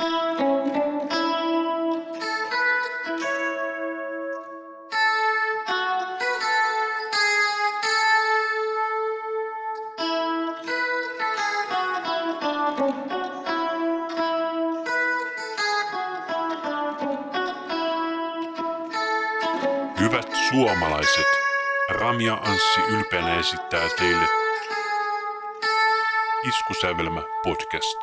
Hyvät suomalaiset, Rami ja Anssi ylpeänä esittää teille Iskusävelmä podcast.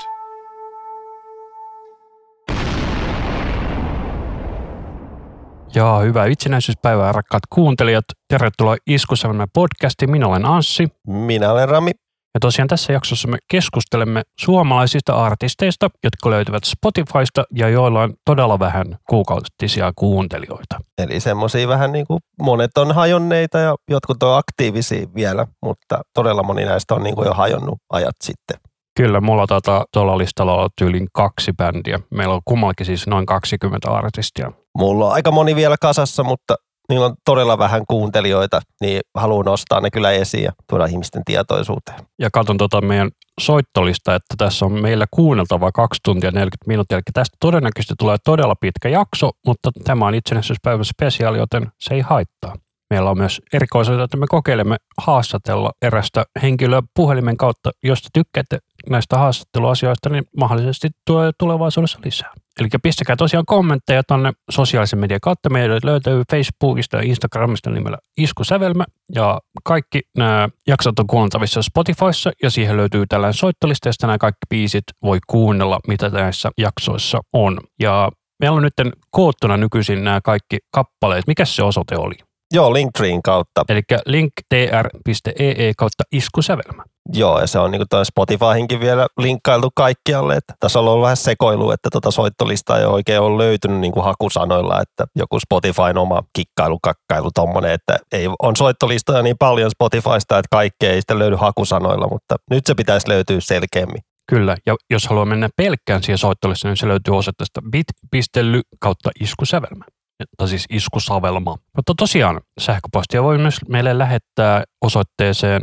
Ja hyvää itsenäisyyspäivää, rakkaat kuuntelijat. Tervetuloa Iskusävelmä podcastiin. Minä olen Anssi. Minä olen Rami. Ja tosiaan tässä jaksossa me keskustelemme suomalaisista artisteista, jotka löytyvät Spotifysta ja joilla on todella vähän kuukautisia kuuntelijoita. Eli semmoisia vähän niin kuin monet on hajonneita ja jotkut on aktiivisia vielä, mutta todella moni näistä on niin kuin jo hajonnut ajat sitten. Kyllä, mulla tuolla listalla on tyyliin 2 bändiä. Meillä on kummallakin siis noin 20 artistia. Mulla on aika moni vielä kasassa, mutta niillä on todella vähän kuuntelijoita, niin haluan nostaa ne kyllä esiin ja tuoda ihmisten tietoisuuteen. Ja katson meidän soittolista, että tässä on meillä kuunneltava 2 tuntia 40 minuuttia. Eli tästä todennäköisesti tulee todella pitkä jakso, mutta tämä on itsenäisyyspäivän spesiaali, joten se ei haittaa. Meillä on myös erikoisuus, että me kokeilemme haastatella erästä henkilöä puhelimen kautta. Jos te tykkäätte näistä haastatteluasioista, niin mahdollisesti tulee tulevaisuudessa lisää. Eli pistäkää tosiaan kommentteja tonne sosiaalisen median kautta. Meidän löytyy Facebookista ja Instagramista nimellä Iskusävelmä. Ja kaikki nämä jaksot on kuunneltavissa Spotifyssa ja siihen löytyy tällainen soittolista, josta nämä kaikki biisit voi kuunnella, mitä näissä jaksoissa on. Ja meillä on nyt koottuna nykyisin nämä kaikki kappaleet. Mikä se osoite oli? Joo, Linktreen kautta. Eli linktr.ee kautta Iskusävelmä. Joo, ja se on niin kuin Spotifyhinkin vielä linkkailtu kaikkialle, että tässä on ollut vähän sekoilu, että soittolistaa ei oikein ole löytynyt niin kuin hakusanoilla, että joku Spotifyn oma kakkailu tommonen, että ei on soittolistoja niin paljon Spotifysta, että kaikkea ei sitten löydy hakusanoilla, mutta nyt se pitäisi löytyä selkeämmin. Kyllä, ja jos haluaa mennä pelkkään siihen soittolistaan, niin se löytyy osoitteesta bit.ly kautta Iskusävelmä. Tai siis Iskusavelma. Mutta tosiaan sähköpostia voi myös meille lähettää osoitteeseen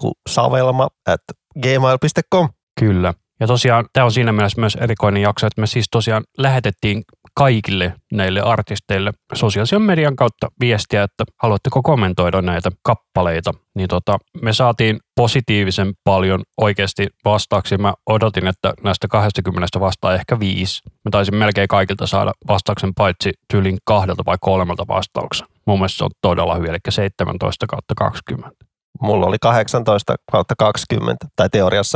iskusavelma@gmail.com. Kyllä. Ja tosiaan tämä on siinä mielessä myös erikoinen jakso, että me siis tosiaan lähetettiin kaikille näille artisteille sosiaalisen median kautta viestiä, että haluatteko kommentoida näitä kappaleita. Niin me saatiin positiivisen paljon oikeasti vastauksia. Mä odotin, että näistä 20 vastaa ehkä 5. Mä taisin melkein kaikilta saada vastauksen paitsi tyylin 2 vai 3 vastauksen. Mun mielestä se on todella hyvä, eli 17/20. Mulla oli 18/20, tai teoriassa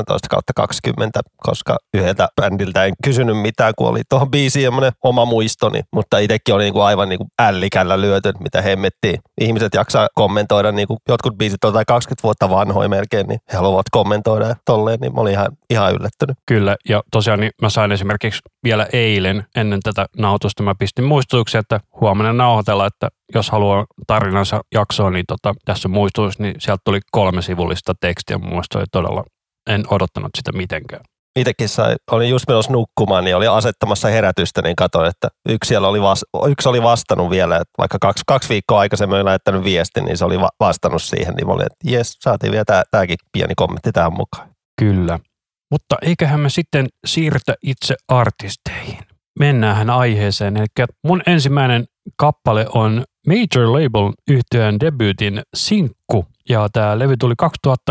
19/20, koska yhdeltä bändiltä en kysynyt mitään, kun oli tuohon biisiin semmoinen oma muistoni, mutta itsekin oli niinku aivan niinku ällikällä lyöty, mitä hemmettiin. Ihmiset jaksaa kommentoida, niinku jotkut biisit on 20 vuotta vanhoja melkein, niin he haluavat kommentoida tolleen, niin mä olin ihan yllättynyt. Kyllä, ja tosiaan niin mä sain esimerkiksi vielä eilen ennen tätä nauhoitusta, mä pistin muistutuksia, että huomenna nauhoitella, että jos haluaa tarinansa jaksoa, niin tässä on muistutus, niin sieltä tuli 3 sivullista tekstiä. Mun mielestä oli todella, en odottanut sitä mitenkään. Itsekin olin just menossa nukkumaan, niin oli asettamassa herätystä, niin katsoin, että yksi oli vastannut vielä, että vaikka kaksi viikkoa aikaisemmin oli lähettänyt viestin, niin se oli vastannut siihen, niin mä olin, että jes, saatiin vielä tämäkin pieni kommentti tähän mukaan. Kyllä, mutta eiköhän me sitten siirrytä itse artisteihin. Mennään aiheeseen, eli mun ensimmäinen kappale on Major Label -yhtyeen debyytin Sinkku, ja tämä levy tuli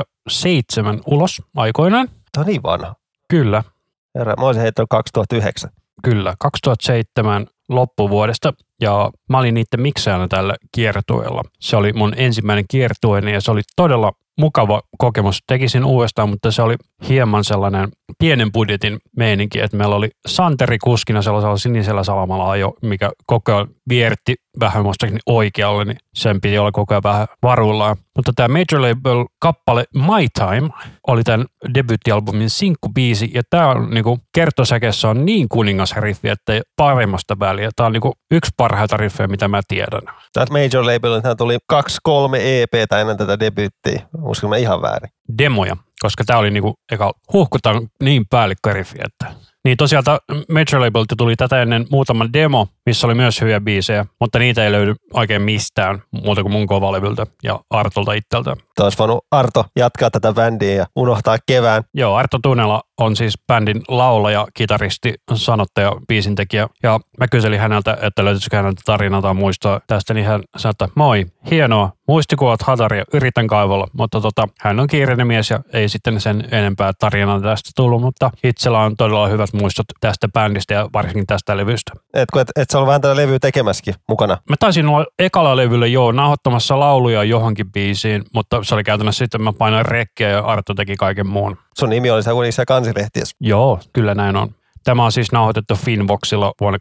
2007 ulos aikoinaan. Tämä on niin vanha. Kyllä. Herra, mä olisin heittänyt 2009. Kyllä, 2007 loppuvuodesta, ja mä olin niiden miksaajana tällä kiertueella. Se oli mun ensimmäinen kiertueeni, ja se oli todella mukava kokemus. Tekisin uudestaan, mutta se oli hieman sellainen pienen budjetin meininki, että meillä oli Santeri kuskina sellaisella sinisellä salamalla ajo, mikä koko ajan vierti vähän muistaakseni oikealle, niin sen piti olla koko ajan vähän varuillaan. Mutta tämä Major Label-kappale My Time oli tämän debyyttialbumin sinkkubiisi, ja tämä on niinku kertosäkeessä on niin kuningasriffi, että ei paremmasta väliä. Tämä on niinku yksi parhaita riffejä, mitä mä tiedän. Täältä Major Labelilta tuli 2-3 EP:tä ennen tätä debyyttiä. Uskon mä ihan väärin. Demoja, koska tämä oli niinku eka huhkutaan niin päällikköriffi, että niin tosiaan Major Labelilta tuli tätä ennen muutama demo, missä oli myös hyviä biisejä, mutta niitä ei löydy oikein mistään muuta kuin mun kovalevyltä ja Artolta itseltä. Olisi voinut Arto jatkaa tätä bändiä ja unohtaa kevään. Joo, Arto Tuunela on siis bändin laulaja, kitaristi, sanottaja, biisintekijä. Ja mä kyselin häneltä, että löytyisikö häneltä tarinaa tai muistoa tästä, niin hän sanoi, että moi, hienoa, muistikuvat hataria, yritän kaivalla. Mutta hän on kiireinen mies ja ei sitten sen enempää tarinaa tästä tullut, mutta itsellä on todella hyvät muistot tästä bändistä ja varsinkin tästä levystä. Et sä ollut vähän tätä levyä tekemässäkin mukana? Mä taisin olla ekalla levyllä nauhoittamassa lauluja johonkin biisiin, mutta se oli käytännössä sitten, mä painoin rekkiä ja Arto teki kaiken muun. Sun nimi oli se kansilehtiössä. Joo, kyllä näin on. Tämä on siis nauhoitettu Finvoxilla vuonna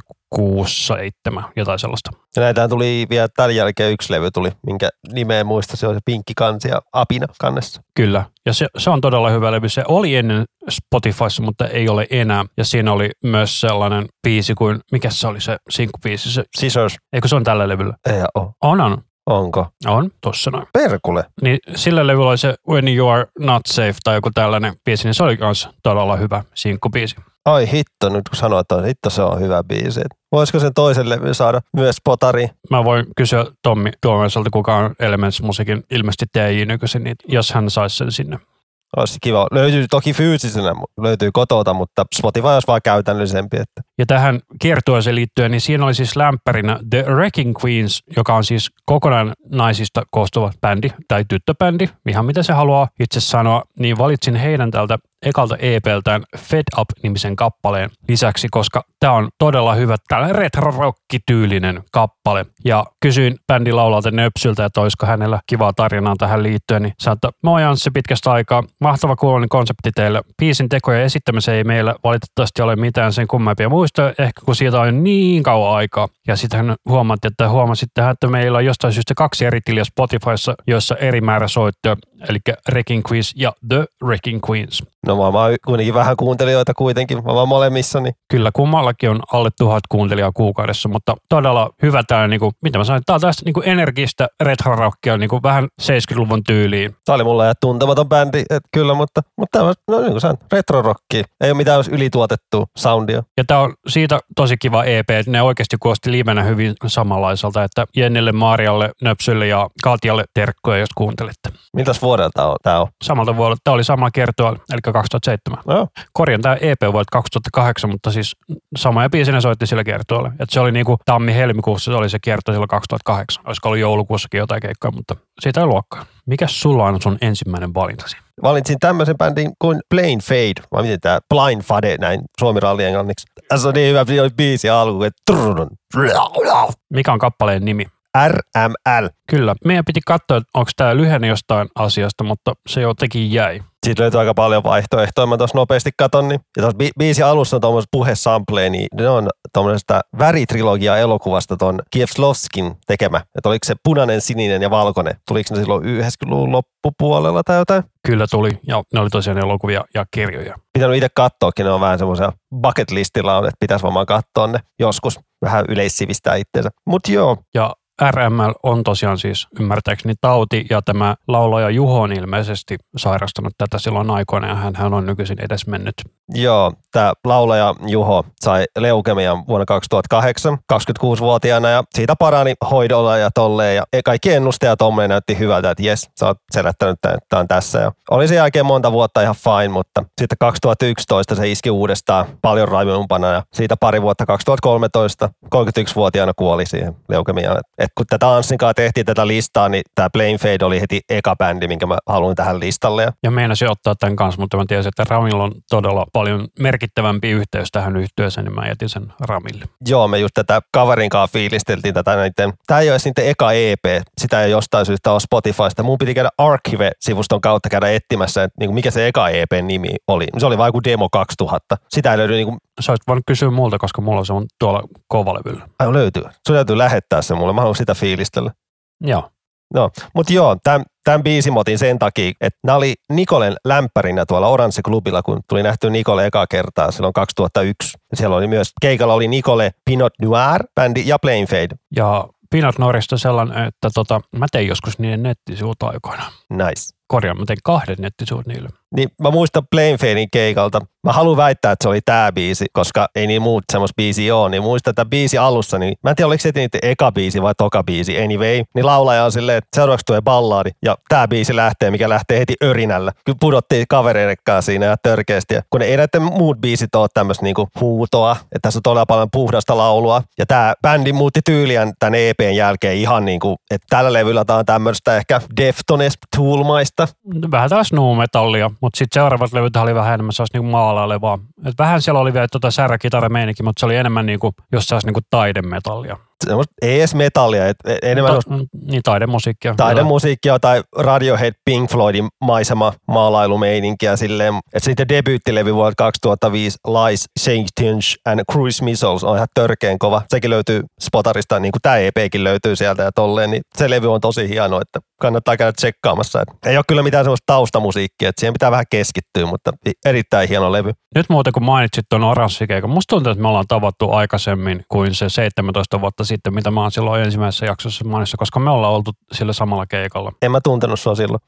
2006-2007, jotain sellaista. Ja näitähän tuli vielä tämän jälkeen yksi levy tuli, minkä nimeä muista, se on se pinkki kansi ja apina kannessa. Kyllä, ja se on todella hyvä levy. Se oli ennen Spotifyssa, mutta ei ole enää. Ja siinä oli myös sellainen biisi kuin, mikä se oli se sinkkubiisi? Se, Scissors. eikö se on tällä levyllä? Ei ole. On. Onko? On, tossa noin. Perkule. Niin sillä levyllä oli se When You Are Not Safe tai joku tällainen biisi, niin se oli myös todella hyvä sinkkubiisi. Ai hitto, nyt kun sanoit, että hitto se on hyvä biisi. Voisiko sen toisen levyn saada myös potariin? Mä voin kysyä Tommi Tuomensalta, kuka on Elements Musiikin ilmeisesti TJ nykyisin, niin jos hän saisi sen sinne. Olisi kiva. Löytyy toki fyysisenä, löytyy kotota, mutta Spotify olisi vaan käytännöllisempi. Että. Ja tähän kiertueeseen liittyen, niin siinä oli siis lämpärinä The Wrecking Queens, joka on siis kokonaan naisista koostuva bändi tai tyttöbändi, ihan mitä se haluaa itse sanoa, niin valitsin heidän tältä ekalta EPltään Fed Up-nimisen kappaleen lisäksi, koska tämä on todella hyvä, tällainen retro-rock-tyylinen kappale. Ja kysyin bändin laulalta Nöpsyltä, että olisiko hänellä kivaa tarinaa tähän liittyen, niin sanoin, että moi Anssi pitkästä aikaa, mahtava kuuloinen konsepti teille. Biisin teko ja esittämiseen ei meillä valitettavasti ole mitään sen kummempia muistoja, ehkä kun siitä on niin kauan aikaa. Ja sitten hän huomasitte, että meillä on jostain syystä 2 eri tiliä Spotifyssa, joissa eri määrä soittoja, eli Wrecking Queens ja The Wrecking Queens. No mä oon kuitenkin vähän kuuntelijoita kuitenkin, mä oon molemmissa. Niin. Kyllä kummallakin on alle 1000 kuuntelijaa kuukaudessa, mutta todella hyvä tämä, niinku, mitä mä sanoin, tää on tästä niinku energistä retro-rockia, niinku vähän 70-luvun tyyliin. Tää oli mulle tuntematon bändi, kyllä, mutta no niin kuin sanoin, retro-rockia. Ei ole mitään ylituotettua soundia. Ja tää on siitä tosi kiva EP, että ne oikeasti kuulosti livenä hyvin samanlaiselta, että Jennille, Maarialle, Nöpsylle ja Katjalle terkkoja, jos kuuntelitte. Miltäs vuodelta tää on? Samalta vuodelta. Tämä oli sama kertoa, eli 2007. No. Korjan tämä EP vuodelta 2008, mutta siis samoja biisinä soitti sillä kertoilla. Että se oli niinku tammi-helmikuussa, se oli se kierto silloin 2008. Olisiko ollut joulukuussakin jotain keikkaa, mutta siitä ei luokkaa. Mikäs sulla on sun ensimmäinen valintasi? Valitsin tämmöisen bändin kuin Plain Fade, vai miten tää Blind Fade, näin suomiralli englanniksi. Tässä on niin hyvä biisi alku, että mikä on kappaleen nimi? RML. Kyllä. Meidän piti katsoa, että onko tämä lyhenne jostain asiasta, mutta se jotenkin jäi. Siitä löytyy aika paljon vaihtoehtoja. Mä tuossa nopeasti katon. Niin. Ja tuossa biisi alussa on tuommoiset puhesampleja, niin ne on tuommoisesta väritrilogia elokuvasta ton Kieslowskin tekemä. Että oliko se punainen, sininen ja valkoinen? Tuliko ne silloin 90-luvun loppupuolella tai jotain? Kyllä tuli, ja ne oli tosiaan elokuvia ja kirjoja. Pitänyt itse katsoakin, ne on vähän semmoisia bucket listilla on, että pitäisi varmaan katsoa ne joskus. Vähän yleissivistää itseensä. Mut joo. Ja RML on tosiaan siis ymmärtääkseni tauti, ja tämä laulaja Juho on ilmeisesti sairastanut tätä silloin aikoina, ja hän on nykyisin edesmennyt. Joo, tämä laulaja Juho sai leukemian vuonna 2008, 26-vuotiaana, ja siitä parani hoidolla ja tolleen, ja kaikki ennusteja tommoinen näytti hyvältä, että jes, sä oot selättänyt, että tämä on tässä. Ja oli sen jälkeen monta vuotta ihan fine, mutta sitten 2011 se iski uudestaan paljon rajumpana, ja siitä pari vuotta 2013, 31-vuotiaana kuoli siihen leukemiaan. Kun tätä Anssin kanssa tehtiin tätä listaa, niin tämä Plain Fade oli heti eka bändi, minkä mä haluan tähän listalle. Ja meinasin ottaa tämän kanssa, mutta mä tiesin, että Ramilla on todella paljon merkittävämpi yhteys tähän yhtyeeseen, niin mä jätin sen Ramille. Joo, me just tätä kaverin kanssa fiilisteltiin tätä näiden. Tämä ei ole edes niiden eka EP, sitä ei jostain syystä ole Spotifysta. Mun piti käydä Archive-sivuston kautta käydä etsimässä, että niin mikä se eka EPn nimi oli. Se oli vain joku Demo 2000. Sitä ei löydy niin kuin... Sä olisit voinut kysyä multa, koska mulla se on tuolla kovalevyllä. Ai löytyy. Sun täytyy lähettää se mulle. Mä haluan sitä fiilistellä. Joo. No, mutta joo, tämän biisin motin sen takia, että nämä oli Nikolen lämpärinä tuolla Orange-klubilla, kun tuli nähty Nikole eka kertaa silloin 2001. Ja siellä oli myös, keikalla oli Nikole, Pinot Noir, bändi ja Plain Fade. Ja Pinot Noirista sellainen, että mä tein joskus niiden nettisivut aikoina. Nice. Korjaan, mä tein 2 nettisivut niille. Niin mä muistan Plain Fadein keikalta. Mä haluan väittää, että se oli tää biisi, koska ei niin muut semmoista biisiä ole. Niin muistan, että biisi alussa, niin mä en tiedä, oliko se niitä eka biisi vai toka biisi, anyway. Niin laulaja on silleen, että seuraavaksi tulee ballaadi ja tää biisi lähtee, mikä lähtee heti örinällä. Kyllä pudottiin kavereidenkaan siinä ja törkeästi. Ja kun ei näiden muut biisit ole tämmöistä niinku huutoa, että tässä on todella paljon puhdasta laulua. Ja tää bändi muutti tyyliään tämän EPn jälkeen ihan niinku, että tällä levyllä tää on tämmöistä ehkä Deftones Toolmaista. Vähän taas nu-metallia, mutta sitten seuraavat levyt oli vähän enemmän sellaista niinku maalailevaa. Et vähän siellä oli vielä särkitarameininki, mutta se oli enemmän niinku, jos se olisi niinku taidemetallia. Ei edes metallia, enemmän niin taidemusiikkia. Taidemusiikkia tai Radiohead Pink Floydin maisema maalailumeininkiä silleen, että sitten debyyttilevy vuodelta 2005 Lies, Sanctions and Cruise Missiles on ihan törkeen kova. Sekin löytyy Spotarista, niin kuin tämä EPkin löytyy sieltä ja tolleen, niin se levy on tosi hieno, että kannattaa käydä tsekkaamassa. Ei ole kyllä mitään semmoista taustamusiikkia, että siihen pitää vähän keskittyä, mutta erittäin hieno levy. Nyt muuten kun mainitsit tuon Oranssikeikan, musta tuntuu, että me ollaan tavattu aikaisemmin kuin se 17 vuotta sitten, mitä mä oon silloin ensimmäisessä jaksossa mainissa, koska me ollaan oltu sillä samalla keikalla. En mä tuntenut sua silloin.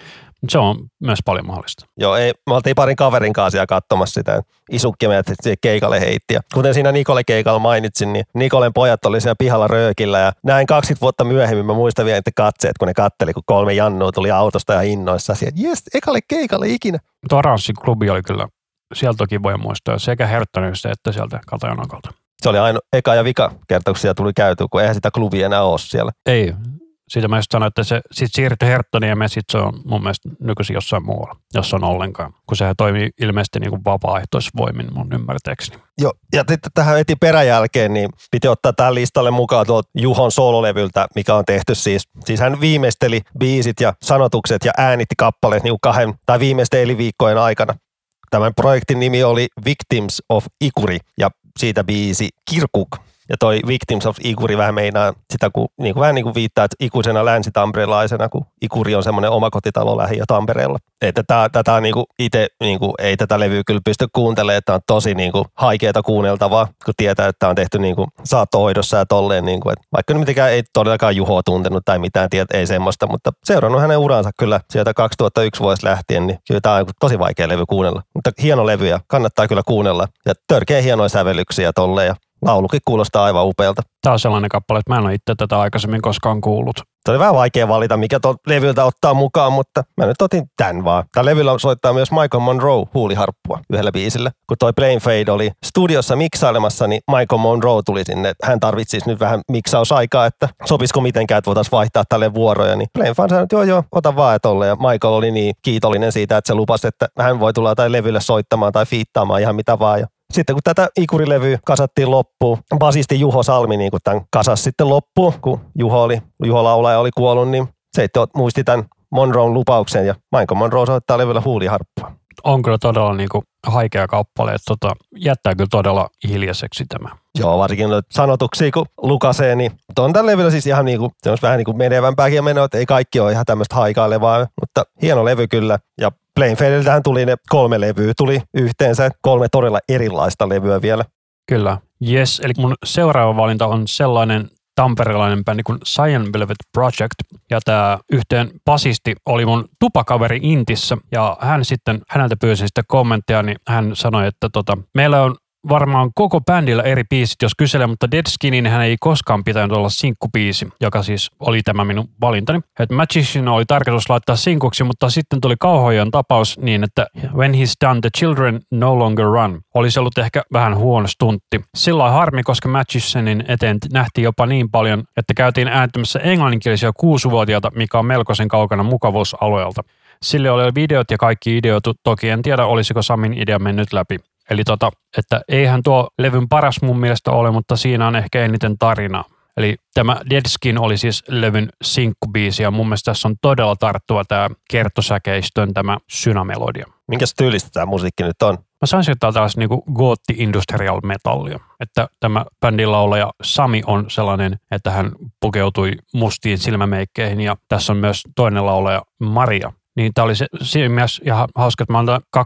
Se on myös paljon mahdollista. Joo, ei, me oltiin parin kaverin kanssa siellä katsomassa sitä. Isukki meidät keikalle heitti. Ja kuten siinä Nikole keikalla mainitsin, niin Nikolen pojat oli siellä pihalla röökillä. Ja näin 20 vuotta myöhemmin mä muistan vielä niitä katseet, kun ne katteli, kun 3 jannua tuli autosta ja innoissa. Että jes, ekalle keikalle ikinä. Tuo Oranssin klubi oli kyllä, sieltä toki voi muistaa sekä Herttonista että sieltä Katajanakalta. Se oli aina eka ja vika kerta, kun siellä tuli käytyä, kun eihän sitä klubia enää ole siellä. Ei. Siitä mä just sanoin, että se sitten siirtyi Herttoniin ja me sitten se on mun mielestä nykyisin jossain muualla, jos on ollenkaan. Kun sehän toimii ilmeisesti niin kuin vapaaehtoisvoimin mun ymmärtääkseni. Joo, ja sitten tähän heti peräjälkeen, niin piti ottaa tähän listalle mukaan tuolta Juhon sololevyltä, mikä on tehty siis. Siis hän viimeisteli biisit ja sanotukset ja äänitti kappaleet niin 2 tai viimeisteli viikkojen aikana. Tämän projektin nimi oli Victims of Ikuri ja siitä biisi Kirkuk. Ja toi Victims of Ikuri vähän meinaa sitä, kun vähän niin kuin viittaa, että ikuisena länsitamperelaisena, kun Ikuri on semmoinen omakotitalo lähiö Tampereella. Että tätä on itse, ei tätä levyä kyllä pysty kuuntelemaan, että on tosi haikeeta kuunneltavaa, kun tietää, että on tehty saattohoidossa ja tolleen. Että vaikka nyt mitenkään ei todellakaan Juhoa tuntenut tai mitään, ei semmoista, mutta seurannut hänen uransa kyllä sieltä 2001 vuodesta lähtien, niin kyllä tämä on tosi vaikea levy kuunnella. Mutta hieno levy ja kannattaa kyllä kuunnella. Ja törkeä hienoja sävellyksiä ja tolleen. Ja laulukin kuulostaa aivan upealta. Tämä on sellainen kappale, että mä en ole itse tätä aikaisemmin koskaan kuullut. Se oli vähän vaikea valita, mikä tuon levyltä ottaa mukaan, mutta mä nyt otin tän vaan. Tällä levyllä soittaa myös Michael Monroe huuliharppua yhdellä biisillä. Kun toi Plain Fade oli studiossa miksailemassa, niin Michael Monroe tuli sinne. Hän tarvitsisi nyt vähän miksausaikaa, että sopisiko mitenkään, että voitaisiin vaihtaa tälle vuoroja. Niin Plain Fade sanoi, että joo, ota vaan tolle. Ja Michael oli niin kiitollinen siitä, että se lupasi, että hän voi tulla tai levylle soittamaan tai fiittaamaan ihan mitä vaan. Ja sitten kun tätä Ikuri-levyä kasattiin loppuun, basisti Juho Salmi niin kun tämän kasasi sitten loppuun, kun Juho laulaja oli kuollut, niin se muisti tämän Monroen lupauksen ja Michael Monroe soittaa levyllä huuliharppua. On kyllä todella haikea kappale, että jättää kyllä todella hiljaiseksi tämä. Joo, varsinkin sanotuksia kun lukasee, niin on tällä levyllä siis ihan vähän menevämpääkin menoa, että ei kaikki ole ihan tämmöistä haikailevaa, mutta hieno levy kyllä. Ja Plain Fadeltähän tuli ne 3 levyä, tuli yhteensä 3 todella erilaista levyä vielä. Kyllä, yes, eli mun seuraava valinta on sellainen tamperelainen bändi kuin Cyan Velvet Project, ja tämä yhteen basisti oli mun tupakaveri Intissä, ja häneltä pyysi sitten kommenttia, niin hän sanoi, että meillä on varmaan koko bändillä eri biisit, jos kyselee, mutta Dead Skinin hän ei koskaan pitänyt olla sinkkubiisi, joka siis oli tämä minun valintani. Että Magician oli tarkoitus laittaa sinkuksi, mutta sitten tuli kauhojan tapaus niin, että When He's Done, The Children No Longer Run olisi ollut ehkä vähän huono stuntti. Silloin harmi, koska Magicianin eteen nähtiin jopa niin paljon, että käytiin ääntämässä englanninkielisiä 6-vuotiaita, mikä on melkoisen kaukana mukavuusalueelta. Sille oli videot ja kaikki ideot, toki en tiedä olisiko Samin idea mennyt läpi. Eli että eihän tuo levyn paras mun mielestä ole, mutta siinä on ehkä eniten tarinaa. Eli tämä Dead Skin oli siis levyn sinkkubiisi ja mun mielestä tässä on todella tarttuva tämä kertosäkeistön tämä synamelodia. Minkäs tyylistä tämä musiikki nyt on? Mä sanoisin, että tämä on tällaista gootti industrial metallia. Että tämä bändin laulaja Sami on sellainen, että hän pukeutui mustiin silmämeikkeihin ja tässä on myös toinen laulaja Maria. Niin tämä oli siinä mielessä ihan hauska, että mä oon 2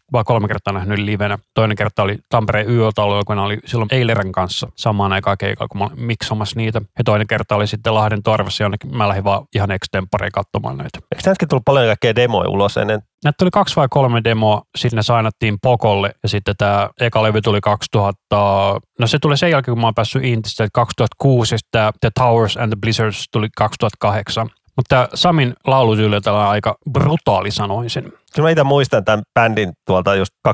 vaan 3 kertaa nähnyt livenä. Toinen kerta oli Tampereen YÖ-taululla, kun oli silloin Eileren kanssa samaan aikaan keikalla, kun mä olin miksomassa niitä. Ja toinen kerta oli sitten Lahden Torvassa, jonnekin mä lähdin vaan ihan extemporeen katsomaan näitä. Eikö näitäkin tullut paljon kaikkea demoja ulos ennen? Näitä tuli 2 vai 3 demoa, sitten ne sainattiin Pokolle ja sitten tämä eka levy tuli 2000, no se tuli sen jälkeen, kun mä oon päässyt Intistä 2006 ja sitten The Towers and the Blizzards tuli 2008. Mutta Samin laulutyyli on aika brutaali, sanoisin. Kyllä mä itse muistan tämän bändin tuolta just 2005-2006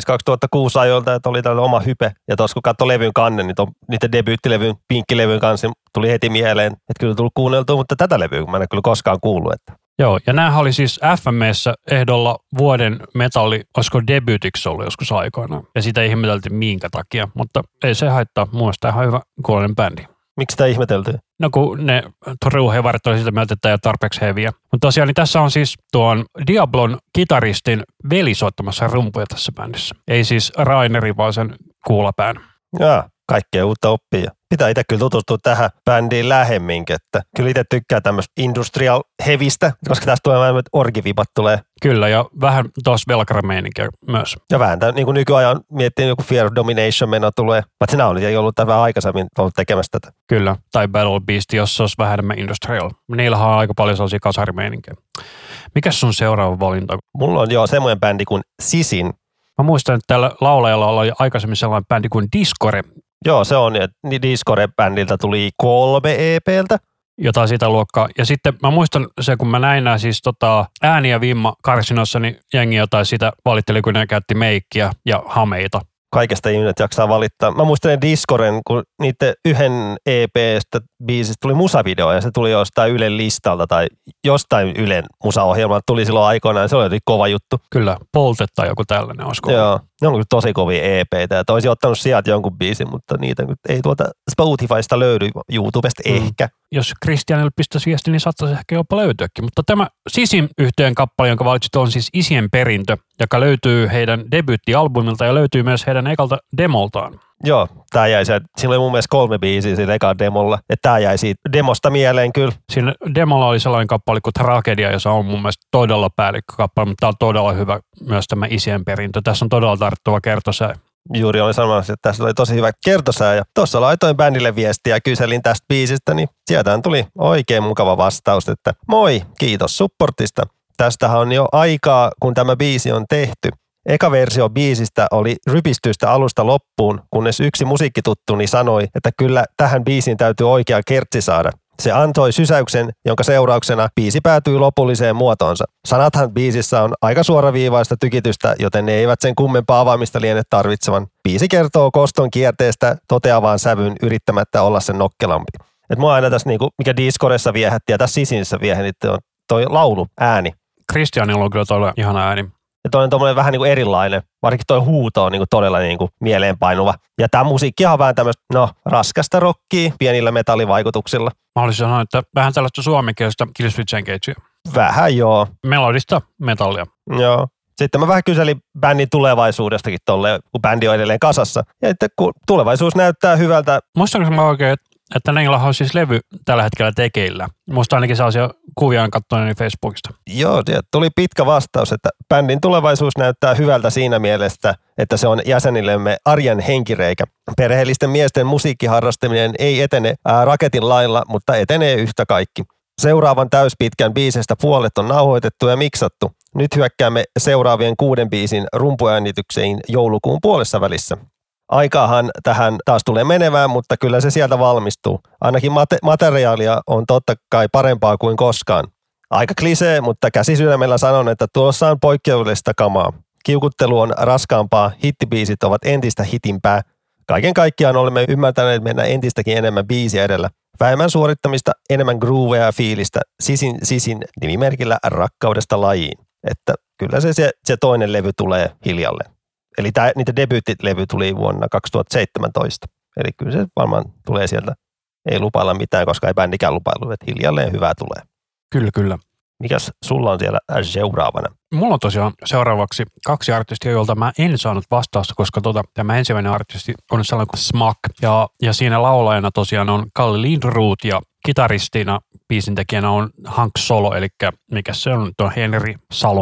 ajoilta, että oli tällainen oma hype. Ja tuossa kun katsoi levyn kannen, niin niiden debyyttilevyn, pinkkilevyn kanssa tuli heti mieleen, että kyllä tullut kuunneltua, mutta tätä levyä mä en kyllä koskaan kuullut. Että. Joo, ja näähän oli siis FM:ssä ehdolla vuoden metalli, olisiko debyytiksi ollut joskus aikoinaan. Ja sitä ihmeteltiin minkä takia, mutta ei se haittaa. Mun mielestä ihan hyvä kuuloinen bändi. Miksi sitä ihmeteltiin? No kun ne truuhevarit oli sitä mieltä, että ei ole tarpeeksi heviä. Mutta tosiaan niin tässä on siis tuon Diablon kitaristin veli soittamassa rumpuja tässä bändissä. Ei siis Raineri, vaan sen kuulapään. Jaa, kaikkea uutta oppia. Pitää itse kyllä tutustua tähän bändiin lähemminkin, että kyllä itse tykkää tämmöistä industrial heavistä, koska tästä tulee vähän orgivipat tulee. Kyllä, ja vähän tuossa velkarameininkiä myös. Ja vähän niin kuin nykyajan miettii joku Fear of Domination meno tulee, mutta sinä oli ei ollut vähän aikaisemmin ollut tekemässä tätä. Kyllä, tai Battle Beast, jos olisi vähän enemmän industrial. Niillähän on aika paljon sellaisia kasarimeininkiä. Mikäs sun seuraava valinta? Mulla on semmoinen bändi kuin Sisin. Mä muistan, että tällä laulajalla oli aikaisemmin sellainen bändi kuin Discore. Joo, se on. Discore-bändiltä tuli 3 EP:ltä. Jotain sitä luokkaa. Ja sitten mä muistan se, kun mä näin nämä siis ääni- ja vimma-karsinossa, niin jengi jotain sitä valitteli, kun ne käytti meikkiä ja hameita. Kaikesta ihmiset jaksaa valittaa. Mä muistelen Discoren, kun niiden yhden EP:stä biisistä tuli musavideo ja se tuli jostain Ylen listalta tai jostain Ylen musaohjelmalta tuli silloin aikoinaan. Se oli jotenkin kova juttu. Kyllä, Poltet tai joku tällainen olisiko. Joo, ne on kyllä tosi kovia EP:tä ja toisin ottanut sieltä jonkun biisin, mutta niitä ei tuolta Spotifysta löydy, YouTubesta ehkä. Jos Christianille pistäisi viesti, niin saattaisi ehkä jopa löytyäkin. Mutta tämä Sisin yhteen kappale, jonka valitsit, on siis Isien perintö, joka löytyy heidän debyyttialbumilta ja löytyy myös heidän ekalta demoltaan. Joo, tää jäi se, siinä oli mun mielestä 3 biisiä sillä ekan demolla, että tää jäi siitä demosta mieleen kyllä. Siinä demolla oli sellainen kappale kuin Tragedia, jossa on mun mielestä todella päällikkökappale, mutta tää on todella hyvä myös tämä Isien perintö. Tässä on todella tarttuva kertosää. Juuri oli sanomassa, että tässä oli tosi hyvä kertosää ja tuossa laitoin bändille viestiä ja kyselin tästä biisistä, niin sieltä tuli oikein mukava vastaus, että moi, kiitos supportista. Tästähän on jo aikaa, kun tämä biisi on tehty. Eka versio biisistä oli rypistystä alusta loppuun, kunnes yksi musiikkituttuni sanoi, että kyllä tähän biisiin täytyy oikea kertsi saada. Se antoi sysäyksen, jonka seurauksena biisi päätyi lopulliseen muotoonsa. Sanathan biisissä on aika suoraviivaista tykitystä, joten ne eivät sen kummempaa avaamista liene tarvitsevan. Biisi kertoo koston kierteestä toteavaan sävyyn yrittämättä olla sen nokkelampi. Et mua aina tässä, mikä Discordessa viehätti ja tässä Sisissä viehätti, on toi laulu, ääni. Christianilla on kyllä todella ihana ääni. Ja toi on tommoinen vähän erilainen, varsinkin toi huuto on todella mieleenpainuva. Ja tää musiikkihan on vähän tämmöistä, raskasta rockia pienillä metallivaikutuksilla. Mä olisin sanonut, että vähän tällaista suomenkielistä Killswitch Engagea. Vähän joo. Melodista metallia. Joo. Sitten mä vähän kyselin bändin tulevaisuudestakin tolle, kun bändi on edelleen kasassa. Ja että kun tulevaisuus näyttää hyvältä. Muistanko mä oikein, että niillä on siis levy tällä hetkellä tekeillä? Musta ainakin sellaisia kuvia katsoin Facebookista. Joo, tuli pitkä vastaus, että bändin tulevaisuus näyttää hyvältä siinä mielessä, että se on jäsenillemme arjen henkireikä. Perheellisten miesten musiikkiharrastaminen ei etene raketin lailla, mutta etenee yhtä kaikki. Seuraavan täyspitkän biisestä puolet on nauhoitettu ja miksattu. Nyt hyökkäämme seuraavien 6 biisin rumpuäänityksiin joulukuun puolessa välissä. Aikaahan tähän taas tulee menevään, mutta kyllä se sieltä valmistuu. Ainakin materiaalia on totta kai parempaa kuin koskaan. Aika klisee, mutta käsisydämellä sanon, että tuossa on poikkeuksellista kamaa. Kiukuttelu on raskaampaa, hittibiisit ovat entistä hitimpää. Kaiken kaikkiaan olemme ymmärtäneet mennä entistäkin enemmän biisiä edellä. Vähemmän suorittamista, enemmän groovea ja fiilistä. Sisin nimimerkillä rakkaudesta lajiin. Että kyllä se toinen levy tulee hiljalleen. Eli niitä debyyttilevy tuli vuonna 2017. Eli kyllä se varmaan tulee sieltä. Ei lupailla mitään, koska ei bändikään lupailu, että hiljalleen hyvää tulee. Kyllä. Mikäs sulla on siellä seuraavana? Mulla on tosiaan seuraavaksi 2 artistia, joilta mä en saanut vastausta, koska tämä ensimmäinen artisti on sellainen kuin Smack. Ja siinä laulajana tosiaan on Kalle Lindroth ja kitaristina biisintekijänä on Hank Solo, eli mikä se on, tuo Henri Salonen.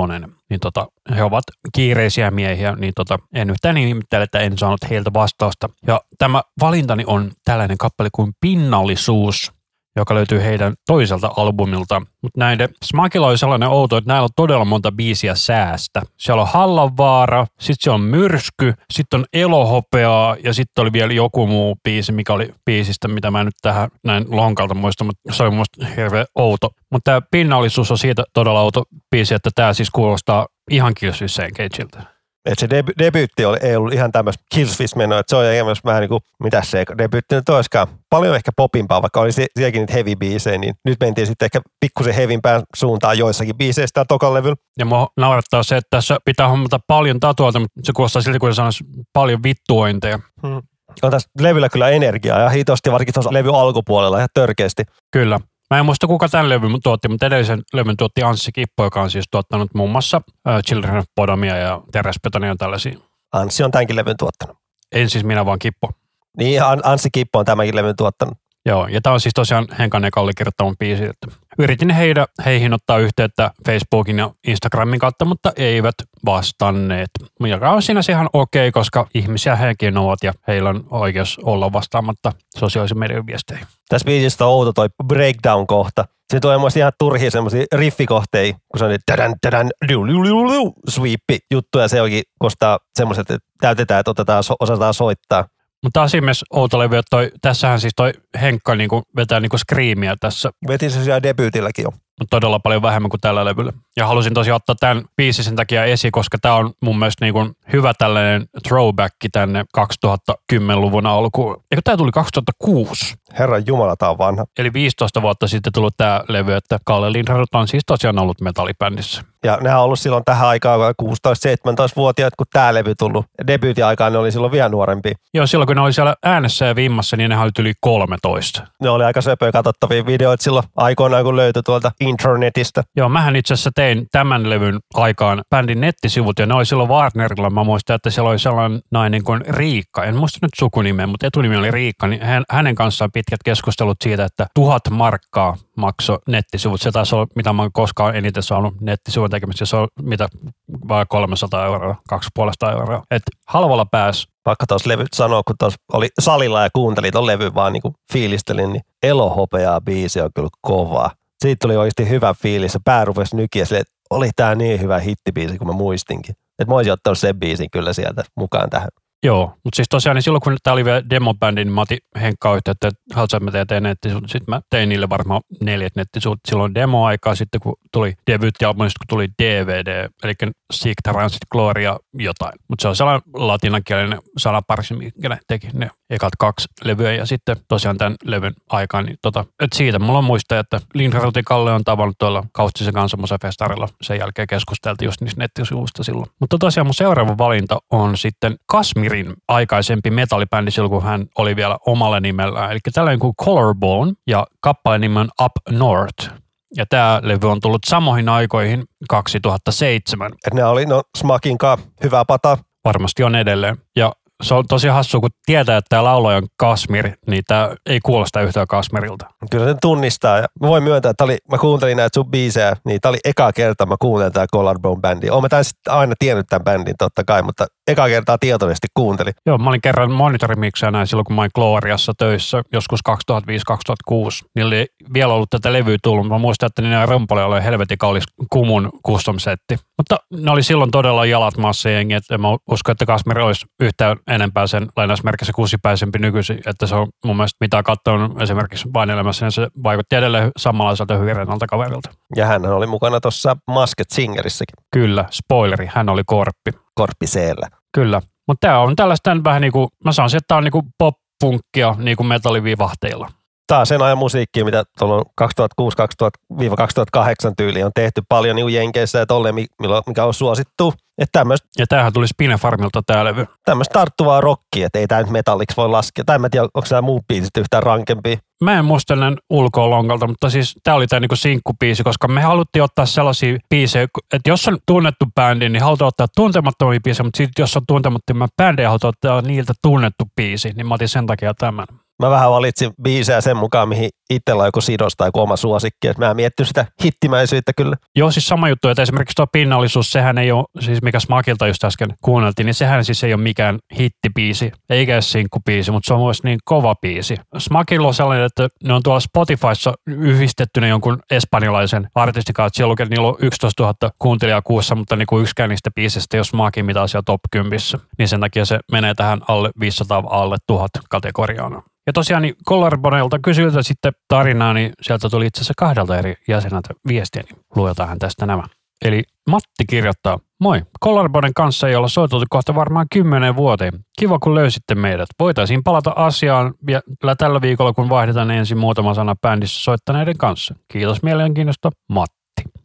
niin he ovat kiireisiä miehiä, niin en yhtään niin ihmettele, että en saanut heiltä vastausta. Ja tämä valintani on tällainen kappale kuin Pinnallisuus, joka löytyy heidän toiselta albumilta. Mutta näiden Smakilla oli sellainen outo, että näillä on todella monta biisiä säästä. Siellä on Hallanvaara, sitten siellä on Myrsky, sitten on Elohopeaa ja sitten oli vielä joku muu biisi, mikä oli biisistä, mitä mä nyt tähän näin lonkalta muistan, mutta se oli mun mielestä hirveän outo. Mutta tämä Pinnallisuus on siitä todella outo biisi, että tämä siis kuulostaa ihan Killswitch Engageiltä. Että se debyytti ei ollut ihan tämmöistä Killswitch-menoa, että se on myös vähän niin kuin, mitä se debyytti nyt olisikaan. Paljon ehkä popimpaa, vaikka oli sielläkin niitä heavy-biisejä, niin nyt mentiin sitten ehkä pikkusen heavympään suuntaan joissakin biiseistä tokan levyllä. Ja mua naurattaa se, että tässä pitää hommata paljon tatuolta, mutta se kuulostaa siltä, kun se sanoisi paljon vittuointeja. On tässä levyllä kyllä energiaa ja hitosti varsinkin tuossa levy alkupuolella ihan törkeästi. Kyllä. Mä en muista kuka tämän levyn tuotti, mutta edellisen levyn tuotti Anssi Kippo, joka on siis tuottanut muun muassa Children of Bodomia ja Terespetonia ja tällaisia. Anssi on tämänkin levyn tuottanut. En siis minä, vaan Kippo. Niin, Anssi Kippo on tämänkin levyn tuottanut. Joo, ja tämä on siis tosiaan Henkan eka allekirjoittaman biisi. Yritin heihin ottaa yhteyttä Facebookin ja Instagramin kautta, mutta eivät vastanneet. Joka on siinä ihan okei, koska ihmisiä hekin ovat ja heillä on oikeus olla vastaamatta sosiaalisen median viesteihin. Tässä biisistä on outo toi breakdown-kohta. Se tulee muista ihan turhia semmoisia riffikohteita, kun se on tädän sweepi juttu ja se onkin kostaa semmoiset, että täytetään, että osataan soittaa. Mutta taas myös outo levy, että tässähän siis toi Henkka niinku vetää niinku screamia tässä. Veti se siellä debyytilläkin jo. Todella paljon vähemmän kuin tällä levyllä. Ja halusin tosiaan ottaa tämän biisin sen takia esiin, koska tämä on mun mielestä niinku hyvä tällainen throwback tänne 2010-luvun alkuun. Eikö tämä tuli 2006? Herran jumala, tämä on vanha. Eli 15 vuotta sitten tullut tämä levy, että Kalle Lindhardt on siis tosiaan ollut metallibändissä. Ja nehän on ollut silloin tähän aikaan 16-17-vuotiaat, kun tämä levy tullut. Debyytin aikaan ne oli silloin vielä nuorempia. Joo, silloin kun ne oli siellä äänessä ja vimmassa, niin nehän oli yli 13. Ne oli aika söpöjä katsottavia videoita silloin aikoinaan, kun löytyi tuolta internetistä. Joo, mähän itse asiassa tein tämän levyn aikaan bändin nettisivut ja ne oli silloin Warnerilla. Mä muistan, että siellä oli sellainen nainen kuin Riikka. En muista nyt sukunimeä, mutta etunimi oli Riikka. Niin hänen kanssaan pitkät keskustelut siitä, että 1000 markkaa maksoi nettisivut. Se taisi olla, mitä mä oon koskaan eniten saanut nettisivun tekemistä. Se on mitä vaan 300 €, 250 €. Että halvalla pääsi. Vaikka tuossa levyt sanoo, kun tuossa oli salilla ja kuuntelin ton levyn vaan niin kuin fiilistelin, niin Elohopeaa biisi on kyllä kova. Siitä tuli oikeasti hyvä fiilis ja pää rupesi nykiä silleen, että oli tää niin hyvä hittibiisi kuin mä muistinkin. Että mä olisin ottanut sen biisin kyllä sieltä mukaan tähän. Joo, mutta siis tosiaan niin silloin kun tämä oli vielä demobändi, niin mä otin Henkkaan yhteyttä, että haluatko että mä teen nettisivut. Sitten mä tein niille varmaan 4 nettisivut silloin demoaikaa, sitten kun tuli debyyttialbumi, sitten kun tuli DVD, eli Seek Transit Gloria jotain. Mutta se on sellainen latinankielinen sanaparsi, mikä ne teki ne ekat 2 levyä ja sitten tosiaan tämän levyn aikaan. Niin että siitä mulla on muista, että Lindhardtin Kalle on tavannut tuolla Kaustisen kanssa festarilla. Sen jälkeen keskusteltiin just niistä nettisivuista silloin. Mutta tosiaan mun seuraava valinta on sitten Kashmirin aikaisempi metallibändi silloin, kun hän oli vielä omalla nimellään. Eli tällainen kuin Collarbone ja kappaleen nimi on Up North. Ja tämä levy on tullut samoihin aikoihin 2007. Et ne oli Smakinkaan hyvää pataa. Varmasti on edelleen. Ja se on tosi hassua, kun tietää, että tämä laulaja on Kashmir, niin tämä ei kuulosta yhtään Kashmirilta. Kyllä sen tunnistaa. Ja mä voin myöntää, että mä kuuntelin näitä sun biisejä, niin tämä oli eka kerta, mä kuuntelin tämä Collarbone bändi. Olen mä aina tiennyt tämän bändin totta kai, mutta eka kertaa tietoisesti kuuntelin. Joo, mä olin kerran monitorimixejä näin silloin, kun mä olin Gloriassa töissä, joskus 2005-2006. Niillä ei vielä ollut tätä levyä tullut. Mä muistan, että niillä rumpoilla oli helvetin kallis Kumun custom-setti. Mutta ne oli silloin todella jalat maassa jengi, että mä uskon, että Kashmir olisi yhtään enempää sen lainausmerkissä kusipäisempi nykyisin, että se on mun mielestä mitä katsonut esimerkiksi vain elämässä, niin se vaikutti edelleen samanlaiselta hyvin renalta kaverilta. Ja hän oli mukana tuossa Masked Singerissäkin. Kyllä, spoileri, hän oli Korppi. Korppi C-llä. Kyllä, mutta tämä on tällaista vähän niin kuin, mä sanoisin, että tämä on niin kuin pop-punkkia niin kuin metallivivahteilla. Tämä on sen ajan musiikkia, mitä tuolla 2006-2008 tyyliin on tehty paljon niin Jenkeissä ja tolleen, mikä on suosittu. Ja tämähän tuli Spinefarmilta tämä levy. Tämmöistä tarttuvaa rockia, että ei tämä nyt metalliksi voi laskea. Tai en mä tiedä, onko nämä muut biisit yhtään rankempia. Mä en muista näin ulkoa lonkalta, mutta siis tämä oli tämä niinku sinkkubiisi, koska me haluttiin ottaa sellaisia biisejä, että jos on tunnettu bändi, niin halutaan ottaa tuntemattomia biisejä, mutta sitten jos on tuntemattomia bändejä, halutaan ottaa niiltä tunnettu biisi, niin mä otin sen takia tämän. Mä vähän valitsin biisejä sen mukaan, mihin itsellä on joku sidos tai joku oma suosikki. Et mä en miettinyt sitä hittimäisyyttä kyllä. Joo, siis sama juttu, että esimerkiksi tuo Pinnallisuus, sehän ei ole, siis mikä Smakilta just äsken kuunneltiin, niin sehän siis ei ole mikään hittibiisi, eikä edes sinkkubiisi, mutta se on myös niin kova biisi. Smakilla on sellainen, että ne on tuolla Spotifyssa yhdistettynä jonkun espanjalaisen artistin kanssa. Siellä lukee, että niillä on 11 000 kuuntelijaa kuussa, mutta niin kuin yksikään niistä biisistä ei ole Smakin mitään siellä top 10. Niin sen takia se menee tähän alle 500, alle 1000 kategoriaan. Ja tosiaan niin Collarbonelta kysyiltä sitten tarinaa, niin sieltä tuli itse asiassa 2 eri jäseneltä viestiä, niin luetaan tästä nämä. Eli Matti kirjoittaa, moi, Collarbonen kanssa ei olla soiteltu kohta varmaan 10 vuoteen. Kiva kun löysitte meidät. Voitaisiin palata asiaan vielä tällä viikolla, kun vaihdetaan ensin muutama sana bändissä soittaneiden kanssa. Kiitos mielenkiinnosta, Matti.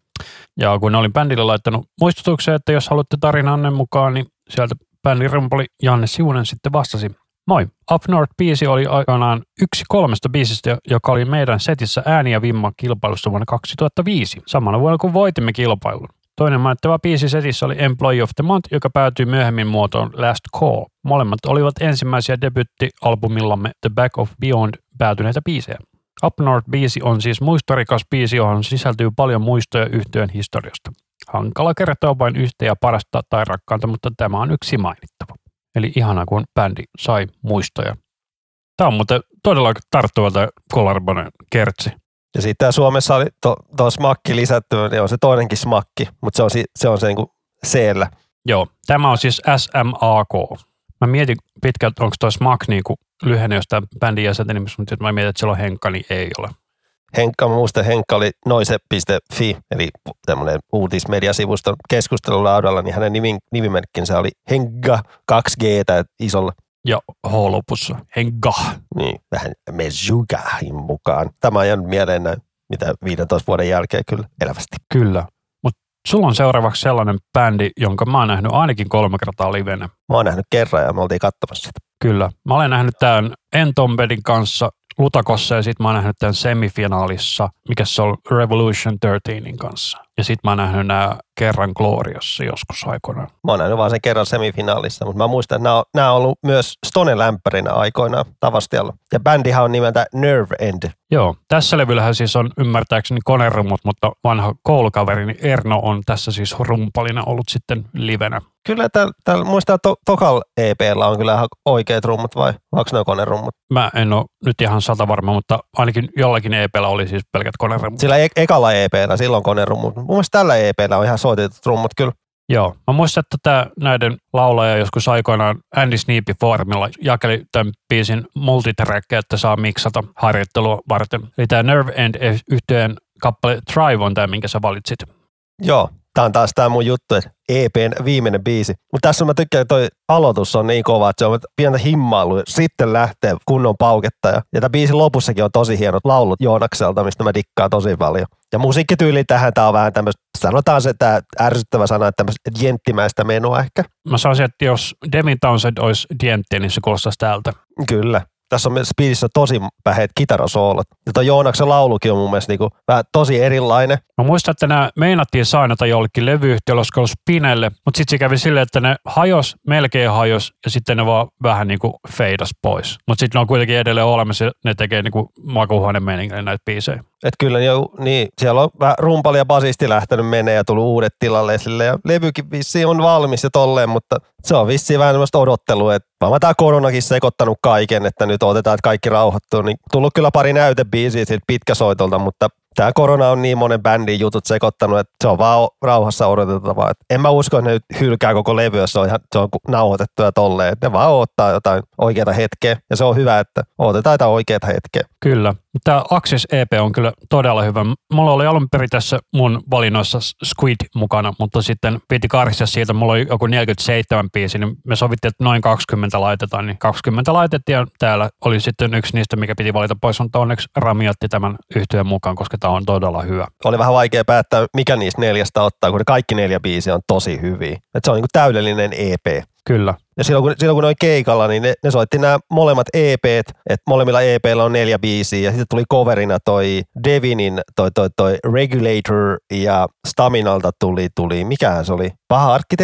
Ja kun olin bändille laittanut muistutuksen, että jos haluatte tarinanne mukaan, niin sieltä bändin rumpali Janne Sivunen sitten vastasi. Moi, Up North-biisi oli aikanaan yksi 3 biisistä, joka oli meidän setissä ääni- ja vimma-kilpailussa vuonna 2005, samana vuonna kun voitimme kilpailun. Toinen mainittava biisi setissä oli Employee of the Month, joka päätyi myöhemmin muotoon Last Call. Molemmat olivat ensimmäisiä debutti-albumillamme The Back of Beyond päätyneitä biisejä. Up North-biisi on siis muistorikas biisi, johon sisältyy paljon muistoja yhtyeen historiasta. Hankala kertoa vain yhtä ja parasta tai rakkaanta, mutta tämä on yksi mainittava. Eli ihanaa, kun bändi sai muistoja. Tämä on muuten todella tarttuva tämä Collarbonen kertsi. Ja sitten Suomessa oli tuo smakki lisätty, niin on se toinenkin smakki, mutta se on se niin kuin C-llä. Joo, tämä on siis SMAK. Mä mietin pitkään, onko tuo smak niin kuin lyhenne jostain bändin jäsenten nimessä, mutta mä mietin, että siellä on Henkka, niin ei ole. Henkka, mä muistan, Henkka oli noise.fi, eli tämmöinen uutismediasivuston keskustelulaudalla, niin hänen nimimerkkinsä oli Henkka 2G isolla. Ja H-lopussa, Henkka. Niin, vähän Mezugahin mukaan. Tämä on jäänyt mieleen näin, mitä 15 vuoden jälkeen kyllä elävästi. Kyllä, mutta sulla on seuraavaksi sellainen bändi, jonka mä oon nähnyt ainakin 3 kertaa livenä. Mä oon nähnyt kerran ja me oltiin katsomassa sitä. Kyllä, mä olen nähnyt tämän Entombedin kanssa Lutakossa ja sit mä oon nähnyt tämän semifinaalissa, mikä se on Revolution 13 kanssa. Ja sit mä oon nähnyt nämä kerran Gloriassa joskus aikoinaan. Mä oon nähnyt vaan sen kerran semifinaalissa, mutta mä muistan, että nämä on ollut myös Stone-lämpärinä aikoinaan Tavastialla. Ja bändihän on nimeltä Nerve End. Joo, tässä levyllähän siis on ymmärtääkseni konerummut, mutta vanha koulukaverini Erno on tässä siis rumpalina ollut sitten livenä. Kyllä täällä muistaa Tokal EP:llä on kyllä ihan oikeat rummut vai onko ne konerummut? Mä en ole nyt ihan 100 varma, mutta ainakin jollakin EP:llä oli siis pelkät konerummut. Sillä ekalla EP:llä silloin konerummut. Mun mielestä tällä EP:llä on ihan soitetut rummut kyllä. Joo, mä muistan, että näiden laulaja joskus aikoinaan Andy Sneapy Foorumilla jakeli tämän biisin multitrackia, että saa miksata harjoittelua varten. Eli tämä Nerve End -yhtyeen kappale Thrive on tämä, minkä sä valitsit. Joo, tää on taas tää mun juttu, että EP:n viimeinen biisi. Mutta tässä mä tykkään, että toi aloitus on niin kova, että se on pientä himmailu. Sitten lähtee kunnon pauketta. Ja tämä biisin lopussakin on tosi hienot laulut Joonakselta, mistä mä dikkaan tosi paljon. Ja musiikkityyli tähän tää on vähän tämmöistä, sanotaan se tää ärsyttävä sana, että tämmöistä jenttimäistä menoa ehkä. Mä sanoisin, että jos Devin Townsend olisi dientti, niin se kuulostaisi täältä. Kyllä. Tässä on Speedissä tosi päheät kitarasoolot. Ja tuo Joonaksen laulukin on mun mielestä niinku vähän tosi erilainen. Mä muistan, että nämä meinattiin sainata jollekin levyyhtiöllä, olisiko ollut Spinelle, mutta sitten se kävi silleen, että ne melkein hajos ja sitten ne vaan vähän niinku feidas pois. Mutta sitten ne on kuitenkin edelleen olemassa ja ne tekee niinku makuuhuoneen meiningille näitä biisejä. Että kyllä niin, siellä on vähän rumpali ja basisti lähtenyt menee ja tullut uudet tilalle sille ja levykin vissiin on valmis ja tolleen, mutta se on vissiin vähän semmoista odottelua, että vaan tämä koronakin sekoittanut kaiken, että nyt otetaan, että kaikki rauhoittuu, niin tullut kyllä pari näytebiisiä siltä pitkäsoitolta, mutta tämä korona on niin monen bändin jutut sekoittanut, että se on vaan rauhassa odotettavaa. En mä usko, että ne nyt hylkää koko levy, se on nauhoitettu ja tolleen, että ne vaan odottaa jotain oikeata hetkeä ja se on hyvä, että odotetaan jotain oikeata hetkeä. Kyllä. Tämä Access EP on kyllä todella hyvä. Mulla oli alun perin tässä mun valinnoissa Squid mukana, mutta sitten piti karsia siitä. Mulla oli joku 47 biisi, niin me sovittiin, että noin 20 laitetaan. Niin 20 laitettiin ja täällä oli sitten yksi niistä, mikä piti valita pois, mutta onneksi Rami otti tämän yhtyeen mukaan, koska tämä on todella hyvä. Oli vähän vaikea päättää, mikä niistä 4 ottaa, kun ne kaikki 4 biisiä on tosi hyviä. Että se on niin kuin täydellinen EP. Kyllä. Ja silloin kun ne oli keikalla, niin ne soitti nämä molemmat EP:t, että molemmilla EP:llä on 4 biisiä ja sitten tuli coverina toi Devinin toi Regulator ja Staminalta tuli, mikähän se oli, Paha arkkitehti?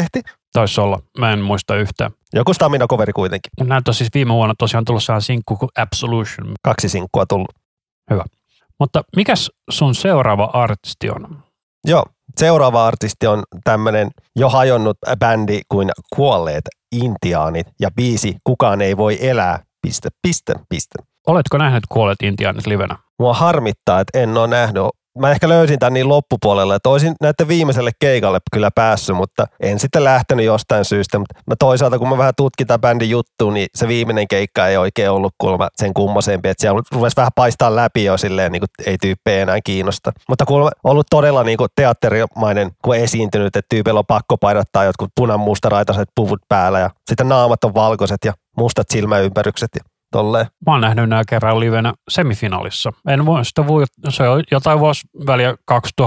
Taisi olla. Mä en muista yhtään. Joku Stamina-coveri kuitenkin. Näitä on siis viime vuonna tosiaan tullut sehän sinkku kuin Absolution. 2 sinkkua tullut. Hyvä. Mutta mikäs sun seuraava artisti on? Joo, seuraava artisti on tämmönen jo hajonnut bändi kuin Kuolleet intiaanit ja biisi Kukaan ei voi elää, ... Oletko nähnyt Kuolleet intiaanit livenä? Mua harmittaa, että en ole nähnyt. Mä ehkä löysin tämän niin loppupuolella, että olisin näiden viimeiselle keikalle kyllä päässyt, mutta en sitten lähtenyt jostain syystä. Mutta mä toisaalta, kun mä vähän tutkin tämän bändin juttua, niin se viimeinen keikka ei oikein ollut kuulemma sen kummosempi. Että siellä rupesi vähän paistaa läpi jo silleen, niin kuin ei tyyppejä enää kiinnosta. Mutta kuulemma ollut todella niin kuin teatterimainen, kun esiintynyt, että tyypeillä on pakko painottaa jotkut punanmustaraitaiset puvut päällä ja sitten naamat on valkoiset ja mustat silmäympärykset ja tolleen. Mä oon nähnyt nämä kerran livenä semifinaalissa. En voi sitä se on jotain vuosiväliä 2003-2008.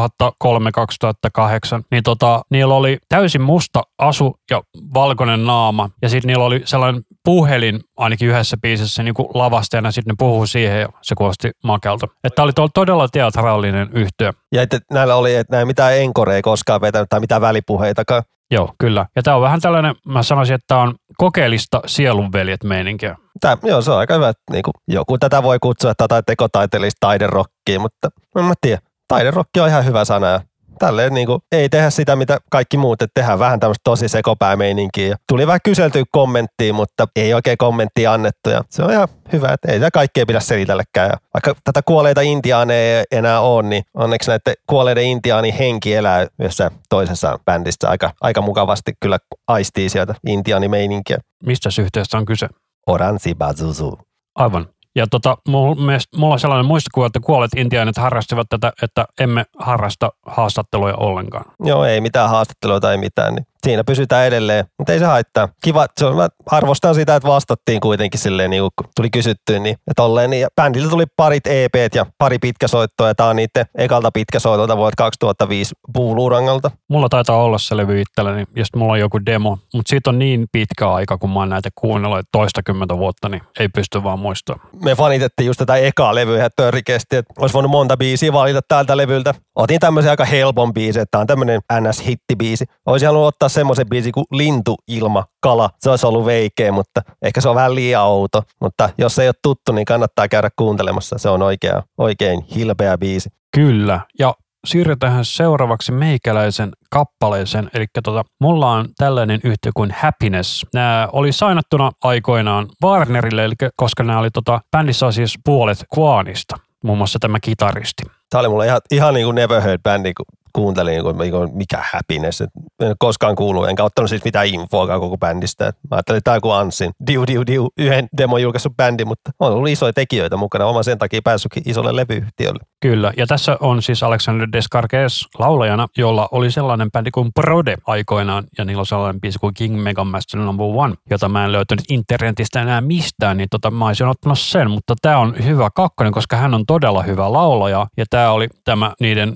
Niin niillä oli täysin musta asu ja valkoinen naama. Ja sitten niillä oli sellainen puhelin ainakin yhdessä biisissä niin kuin lavasteena. Sitten ne puhui siihen ja se kuulosti makelta. Että oli todella teatraalinen yhtye. Ja että näillä oli, että näin mitään enkoreja koskaan vetänyt tai mitään välipuheitakaan. Joo, kyllä. Ja tää on vähän tällainen, mä sanoisin, että tää on kokeellista sielunveljet meininkiä. Joo, se on aika hyvä. Niin kuin joku tätä voi kutsua, että jotain tekotaiteellista taiderokkia, mutta en mä tiedä. Taiderokki on ihan hyvä sana ja tälleen niin kuin, ei tehdä sitä, mitä kaikki muut, että tehdään vähän tämmöistä tosi sekopäämeininkiä. Ja tuli vähän kyseltyä kommenttia, mutta ei oikein kommenttia annettu ja se on ihan hyvä, että ei sitä kaikkea pidä selitellekään. Ja vaikka tätä kuolleita intiaaneja ei enää ole, niin onneksi näiden kuolleiden intiaanin henki elää jossain toisessa bändissä aika mukavasti kyllä aistii sieltä intiaanimeininkiä. Mistä yhteydessä on kyse? Oransi Bazuzu. Aivan. Ja mulla on sellainen muistikuva, että Kuolleet intiaanit harrastivat tätä, että emme harrasta haastatteluja ollenkaan. Joo, ei mitään haastattelua tai mitään, niin siinä pysytään edelleen, mutta ei se haittaa. Kiva, mä arvostan sitä, että vastattiin kuitenkin silleen, niin kun tuli kysyttyä, niin ja tolleen. Niin, ja bändiltä tuli parit EP:t ja pari pitkäsoittoa, ja tää on niiden ekalta pitkäsoitolta vuodelta 2005 Puuluurangalta. Mulla taitaa olla se levy itselläni, ja sitten mulla on joku demo, mutta siitä on niin pitkä aika, kun mä oon näitä kuunnellut, että 20 vuotta, niin ei pysty vaan muistamaan. Me fanitettiin just tätä ekaa levyä ihan törkeästi, että olisi voinut monta biisiä valita täältä levyltä. Otin tämmöisen aika helpon biisi, että tää on tämmönen NS-hittibiisi. Olisin halunnut ottaa semmoisen biisi kuin Lintu, ilma, kala. Se olisi ollut veikeä, mutta ehkä se on vähän liian outo. Mutta jos ei ole tuttu, niin kannattaa käydä kuuntelemassa. Se on oikein hilpeä biisi. Kyllä, ja siirrytään seuraavaksi meikäläisen kappaleeseen. Eli mulla on tällainen yhtiö kuin Happiness. Nämä oli sainattuna aikoinaan Warnerille, eli koska nämä oli bändissä on siis puolet Quanista, muun muassa tämä kitaristi. Tämä oli mulle ihan niin kuin Never Heard-bändi, kun kuuntelin, mikä Happiness. En ole koskaan kuullut, enkä ottanut siis mitään infoakaan koko bändistä. Mä ajattelin, että tämä on kuin Ansin yhden demon julkaissut bändi, mutta on ollut isoja tekijöitä mukana. Olen sen takia päässytkin isolle levyyhtiölle. Kyllä, ja tässä on siis Alexander Descartes laulajana, jolla oli sellainen bändi kuin Prode aikoinaan, ja niillä on sellainen biisi kuin King Mega Master No. 1, jota mä en löytänyt internetistä enää mistään, niin mä olisin ottanut sen, mutta tämä on hyvä kakkonen, koska hän on todella hyvä laulaja, ja tämä oli tämä niiden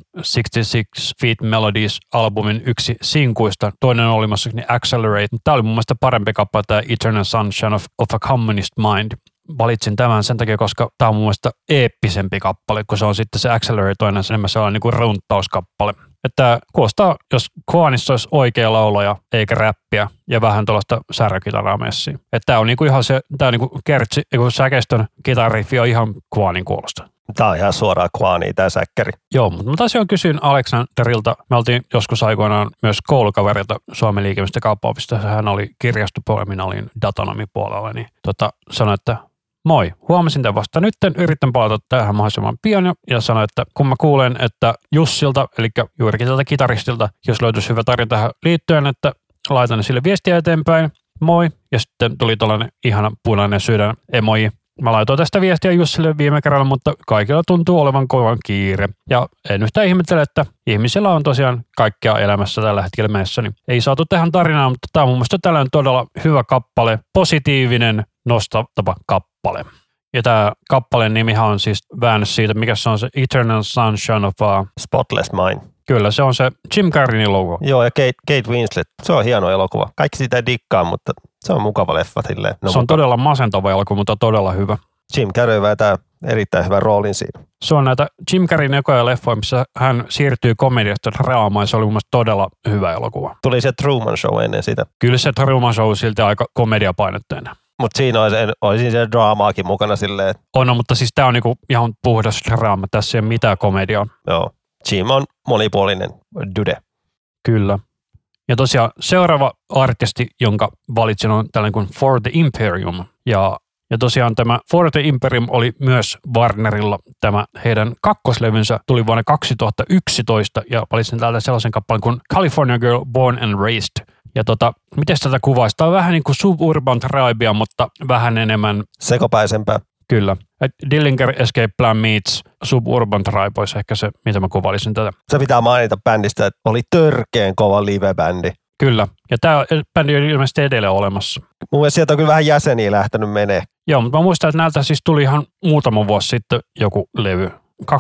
66 Feet Melodies-albumin yksi sinkuista. Toinen on olemassa niin Accelerate, mutta tämä oli mun mielestä parempi kappale, tämä Eternal Sunshine of a Communist Mind. Valitsin tämän sen takia, koska tämä on mun mielestä eeppisempi kappale, kun se on sitten se Accelerate toinen, se enemmän sellainen niin kuin runtauskappale. Että kuulostaa, jos Quanissa olisi oikea laulaja, eikä räppiä, ja vähän tuollaista särökitaraa messiä. Että tämä on niinku ihan se, tämä on niinku kertsi, kun säkeistön kitariffi on ihan Quanin kuulosta. Tämä on ihan suoraan Quania, tämä säkkäri. Joo, mutta mä tosiaan kysyin Alexanderilta, me oltiin joskus aikoinaan myös koulukaverilta Suomen liikemistä kauppaopista, hän oli kirjastopuolella, minä olin datanomi-puolella, niin sanoi, että moi, huomasin tämän vasta nyt, yritän palata tähän mahdollisimman pian ja sanoin, että kun mä kuulen, että Jussilta, eli juurikin tältä kitaristilta, jos löytyisi hyvä tarina tähän liittyen, että laitan sille viestiä eteenpäin, moi, ja sitten tuli tällainen ihana punainen sydän emoji. Mä laitoin tästä viestiä Jussille viime kerralla, mutta kaikilla tuntuu olevan kovan kiire. Ja en yhtään ihmettele, että ihmisillä on tosiaan kaikkea elämässä tällä hetkellä meissä, niin ei saatu tähän tarinaan, mutta tämä on mun mielestä tällainen todella hyvä kappale, positiivinen, nostava kappale. Ja tämä kappaleen nimihan on siis väännös siitä, mikä se on se Eternal Sunshine of a Spotless Mind. Kyllä, se on se Jim Carreyn logo. Joo, ja Kate Winslet. Se on hieno elokuva. Kaikki sitä dikkaa, mutta se on mukava leffa silleen. Se on todella masentava elokuva, mutta todella hyvä. Jim Carrey vetää erittäin hyvän roolin siinä. Se on näitä Jim Carreyn ekoja leffoja, missä hän siirtyy komediasta draamaan, ja se oli mun mielestä todella hyvä elokuva. Tuli se Truman Show ennen sitä. Kyllä se Truman Show silti aika komediapainotteinen. Mutta siinä olisi se draamaakin mukana silleen. On, mutta siis tää on niinku ihan puhdas draama. Tässä ei ole mitään komediaa. Joo. Jim on monipuolinen dude. Kyllä. Ja tosiaan seuraava artisti, jonka valitsin, on tällainen kuin For the Imperium. Ja tosiaan tämä For the Imperium oli myös Warnerilla. Tämä heidän kakkoslevynsä tuli vuonna 2011 ja valitsin täältä sellaisen kappaleen kuin California Girl Born and Raised. Ja miten tätä kuvaisi? Tämä on vähän niin kuin suburban tribea, mutta vähän enemmän sekopäisempää. Kyllä. Dillinger Escape Plan meets Suburban Tribe olisi ehkä se, mitä mä kuvailisin tätä. Se pitää mainita bändistä, että oli törkeen kova live-bändi. Kyllä. Ja tämä bändi on ilmeisesti edelleen olemassa. Mun mielestä sieltä on kyllä vähän jäseniä lähtenyt menee. Joo, mutta mä muistan, että näiltä siis tuli ihan muutama vuosi sitten joku levy.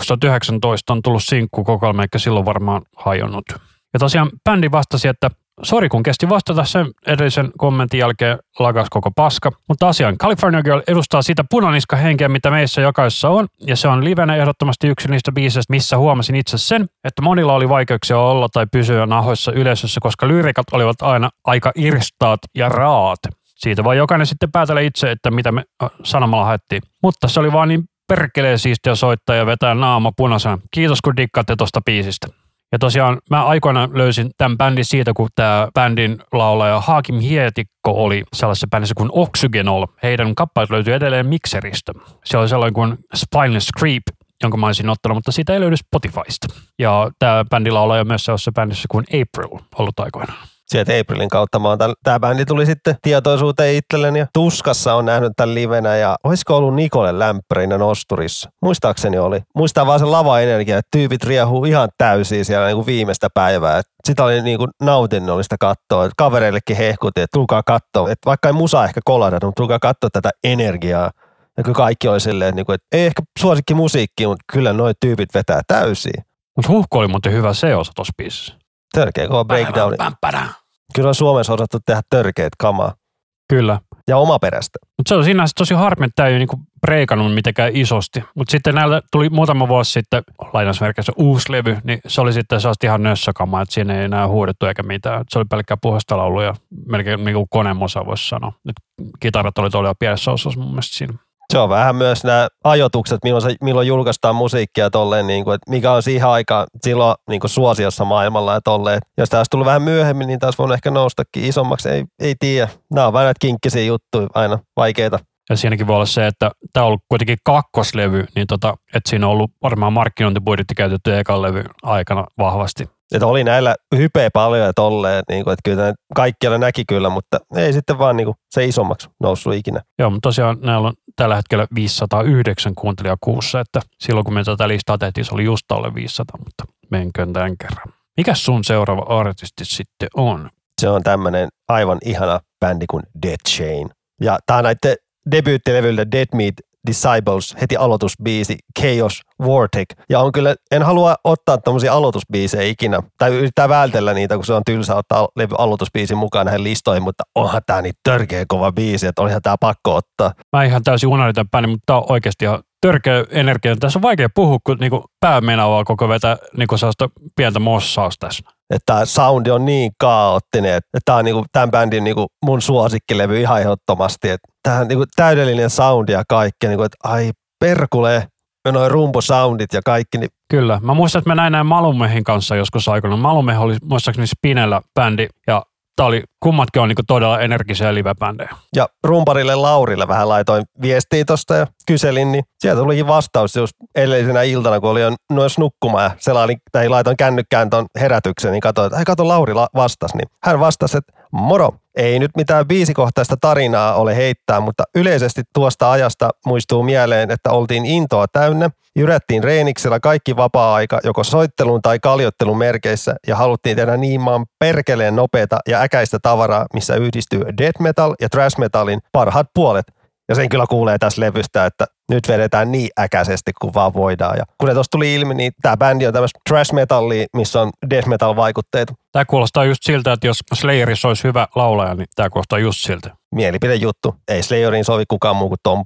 2019 on tullut sinkkukokoelma, eikä silloin varmaan hajonnut. Ja tosiaan bändi vastasi, että sori kun kesti vastata sen edellisen kommentin jälkeen lakas koko paska. Mutta asiaan California Girl edustaa sitä punaniska-henkeä, mitä meissä jokaisessa on. Ja se on livenä ehdottomasti yksi niistä biiseistä, missä huomasin itse sen, että monilla oli vaikeuksia olla tai pysyä nahoissa yleisössä, koska lyrikat olivat aina aika irstaat ja raat. Siitä voi jokainen sitten päätellä itse, että mitä me sanomalla haettiin. Mutta se oli vaan niin perkeleen siistiä soittaa ja vetää naama punaisena. Kiitos kun dikkaatte tosta biisistä. Ja tosiaan mä aikoinaan löysin tämän bändin siitä, kun tämä bändin laulaja Haakim Hietikko oli sellaisessa bändissä kuin Oxygenol. Heidän kappaleet löytyy edelleen mikseristä. Se oli sellainen kuin Spineless Creep, jonka mä olisin ottanut, mutta siitä ei löydy Spotifysta. Ja tämä bändin laulaja on myös sellaisessa bändissä kuin April ollut aikoinaan. Sieltä Aprilin kautta tämä bändi tuli sitten tietoisuuteen itselleni ja Tuskassa on nähnyt tämän livenä ja olisiko ollut Nikole lämpärinä Nosturissa? Muistaakseni oli. Muistaa vaan sen lava-energia, että tyypit riehuu ihan täysin siellä niin kuin viimeistä päivää. Sitä oli niin kuin nautinnollista katsoa. Kavereillekin hehkutin, että tulkaa katsoa. Että vaikka ei musa ehkä kolada, mutta tulkaa katsoa tätä energiaa. Ja kyllä kaikki oli silleen, että ei ehkä suosikki musiikki, mutta kyllä noi tyypit vetää täysin. Mutta Huhko oli muuten hyvä se-osa tuossa biisissä. Törkeä kova breakdown. Kyllä on Suomessa osattu tehdä törkeät kamaa. Kyllä. Ja omaperäistä. Mutta se on siinä tosi harmi, että tämä ei niinku breikannut mitenkään isosti. Mutta sitten näillä tuli muutama vuosi sitten, lainausmerkeissä uusi levy, niin se oli sitten sellaista ihan nössökamaa, että siinä ei enää huudettu eikä mitään. Se oli pelkkää puhasta laulua ja melkein niinku konemosa voisi sanoa. Nyt kitarat oli todella pienessä osassa mun mielestä siinä. Se on vähän myös nämä ajoitukset, milloin julkaistaan musiikkia tolleen, niin kuin, että mikä on siihen aikaan silloin niin kuin suosiossa maailmalla ja tolleen. Jos tämä olisi tullut vähän myöhemmin, niin taas voinut ehkä noustakin isommaksi, ei tiedä. Nämä on vähän näitä kinkkisiä juttuja, aina vaikeita. Ja siinäkin voi olla se, että tämä on ollut kuitenkin kakkoslevy, niin että siinä on ollut varmaan markkinointibudjetti käytetty ekan levy aikana vahvasti. Että oli näillä hypeä paljon ja tolleen, niin kuin, että kyllä kaikkialla näki kyllä, mutta ei sitten vaan niin kuin, se isommaksi noussut ikinä. Joo, mutta tosiaan näillä on tällä hetkellä 509 kuuntelijaa kuussa, että silloin kun me tätä listaa tehtiin, se oli just alle 500, mutta menköön tämän kerran. Mikäs sun seuraava artisti sitten on? Se on tämmöinen aivan ihana bändi kuin Dead Chain. Ja tää on näiden debyyttilevyltä Dead Meat Disciples, heti aloitusbiisi Chaos Vortex. Ja on kyllä, en halua ottaa tommosia aloitusbiisejä ikinä, tai yrittää vältellä niitä, kun se on tylsä ottaa aloitusbiisin mukaan näihin listoihin, mutta onhan tää niin törkeä kova biisi, että olihan tää pakko ottaa. Mä ihan täysin unohdin päin, mutta tää on oikeasti ihan törkeä energia. Tässä on vaikea puhua, kun niinku pää meinaa koko vetää niinku sellaista pientä mossausta tässä. Että tämä soundi on niin kaoottinen, että tämä on niinku tämän bändin niinku mun suosikkilevy ihan ehdottomasti. Tämä on niinku täydellinen soundi ja kaikki, niinku, että ai perkule, noin rumposoundit ja kaikki. Niin. Kyllä, mä muistan, että mä näin Malumehin kanssa joskus aikana. Malumeh oli muistaakseni Spinellä bändi ja tämä oli, kummatkin on niinku todella energisiä live-bändejä. Ja rumparille Laurille vähän laitoin viestiä tosta ja kyselin, niin sieltä tulikin vastaus just edellisenä iltana, kun oli jo noissa nukkumaan ja selailin, tai laitoin kännykkään ton herätyksen, niin katsoin, että kato Lauri vastasi. Niin hän vastasi, että moro, ei nyt mitään biisikohtaista tarinaa ole heittää, mutta yleisesti tuosta ajasta muistuu mieleen, että oltiin intoa täynnä, jyrättiin reeniksellä kaikki vapaa-aika joko soittelun tai kaljottelun merkeissä ja haluttiin tehdä niin maan perkeleen nopeata ja äkäistä tavaraa, missä yhdistyy death metal ja thrash metalin parhaat puolet. Ja sen kyllä kuulee tässä levystä, että nyt vedetään niin äkäisesti kuin vaan voidaan. Ja kun ne tuossa tuli ilmi, niin tämä bändi on tämmöistä thrash metallia, missä on death metal vaikutteita. Tämä kuulostaa just siltä, että jos Slayerissa olisi hyvä laulaja, niin tämä kuulostaa just siltä. Mielipidejuttu. Ei Slayeriin sovi kukaan muu kuin Tomppa.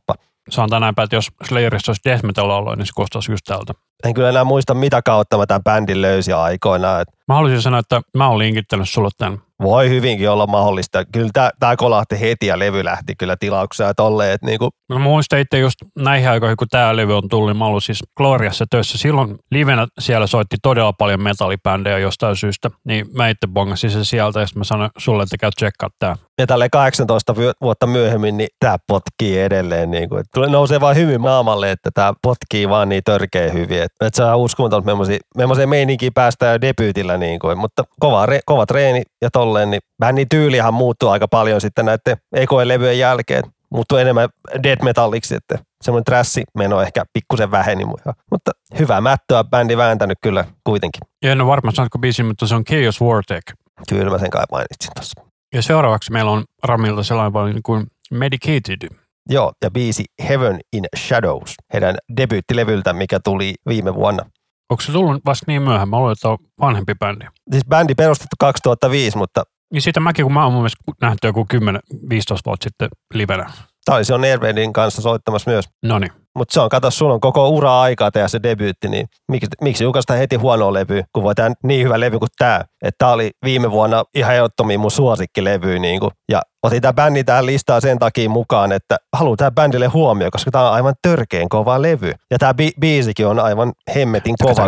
sanotaan näinpä, että jos Slayerissa olisi death metal ollut, niin se kuulostaisi just tältä. En kyllä enää muista, mitä kautta mä tämän bändin löysin aikoinaan. Mä haluaisin sanoa, että mä oon linkittänyt sulle tämän. Voi hyvinkin olla mahdollista. Kyllä tää kolahti heti ja levy lähti kyllä tilaukseen ja tolleen. Niinku. Mä muistan itse just näihin aikoihin, kun tää levy on tullut, niin mä olin siis Gloriassa töissä. Silloin livenä siellä soitti todella paljon metallibändejä jostain syystä. Niin mä itse bongasin sen sieltä ja mä sanoin sulle, että käy tsekkaa tää. Ja tälleen 18 vuotta myöhemmin, niin tää potkii edelleen. Niinku. Nousee vaan hyvin naamalle, että tää potkii vaan niin törkeä hyvin. Että se on uskomaton, memmoiseen meininkiin päästään jo debyytillä. Niinku. Mutta kova treeni ja tolleen, niin bändin tyylihan muuttuu aika paljon sitten näiden ekojen levyjen jälkeen. Muuttuu enemmän death metalliksi, että semmoinen trassimeno ehkä pikkusen väheni. Mutta hyvää mättöä bändi vääntänyt kyllä kuitenkin. Ja en ole varma sanotko biisi, mutta se on Chaos Vortex. Kyllä mä sen kai mainitsin tuossa. Ja seuraavaksi meillä on Ramilta sellainen paljon kuin Medicated. Joo, ja biisi Heaven in Shadows, heidän debyyttilevyltä, mikä tuli viime vuonna. Onko se tullut vasta niin myöhään? Mä luulen, että on vanhempi bändi. Siis bändi perustettu 2005, mutta... Niin siitä mäkin, kun mä oon mun mielestä nähty joku 10-15 vuotta sitten livenä. Tai se on Nervedin kanssa soittamassa myös. Noniin. Mutta se on, kato, sulla on koko ura aikaa tehdä se debyytti, niin miksi julkaista heti huonoa levyä, kun voi tehdä niin hyvä levy kuin tämä. Että tämä oli viime vuonna ihan ehdottomia mun suosikkilevy. Niin ja otin tämä bändi tähän listaan sen takia mukaan, että haluan tähän bändille huomioon, koska tämä on aivan törkeen kova levy. Ja tämä biisikin on aivan hemmetin kova.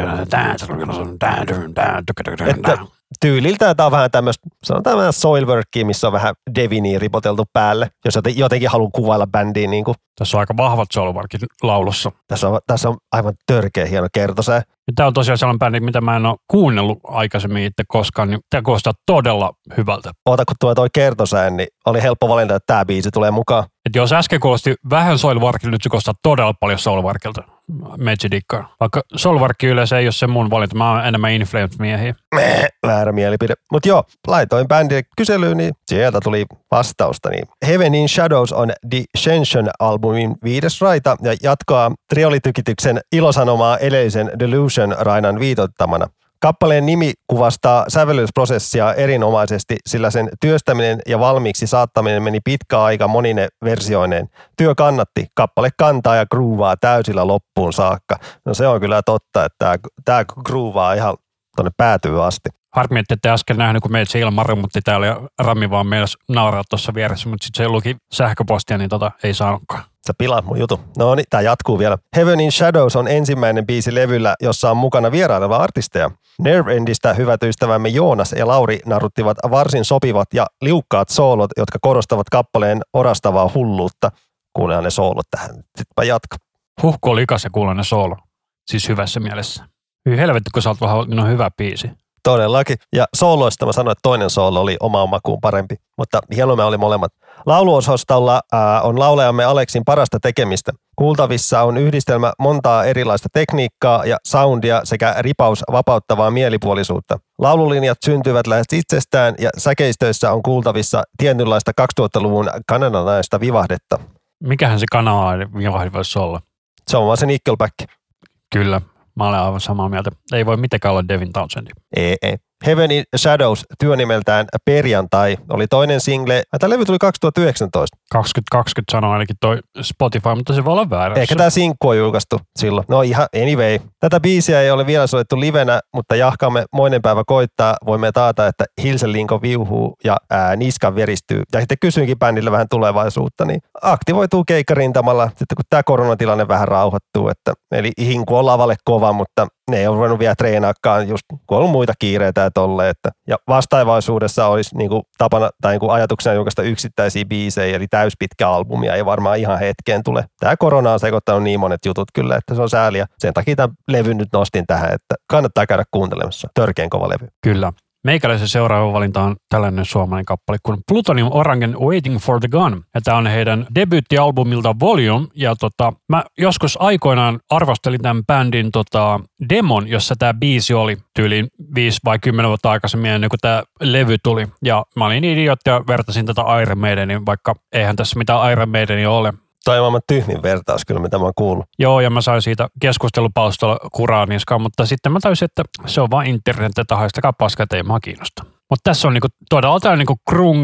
Että tyyliltään tämä on vähän tämmöistä, sanotaan vähän Soilworkia, missä on vähän Devinia ripoteltu päälle, jos jotenkin haluaa kuvailla bändiä. Niin kuin. Tässä on aika vahvat Soilworkit laulussa. Tässä on aivan törkeä hieno kertosää. Ja tämä on tosiaan sellainen bändi, mitä mä en ole kuunnellut aikaisemmin itse koskaan, niin tämä kuulostaa todella hyvältä. Oota, kun tulee toi kertosään, niin oli helppo valinta, että tämä biisi tulee mukaan. Et jos äsken kuulosti vähän Soilworkilta, nyt se kuulostaa todella paljon Soilworkilta. Meitsi dikkaa. Vaikka Soilwork yleensä ei ole se mun valinta, mä oon enemmän Inflamed-miehiä. Väärä mielipide. Mutta joo, laitoin bändille kyselyyn, niin sieltä tuli vastausta. Niin Heaven in Shadows on Descension-albumin 5. raita ja jatkaa triolitykityksen ilosanomaa edellisen Delusion-rainan viitoittamana. Kappaleen nimi kuvastaa sävellysprosessia erinomaisesti, sillä sen työstäminen ja valmiiksi saattaminen meni pitkä aika monine versioineen. Työ kannatti, kappale kantaa ja groovaa täysillä loppuun saakka. No se on kyllä totta, että tämä groovaa ihan tuonne päätyy asti. Harmi, että ette äsken nähnyt, kun meitä se ilman rummutti täällä ja Rami vaan meidän nauraa tuossa vieressä, mutta sitten se luki sähköpostia, niin ei saanutkaan. Sä pilaat mun jutun. No niin, tää jatkuu vielä. Heaven in Shadows on ensimmäinen biisi levyllä, jossa on mukana vieraileva artisteja. Nerve Endistä hyvät ystävämme Joonas ja Lauri naruttivat varsin sopivat ja liukkaat soolot, jotka korostavat kappaleen orastavaa hulluutta. Kuunnellaan ne soolot tähän. Sittenpä jatka. Huhko oli ikas ja kuulla ne soolo. Siis hyvässä mielessä. Hyvin helvetti, kun sä oot vähän hyvä biisi. Todellakin. Ja sooloista mä sanoin, että toinen soolo oli omaan makuun parempi, mutta hienoa oli molemmat. Lauluosastolla on laulajamme Aleksin parasta tekemistä. Kuultavissa on yhdistelmä montaa erilaista tekniikkaa ja soundia sekä ripaus vapauttavaa mielipuolisuutta. Laululinjat syntyvät lähes itsestään ja säkeistöissä on kuultavissa tietynlaista 2000-luvun kanadalaista vivahdetta. Mikähän se kanadalainen vivahde voisi olla? Se on vaan se Nickelback. Kyllä. Mä olen aivan samaa mieltä. Ei voi mitenkään olla Devin Townsend. Ei. Heaven in Shadows työnimeltään Perjantai oli toinen single. Tämä levy tuli 2019. 2020 sanoo ainakin toi Spotify, mutta se voi olla väärässä. Ehkä tämä sinkku on julkaistu silloin. No ihan anyway. Tätä biisiä ei ole vielä soittu livenä, mutta jahkaamme moinen päivä koittaa. Voimme taata, että hilsenlinko viuhuu ja niska veristyy. Ja sitten kysyinkin bändille vähän tulevaisuutta, niin aktivoituu keikkarintamalla sitten kun tämä koronatilanne vähän rauhoittuu. Eli hinku on lavalle kova, mutta ne ei ole ruvennut vielä treenaakaan, just kun on ollut muita kiireitä ja tolle. Ja vastaivaisuudessa olisi niinku tapana tai niinku ajatuksena julkaista yksittäisiä biisejä, eli täyspitkä albumia ei varmaan ihan hetkeen tule. Tämä korona on sekoittanut niin monet jutut kyllä, että se on sääli. Ja sen takia tämän levyn nyt nostin tähän, että kannattaa käydä kuuntelemassa. Törkeän kova levy. Kyllä. Meikäläisen seuraava valinta on tällainen suomalainen kappale kuin Plutonium Orangen Waiting for the Gun. Ja tämä on heidän debyyttialbumilta Volume. Ja mä joskus aikoinaan arvostelin tämän bändin demon, jossa tämä biisi oli tyyliin 5 vai 10 vuotta aikaisemmin ennen kuin tämä levy tuli. Ja mä olin idiootti ja vertasin tätä Iron Maidenin, vaikka eihän tässä mitään Iron Maidenia ole. Toi on maailman tyhmin vertaus kyllä, mitä mä oon kuullut. Joo, ja mä sain siitä keskustelupalstalla kuraa niskaan, mutta sitten mä täysin, että se on vaan internet, että haistakaa paskaa, että ei mua kiinnosta. Mutta tässä on niinku todella tämä niinku grunge,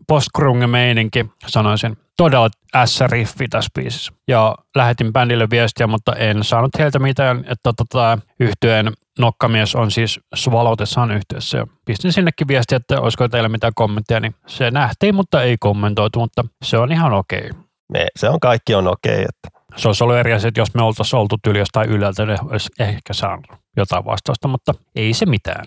post-grunge-meininki, sanoisin. Todella S-riffi tässä biisissä. Ja lähetin bändille viestiä, mutta en saanut heiltä mitään, että yhtyeen nokkamies on siis Swallow the Sun -yhtyeessä. Ja pistin sinnekin viestiä, että olisiko teillä mitään kommenttia, niin se nähtiin, mutta ei kommentoitu, mutta se on ihan okei. Se on kaikki on okei. Että. Se olisi ollut eri asia, että jos me oltaisiin oltu tyyli jostain ylältä, niin olisi ehkä saanut jotain vastausta, mutta ei se mitään.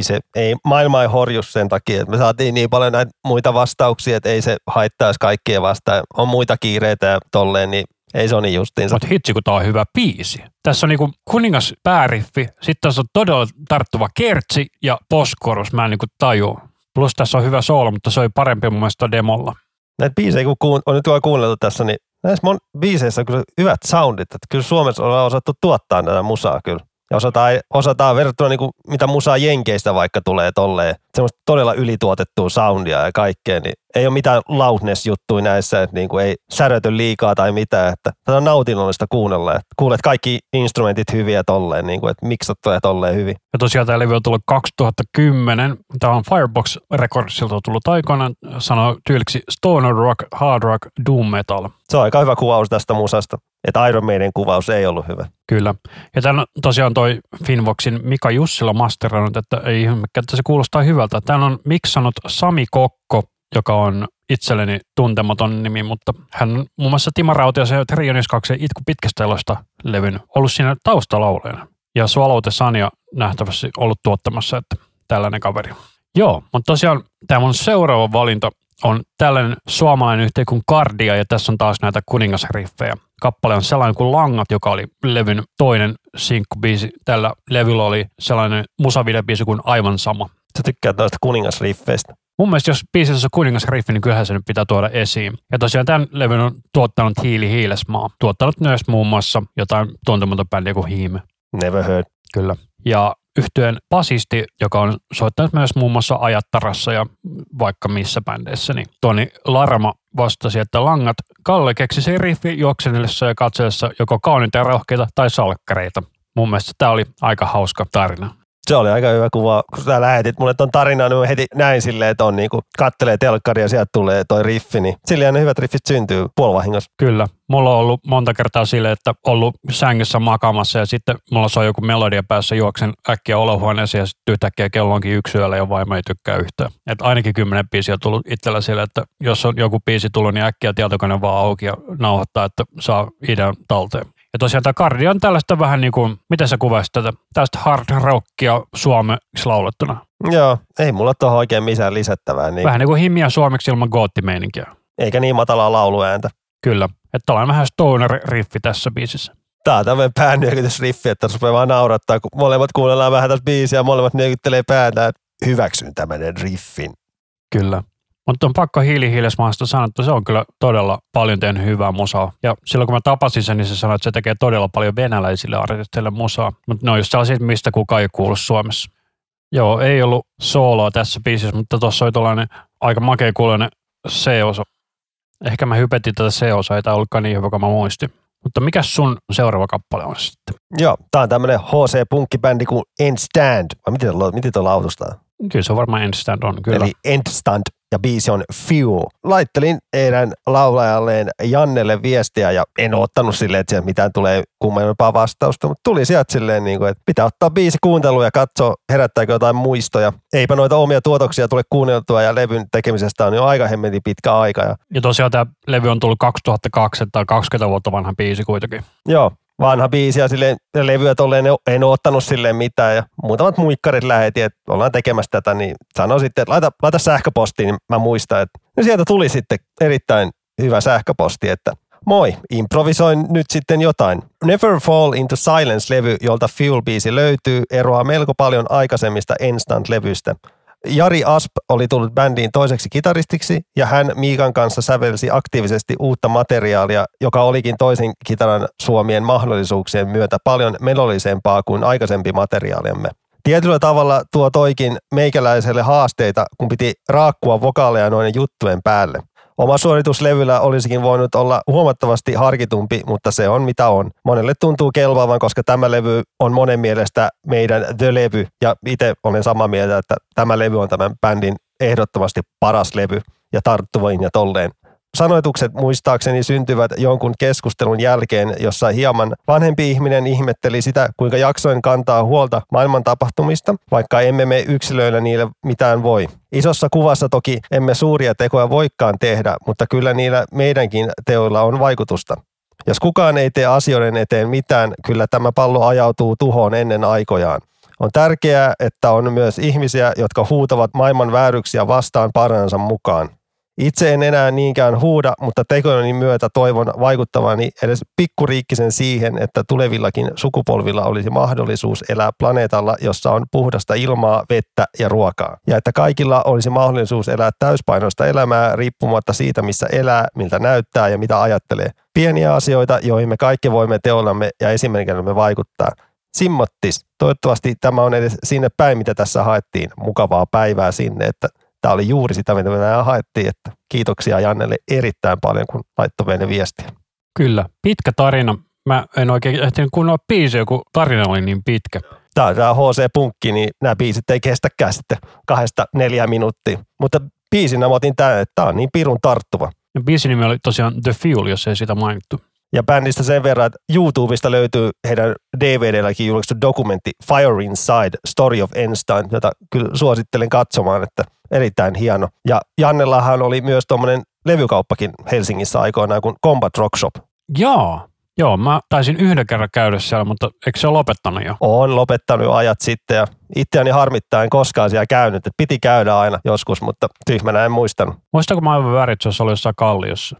Maailma ei horju sen takia, että me saatiin niin paljon näitä muita vastauksia, että ei se haittaisi kaikkia vastaan. On muita kiireitä ja tolleen, niin ei se ole niin justiinsa. Mutta hitsi, kun tää on hyvä biisi. Tässä on niinku kuningas pääriffi, sitten tässä on todella tarttuva kertsi ja postkorus, mä en niinku tajua. Plus tässä on hyvä soolo, mutta se oli parempi mun mielestä demolla. Näitä biisejä, kun on nyt kuunneltu tässä, niin näissä biiseissä on kyllä hyvät soundit. Että kyllä Suomessa ollaan osattu tuottaa tätä musaa kyllä. Ja osataan verrattuna niin kuin, mitä musaa Jenkeistä vaikka tulee tolleen. Semmoista todella ylituotettua soundia ja kaikkea, niin ei ole mitään loudness-juttuja näissä, että niin kuin ei säröty liikaa tai mitään. Että tätä on nautinnollista kuunnella. Että kuulet kaikki instrumentit hyviä tolleen, niin kuin, että miksattuja tolleen hyvin. Ja tosiaan tämä levy on tullut 2010. Tämä on Firebox Recordsilta tullut aikoinaan. Sanoo tyyliksi stoner rock, hard rock, doom metal. Se on aika hyvä kuvaus tästä musasta. Että Iron Maiden kuvaus ei ollut hyvä. Kyllä. Ja tämän tosiaan toi Finvoxin Mika Jussila masterannut, että ei ihmekään, että se kuulostaa hyvältä. Tämän on miksannut Sami Kokko, joka on itselleni tuntematon nimi, mutta hän muun muassa Timo Rautiaisen ja Trio Niskaksen Itku pitkästä elosta levyn ollut siinä taustalaulajana. Ja Swallow the Sunia nähtävästi ollut tuottamassa, että tällainen kaveri. Joo, mutta tosiaan tämä mun seuraava valinta on tällainen suomalainen yhtiö kuin Cardia, ja tässä on taas näitä kuningasriffejä. Kappale on sellainen kuin Langat, joka oli levyn toinen sinkkubiisi. Tällä levyllä oli sellainen musavideobiisi kuin Aivan sama. Sä tykkäät noista kuningasriffeistä? Mun mielestä jos biisissä on kuningasriffi, niin kyllähän se nyt pitää tuoda esiin. Ja tosiaan tämän levyn on tuottanut Hiili Hiilesmaa. Tuottanut myös muun muassa jotain tuntematon bändiä kuin Hiime. Never heard. Kyllä. Ja yhtyeen basisti, joka on soittanut myös muun muassa Ajattarassa ja vaikka missä bändeissä, niin Toni Larma vastasi, että Langat Kalle keksisi riffi juoksenellessa ja katsellessa joko kauniita ja rohkeita tai salkkareita. Mun mielestä tämä oli aika hauska tarina. Se oli aika hyvä kuva. Kun sä lähetit mulle ton tarinan, niin heti näin silleen, että on niinku kattelee telkkaria ja sieltä tulee toi riffi, niin silleen ne hyvät riffit syntyy puolivahingossa. Kyllä. Mulla on ollut monta kertaa silleen, että ollut sängyssä makaamassa ja sitten mulla soi joku melodia päässä, juoksen äkkiä olohuoneeseen ja sitten yhtäkkiä kello onkin 1 yöllä ja vaimo ei tykkää yhtään. Että ainakin 10 biisiä on tullut itsellä sille, että jos on joku biisi tullut, niin äkkiä tietokone vaan auki ja nauhoittaa, että saa idean talteen. Ja tosiaan tämä Cardia on tällaista vähän niin kuin, miten sä kuvaisit tätä? Tällaista hard rockia suomeksi laulettuna. Joo, ei mulla tuohon oikein mitään lisättävää. Niin. Vähän niin kuin himmiä suomeksi ilman goottimeininkiä. Eikä niin matalaa lauluääntä. Kyllä, että tällainen vähän stoner-riffi tässä biisissä. Tää on tämmöinen päännyökytysriffi, että rupeaa vaan naurattaa, kun molemmat kuunnellaan vähän tässä biisiä ja molemmat nyökyttelee päätä, että hyväksyn tämmöinen riffin. Kyllä. Mutta on pakko Hiili Hiilesmaasta sanoa, että se on kyllä todella paljon tehnyt hyvää musaa. Ja silloin kun mä tapasin sen, niin se sanoi, että se tekee todella paljon venäläisille artisteille musaa. Mutta ne on just sellaisia, mistä kukaan ei kuulu Suomessa. Joo, ei ollut sooloa tässä biisissä, mutta tuossa oli tuollainen aika makea kuuloinen C-osa. Ehkä mä hypetin tätä C-osaa, ei tämä ollutkaan niin hyvä, kun mä muistin. Mutta mikä sun seuraava kappale on sitten? Joo, tää on tämmönen HC-punkkibändi kuin End Stand. Vai miten tuo lautustaa? Kyllä se on varmaan End Stand on, kyllä. Eli End Stand ja biisi on Fuel. Laittelin heidän laulajalleen Jannelle viestiä ja en ottanut silleen, että sieltä mitään tulee kummempaa vastausta, mutta tuli sieltä silleen, että pitää ottaa biisi kuuntelua ja katsoa, herättääkö jotain muistoja. Eipä noita omia tuotoksia tule kuunneltua ja levyn tekemisestä on jo aika hemmetin pitkä aika. Ja tosiaan tämä levy on tullut 2002 tai 20 vuotta vanha biisi kuitenkin. Joo. Vanha biisi ja silleen levyä tolleen en ole ottanut silleen mitään ja muutamat muikkarit lähetin, että ollaan tekemässä tätä, niin sanoi sitten, että laita sähköpostiin, niin mä muistan, että no sieltä tuli sitten erittäin hyvä sähköposti, että moi, improvisoin nyt sitten jotain. Never Fall Into Silence-levy, jolta Fuel-biisi löytyy, eroaa melko paljon aikaisemmista Instant-levyistä. Jari Asp oli tullut bändiin toiseksi kitaristiksi ja hän Miikan kanssa sävelsi aktiivisesti uutta materiaalia, joka olikin toisen kitaran suomien mahdollisuuksien myötä paljon melodisempaa kuin aikaisempi materiaaliamme. Tietyllä tavalla tuo toikin meikäläiselle haasteita, kun piti raakkua vokaaleja noiden juttujen päälle. Oma suorituslevyllä olisikin voinut olla huomattavasti harkitumpi, mutta se on mitä on. Monelle tuntuu kelvaavan, koska tämä levy on monen mielestä meidän The-levy. Ja itse olen samaa mieltä, että tämä levy on tämän bändin ehdottomasti paras levy. ja tarttuvoin ja tolleen. Sanoitukset muistaakseni syntyvät jonkun keskustelun jälkeen, jossa hieman vanhempi ihminen ihmetteli sitä, kuinka jaksoin kantaa huolta maailman tapahtumista, vaikka emme me yksilöillä niille mitään voi. Isossa kuvassa toki emme suuria tekoja voikaan tehdä, mutta kyllä niillä meidänkin teoilla on vaikutusta. Jos kukaan ei tee asioiden eteen mitään, kyllä tämä pallo ajautuu tuhoon ennen aikojaan. On tärkeää, että on myös ihmisiä, jotka huutavat maailman vääryksiä vastaan parhaansa mukaan. Itse en enää niinkään huuda, mutta tekojeni myötä toivon vaikuttavani edes pikkuriikkisen siihen, että tulevillakin sukupolvilla olisi mahdollisuus elää planeetalla, jossa on puhdasta ilmaa, vettä ja ruokaa. Ja että kaikilla olisi mahdollisuus elää täyspainoista elämää riippumatta siitä, missä elää, miltä näyttää ja mitä ajattelee. Pieniä asioita, joihin me kaikki voimme teollamme ja esimerkillämme vaikuttaa. Simmottis, toivottavasti tämä on edes sinne päin, mitä tässä haettiin. Mukavaa päivää sinne, että tämä oli juuri sitä, mitä me haettiin, että kiitoksia Jannelle erittäin paljon, kun laittoi meille viestiä. Kyllä, pitkä tarina. Mä en oikein ehtinyt kuunnella biisiä, kun tarina oli niin pitkä. Tämä HC-punkki, niin nämä biisit ei kestäkään sitten 2-4 minuuttia. Mutta biisinä mä otin tämän, että tämä on niin pirun tarttuva. Ja biisin nimi oli tosiaan The Fuel, jos ei sitä mainittu. Ja bändistä sen verran, että YouTubesta löytyy heidän DVD-lläkin julkaistu dokumentti Fire Inside, Story of Einstein, jota kyllä suosittelen katsomaan, että erittäin hieno. Ja Jannellahan oli myös tuommoinen levykauppakin Helsingissä aikoinaan kuin Combat Rock Shop. Joo, mä taisin yhden kerran käydä siellä, mutta eikö se ole lopettanut jo? On lopettanut jo ajat sitten ja itseäni harmittaa, en koskaan siellä käynyt, että piti käydä aina joskus, mutta tyhmänä en muistanut. Muistatko mä aivan väärin, että se olisi ollut jossain Kalliossa?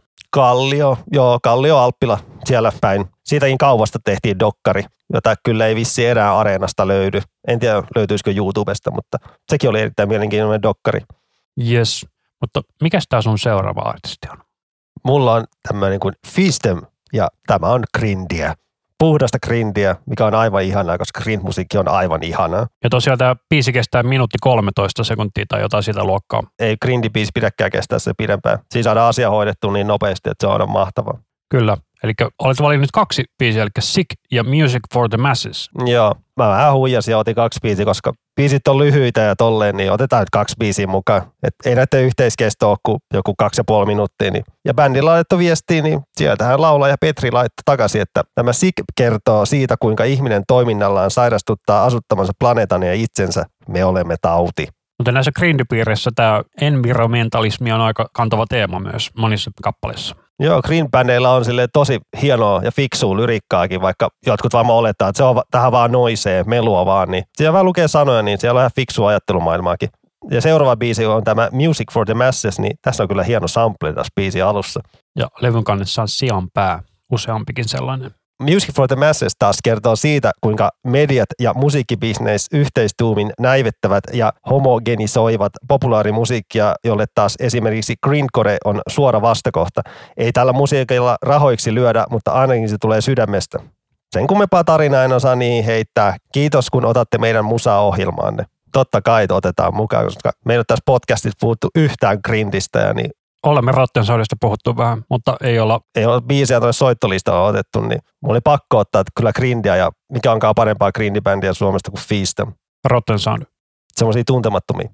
Kallio Alppila siellä päin. Siitäkin kaupasta tehtiin dokkari, jota kyllä ei vissi enää Areenasta löydy. En tiedä löytyisikö YouTubesta, mutta sekin oli erittäin mielenkiintoinen dokkari. Yes, mutta mikäs tää sun seuraava artisti on? Mulla on tämmöinen kuin Fistem ja tämä on grindiä. Puhdasta grindiä, mikä on aivan ihanaa, koska grind-musiikki on aivan ihanaa. Ja tosiaan tämä biisi kestää minuutti 13 sekuntia tai jotain sitä luokkaa. Ei grindibiisi pidäkään kestää se pidempään. Siinä saadaan asia hoidettua niin nopeasti, että se on mahtavaa. Kyllä, eli olet valinnut 2 biisiä, eli Sick ja Music for the Masses. Joo, mä vähän huijasin ja otin 2 biisiä, koska biisit on lyhyitä ja tolleen, niin otetaan nyt 2 biisiä mukaan. Et ei näiden yhteiskesto ole kuin joku 2,5 minuuttia. Niin. Ja bändillä laittoi viestiä, niin sieltähän laulaja Petri laittoi takaisin, että tämä Sick kertoo siitä, kuinka ihminen toiminnallaan sairastuttaa asuttamansa planeetan ja itsensä. Me olemme tauti. Mutta näissä grindipiireissä tämä environmentalismi on aika kantava teema myös monissa kappaleissa. Joo, green-bändeillä on silleen tosi hienoa ja fiksua lyrikkaakin, vaikka jotkut varmaan olettaa, että se on tähän vaan noisee, melua vaan, niin siellä vaan lukee sanoja, niin siellä on ihan fiksua ajattelumaailmaakin. Ja seuraava biisi on tämä Music for the Masses, niin tässä on kyllä hieno sample tässä biisin alussa. Ja levyn kannessa on sian pää, useampikin sellainen. Music for the Masses taas kertoo siitä, kuinka mediat ja musiikkibisnes yhteistuumin näivettävät ja homogenisoivat populaarimusiikkia, jolle taas esimerkiksi grindcore on suora vastakohta. Ei tällä musiikilla rahoiksi lyödä, mutta ainakin se tulee sydämestä. Sen kummempaa tarinaa en osaa niin heittää. Kiitos, kun otatte meidän musa-ohjelmaanne. Totta kai otetaan mukaan, koska meillä on tässä podcastissa puhuttu yhtään grindistä ja niin. Olemme Rottensoundista puhuttu vähän, mutta ei olla biisiä tuonne soittolistalla otettu, niin mulla oli pakko ottaa kyllä grindia ja mikä onkaan parempaa grindibändiä Suomesta kuin Fistem. Rottensound. Semmoisia tuntemattomia.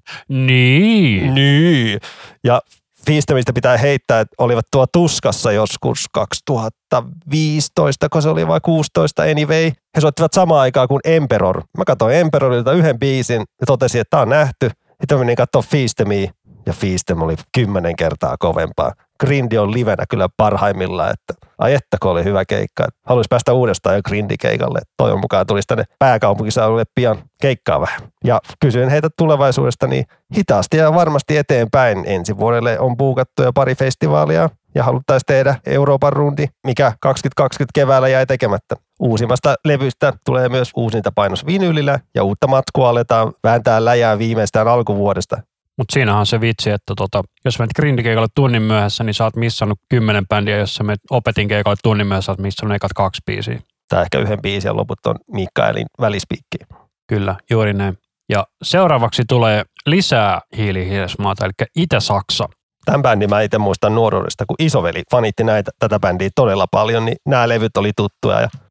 Niin. Ja Fistemistä pitää heittää, että olivat tuo tuskassa joskus 2015, kun se oli vai 16 anyway. He soittivat samaan aikaan kuin Emperor. Mä katsoin Emperorilta yhden biisin ja totesin, että tää on nähty. Sitten menin katsoa Fistemia. Ja Fistem oli 10 kertaa kovempaa. Grindi on livenä kyllä parhaimmillaan, että ai että kun oli hyvä keikka. Haluaisi päästä uudestaan jo Grindi-keikalle. Toivon mukaan tulisi tänne pääkaupunkiseudulle pian keikkaa vähän. Ja kysyin heitä tulevaisuudesta, niin hitaasti ja varmasti eteenpäin. Ensi vuodelle on buukattu jo pari festivaalia ja haluttaisiin tehdä Euroopan rundi, mikä 2020 keväällä jäi tekemättä. Uusimmasta levystä tulee myös uusinta painos vinyylillä ja uutta matkua aletaan vääntää läjää viimeistään alkuvuodesta. Mutta siinähän on se vitsi, että jos menet grindikeikalle tunnin myöhässä, niin sä oot missannut 10 bändiä, jos sä menet opetin keikalle tunnin myöhässä, sä oot missannut ekat 2 biisiä. Tai ehkä 1 biisin ja loput on Mikaelin välispiikki. Kyllä, juuri näin. Ja seuraavaksi tulee lisää hiilihiilismaata, eli Itä-Saksa. Tämän bändin mä itse muistan nuoruudesta, kun isoveli fanitti tätä bändiä todella paljon, niin nämä levyt oli tuttuja. Ja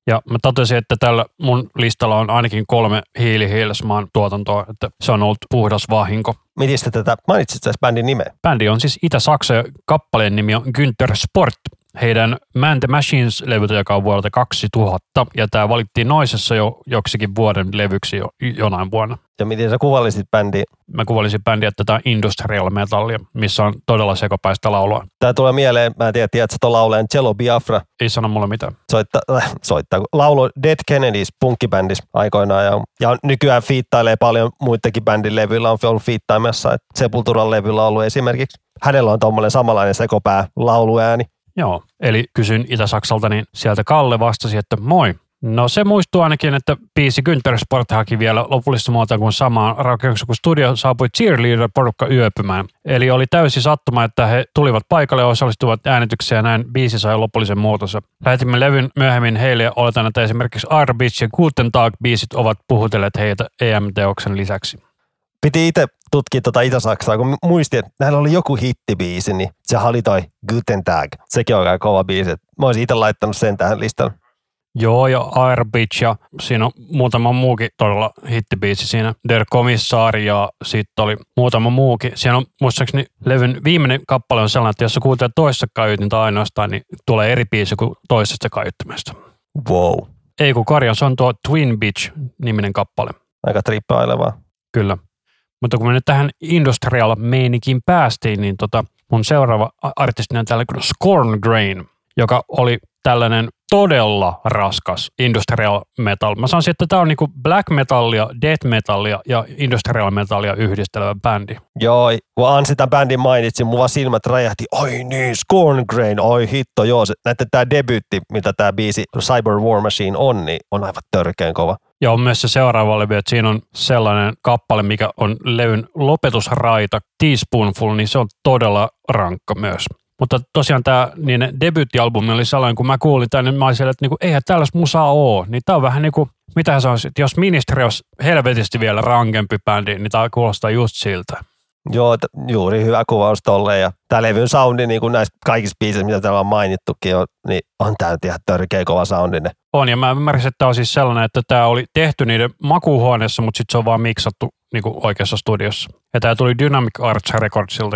Ja mä totesin, että tällä mun listalla on ainakin 3 Healy Hillsmaan tuotantoa, että se on ollut puhdas vahinko. Miten tätä mainitsit tässä bändin nimeä? Bändi on siis Itä-Saksa ja kappaleen nimi on Günther Sport. Heidän Man the Machines-levyltä, joka on vuodelta 2000, ja tämä valittiin Noisessa jo joksikin vuoden levyksi jonain vuonna. Ja miten sä kuvallisit bändiä? Mä kuvallisin bändiä, että tämä on industrial metallia, missä on todella sekopäistä laulua. Tää tulee mieleen, mä en tiedä, tiedätkö tuon laulajan Cello Biafra? Ei sano mulle mitään. Soittaa laulu Dead Kennedys punkkibändissä aikoinaan ja nykyään fiittailee paljon muidenkin bändin levyillä on ollut fiittaimessa. Sepulturan levyllä on ollut esimerkiksi. Hänellä on tommoinen samanlainen sekopää lauluääni. Joo, eli kysyin Itä-Saksalta, niin sieltä Kalle vastasi, että moi. No se muistuu ainakin, että biisi Günther Sport haki vielä lopullista muotoa kuin samaan rakennukseen, kun studio saapui cheerleader-porukka yöpymään. Eli oli täysi sattuma, että he tulivat paikalle ja osallistuvat äänitykseen ja näin biisi sai lopullisen muotonsa. Lähetimme levyn myöhemmin heille ja oletan, että esimerkiksi Arbitch ja Guten Tag-biisit ovat puhutelleet heitä EM-teoksen lisäksi. Piti itse tutkia Itä-Saksaa, kun muistin, että näillä oli joku hittibiisi, niin se oli toi Guten Tag. Sekin on aika kova biisi. Mä olisin itse laittanut sen tähän listalle. Joo, ja Arbitch ja siinä on muutama muukin todella hittibiisi siinä. Der Kommissar ja sitten oli muutama muukin. Siinä on muistaakseni levyn viimeinen kappale on sellainen, että jos sä kuuntelet toisessa kaiutinta ainoastaan, niin tulee eri biisi kuin toisesta kaiuttimesta. Wow. Ei kun Karja, se on tuo Twin Beach-niminen kappale. Aika trippailevaa. Kyllä. Mutta kun me nyt tähän industrial-meinikin päästiin, niin mun seuraava artisti on tällainen kuin Scorn Grain, joka oli tällainen todella raskas industrial metal. Mä sanoisin, että tämä on niinku black metallia, death metallia ja industrial metallia yhdistelevä bändi. Joo, kun Ansi tämän bändin mainitsin, mun vaan silmät räjähti. Oi niin, Scorn Grain, oi hitto, joo. Näette tämä debyytti, mitä tämä biisi Cyber War Machine on, niin on aivan törkeän kova. Ja on myös se seuraava levy, että siinä on sellainen kappale, mikä on levyn lopetusraita, Teaspoonful, niin se on todella rankka myös. Mutta tosiaan tämä niiden debyyttialbumi oli sellainen, kun mä kuulin tämän, niin mä olin siellä, että niinku, eihän tällaista musaa ole. Niin tämä on vähän niin kuin, mitä sä sanoisit, jos Ministry olisi helvetisti vielä rankempi bändi, niin tämä kuulostaa just siltä. Joo, juuri hyvä kuvaus tolleen. Ja tämä levyn soundi, niin kuin näistä kaikista biisistä, mitä täällä on mainittukin, niin on tämä ihan törkeä kova soundinen. On, ja mä ymmärsin, että tämä on siis sellainen, että tämä oli tehty niiden makuuhuoneessa, mutta sitten se on vaan miksattu niin kuin oikeassa studiossa. Ja tämä tuli Dynamic Arts Recordsilta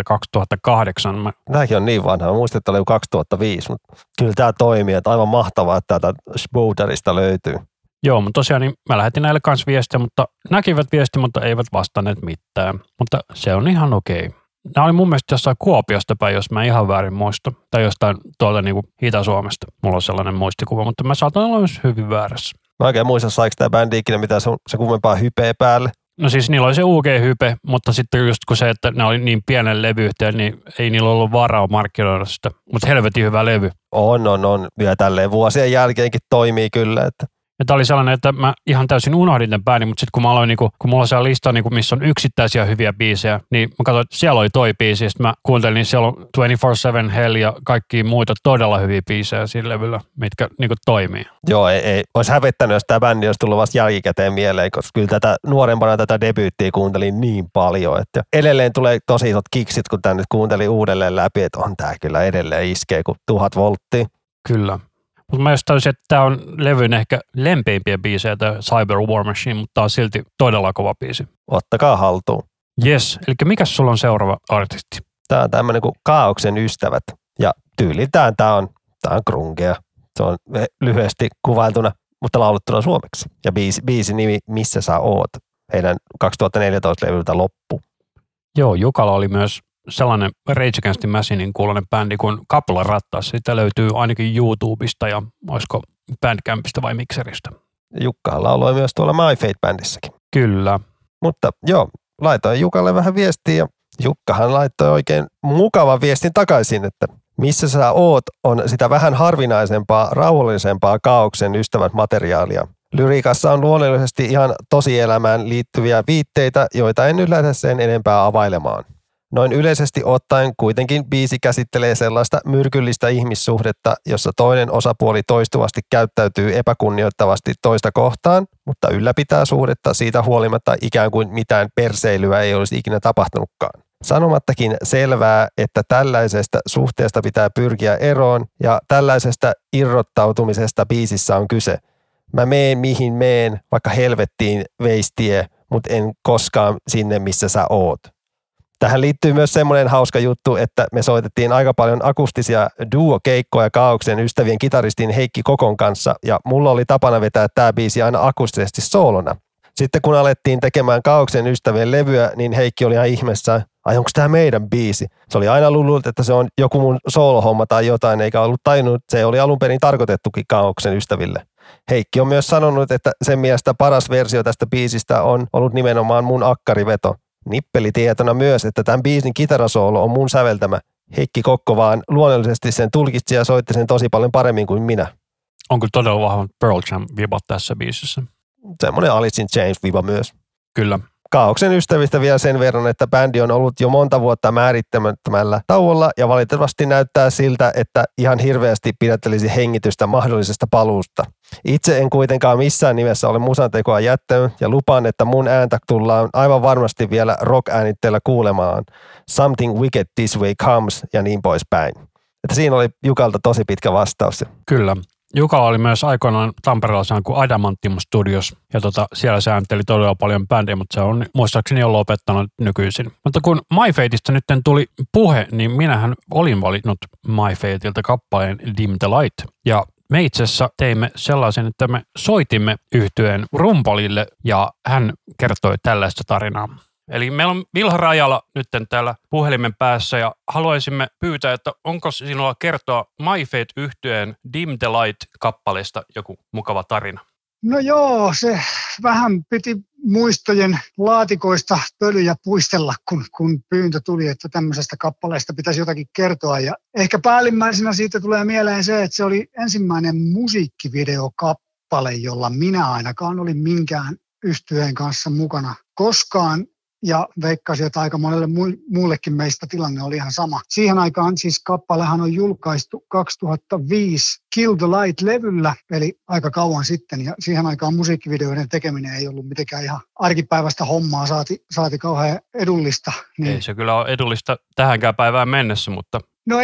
2008. Tämäkin on niin vanha. Mä muistin, että oli 2005, mutta kyllä tämä toimii. Että aivan mahtavaa, että täältä Spooderista löytyy. Joo, mutta tosiaan niin mä lähetin näille kanssa viestiä, mutta näkivät viesti, mutta eivät vastanneet mitään. Mutta se on ihan okei. Nämä oli mun mielestä jossain Kuopiosta päin, jos mä ihan väärin muista. Tai jostain tuolta niin kuin Itä-Suomesta. Mulla on sellainen muistikuva, mutta mä saatan olla myös hyvin väärässä. Mä oikein muistan, saiko tämä bändi ikinä mitään se kummempaa hypeä päälle. No siis niillä oli se UG-hype, mutta sitten just kun se, että ne oli niin pienen levyyhtiö, niin ei niillä ollut varaa markkinoida sitä. Mutta helvetin hyvä levy. On. Ja tälleen vuosien jälkeenkin toimii kyllä, että ja tämä oli sellainen, että mä ihan täysin unohdin tämän bändin, mutta sitten kun mä aloin, kun mulla on siellä lista, missä on yksittäisiä hyviä biisejä, niin mä katsoin, että siellä oli toi biisi, ja sitten mä kuuntelin, niin siellä on 24/7 Hell ja kaikkia muita todella hyviä biisejä siinä levyllä, mitkä toimii. Joo, ei. Olisi hävettänyt, jos tämä bändi olisi tullut vasta jälkikäteen mieleen, koska kyllä nuorempana tätä debyyttiä kuuntelin niin paljon, että edelleen tulee tosi isot kiksit, kun tämän nyt kuuntelin uudelleen läpi, että on tämä kyllä edelleen iskee kuin 1000 volttia. Kyllä. Mutta mä just tajusin, että tämä on levyn ehkä lempeimpiä biisejä, tämä Cyber War Machine, mutta tämä on silti todella kova biisi. Ottakaa haltuun. Yes, eli mikäs sulla on seuraava artisti? Tämä on tämmöinen kuin Kaaoksen ystävät ja tyyliltään tämä on grungea. Se on lyhyesti kuvailtuna, mutta laulettuna suomeksi. Ja biisi nimi Missä sä oot? Heidän 2014 levyltä Loppu. Joo, Jukala oli myös sellainen Rage Against the Machinein kuuloinen bändi kuin Kapula rattaassa. Sitä löytyy ainakin YouTubesta ja olisiko Bandcampista vai Mixeristä. Jukkahan lauloi myös tuolla My Fate-bändissäkin. Kyllä. Mutta joo, laitoin Jukalle vähän viestiä ja Jukkahan laittoi oikein mukavan viestin takaisin, että missä sä oot on sitä vähän harvinaisempaa, rauhallisempaa Kaaoksen ystävät materiaalia. Lyriikassa on luonnollisesti ihan tosielämään liittyviä viitteitä, joita en yllätä sen enempää availemaan. Noin yleisesti ottaen kuitenkin biisi käsittelee sellaista myrkyllistä ihmissuhdetta, jossa toinen osapuoli toistuvasti käyttäytyy epäkunnioittavasti toista kohtaan, mutta ylläpitää suhdetta siitä huolimatta ikään kuin mitään perseilyä ei olisi ikinä tapahtunutkaan. Sanomattakin selvää, että tällaisesta suhteesta pitää pyrkiä eroon ja tällaisesta irrottautumisesta biisissä on kyse. Mä meen mihin meen, vaikka helvettiin veistie, mutta en koskaan sinne, missä sä oot. Tähän liittyy myös semmoinen hauska juttu, että me soitettiin aika paljon akustisia duo-keikkoja Kaaoksen ystävien kitaristin Heikki Kokon kanssa, ja mulla oli tapana vetää tämä biisi aina akustisesti soolona. Sitten kun alettiin tekemään Kaaoksen ystävien levyä, niin Heikki oli ihan ihmeessä, onko tämä meidän biisi? Se oli aina luullut, että se on joku mun soolohomma tai jotain, eikä ollut tajunnut, että se oli alun perin tarkoitettukin Kaaoksen ystäville. Heikki on myös sanonut, että sen mielestä paras versio tästä biisistä on ollut nimenomaan mun akkariveto. Nippelitietona myös, että tämän biisin kitarasoolo on mun säveltämä. Heikki Kokko vaan luonnollisesti sen tulkitsi ja soitti sen tosi paljon paremmin kuin minä. On kyllä todella vahva Pearl Jam-vibat tässä biisissä. Semmoinen Alice in Chains-viba myös. Kyllä. Kaaoksen ystävistä vielä sen verran, että bändi on ollut jo monta vuotta määrittämättömällä tauolla ja valitettavasti näyttää siltä, että ihan hirveästi pidättelisi hengitystä mahdollisesta paluusta. Itse en kuitenkaan missään nimessä ole musantekoa jättänyt ja lupaan, että mun ääntä tullaan aivan varmasti vielä rock-äänitteellä kuulemaan. Something wicked this way comes ja niin poispäin. Että siinä oli Jukalta tosi pitkä vastaus. Kyllä. Jukala oli myös aikoinaan Tampereella kuin Adamantium Studios, ja siellä säänteli todella paljon bändejä, mutta se on muistaakseni jo lopettanut nykyisin. Mutta kun My Fateista nyt tuli puhe, niin minähän olin valinnut My Fateilta kappaleen Dim the Light, ja me itse asiassa teimme sellaisen, että me soitimme yhtyeen rumpalille, ja hän kertoi tällaista tarinaa. Eli meillä on Vilha Rajala nyt täällä puhelimen päässä ja haluaisimme pyytää, että onko sinulla kertoa My Fate-yhtyeen Dim the Light-kappaleesta joku mukava tarina? No joo, se vähän piti muistojen laatikoista pölyjä puistella, kun pyyntö tuli, että tämmöisestä kappaleesta pitäisi jotakin kertoa. Ja ehkä päällimmäisenä siitä tulee mieleen se, että se oli ensimmäinen musiikkivideokappale, jolla minä ainakaan olin minkään yhtyeen kanssa mukana koskaan. Ja veikkaisin, että aika monelle muullekin meistä tilanne oli ihan sama. Siihen aikaan siis kappalehan on julkaistu 2005 Kill the Light-levyllä, eli aika kauan sitten. Ja siihen aikaan musiikkivideoiden tekeminen ei ollut mitenkään ihan arkipäiväistä hommaa, saati kauhean edullista. Niin. Ei se kyllä ole edullista tähänkään päivään mennessä, mutta... No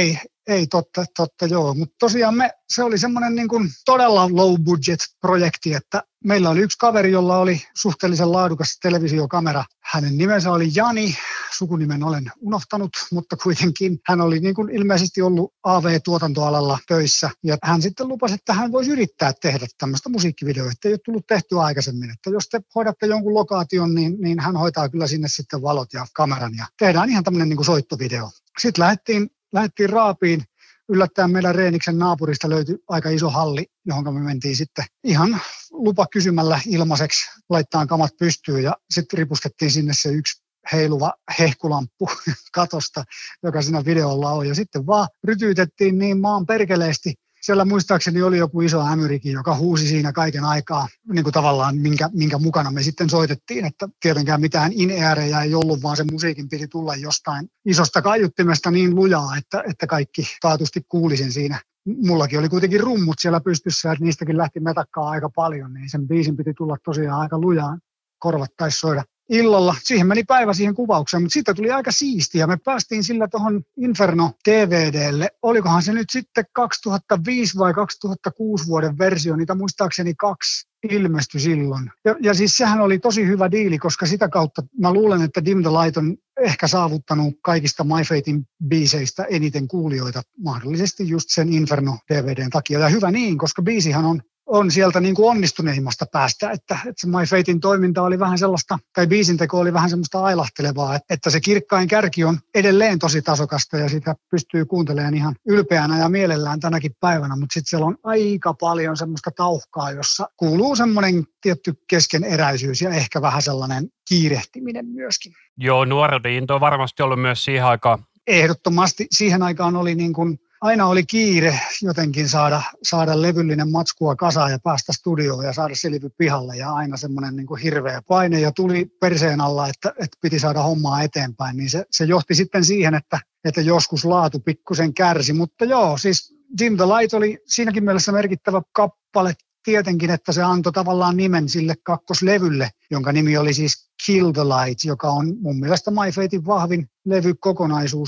ei totta joo, mutta tosiaan se oli semmoinen niin kuin todella low budget projekti, että meillä oli yksi kaveri, jolla oli suhteellisen laadukas televisiokamera. Hänen nimensä oli Jani, sukunimen olen unohtanut, mutta kuitenkin hän oli niin kuin ilmeisesti ollut AV-tuotantoalalla töissä. Ja hän sitten lupasi, että hän voisi yrittää tehdä tämmöistä musiikkivideoa, että ei ole tullut tehtyä aikaisemmin. Että jos te hoidatte jonkun lokaation, niin hän hoitaa kyllä sinne sitten valot ja kameran ja tehdään ihan tämmöinen niin kuin soittovideo. Sitten lähdettiin raapiin. Yllättäen meidän Reeniksen naapurista löytyi aika iso halli, johon me mentiin sitten ihan lupa kysymällä ilmaiseksi laittaa kamat pystyyn ja sitten ripustettiin sinne se yksi heiluva hehkulamppu katosta, joka siinä videolla on. Ja sitten vaan rytyytettiin niin maan perkeleesti. Siellä muistaakseni oli joku iso ämyrikin, joka huusi siinä kaiken aikaa, niin kuin tavallaan minkä mukana me sitten soitettiin, että tietenkään mitään in-earejä ei ollut, vaan se musiikin piti tulla jostain isosta kaiuttimesta niin lujaa, että kaikki taatusti kuuli sen siinä. Mullakin oli kuitenkin rummut siellä pystyssä, että niistäkin lähti metakkaa aika paljon, niin sen biisin piti tulla tosiaan aika lujaan, korvat taisi soida illalla. Siihen meni päivä siihen kuvaukseen, mutta siitä tuli aika siistiä. Me päästiin sillä tuohon Inferno DVDlle. Olikohan se nyt sitten 2005 vai 2006 vuoden versio, niitä muistaakseni 2 ilmestyi silloin. Ja siis sehän oli tosi hyvä diili, koska sitä kautta mä luulen, että Dim the Light on ehkä saavuttanut kaikista My Fatein biiseistä eniten kuulijoita, mahdollisesti just sen Inferno DVDn takia. Ja hyvä niin, koska biisihän on sieltä niin kuin onnistuneimmasta päästä, että se My Fatein toiminta oli vähän sellaista, tai biisinteko oli vähän semmoista ailahtelevaa, että se kirkkain kärki on edelleen tosi tasokasta ja sitä pystyy kuuntelemaan ihan ylpeänä ja mielellään tänäkin päivänä, mutta sitten siellä on aika paljon semmoista tauhkaa, jossa kuuluu semmoinen tietty keskeneräisyys ja ehkä vähän sellainen kiirehtiminen myöskin. Joo, nuoruuden into on varmasti ollut myös siihen aikaan. Ehdottomasti siihen aikaan oli niin kuin aina oli kiire jotenkin saada levyllinen matskua kasaan ja päästä studioon ja saada se levy pihalle ja aina semmoinen niin kuin hirveä paine ja tuli perseen alla, että piti saada hommaa eteenpäin, niin se johti sitten siihen, että joskus laatu pikkusen kärsi, mutta joo, siis Dim the Light oli siinäkin mielessä merkittävä kappale tietenkin, että se antoi tavallaan nimen sille kakkoslevylle, jonka nimi oli siis Kill the Light, joka on mun mielestä My Fatein vahvin levykokonaisuus ja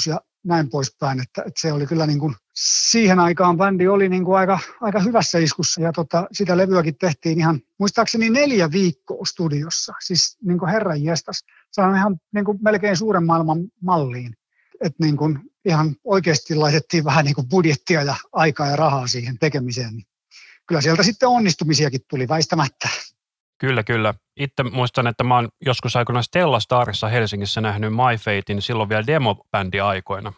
näin poispäin. Että se oli kyllä niin kuin, siihen aikaan bändi oli niin kuin aika hyvässä iskussa ja sitä levyäkin tehtiin ihan muistaakseni 4 viikkoa studiossa. Siis niin kuin herran jestas. Se on ihan niin kuin melkein suuren maailman malliin. Että niin kuin ihan oikeasti laitettiin vähän niin kuin budjettia ja aikaa ja rahaa siihen tekemiseen. Kyllä sieltä sitten onnistumisiakin tuli väistämättä. Kyllä. Itse muistan, että mä oon joskus aikoinaan Stella Starissa Helsingissä nähnyt My Fatein silloin vielä demobändi aikoina.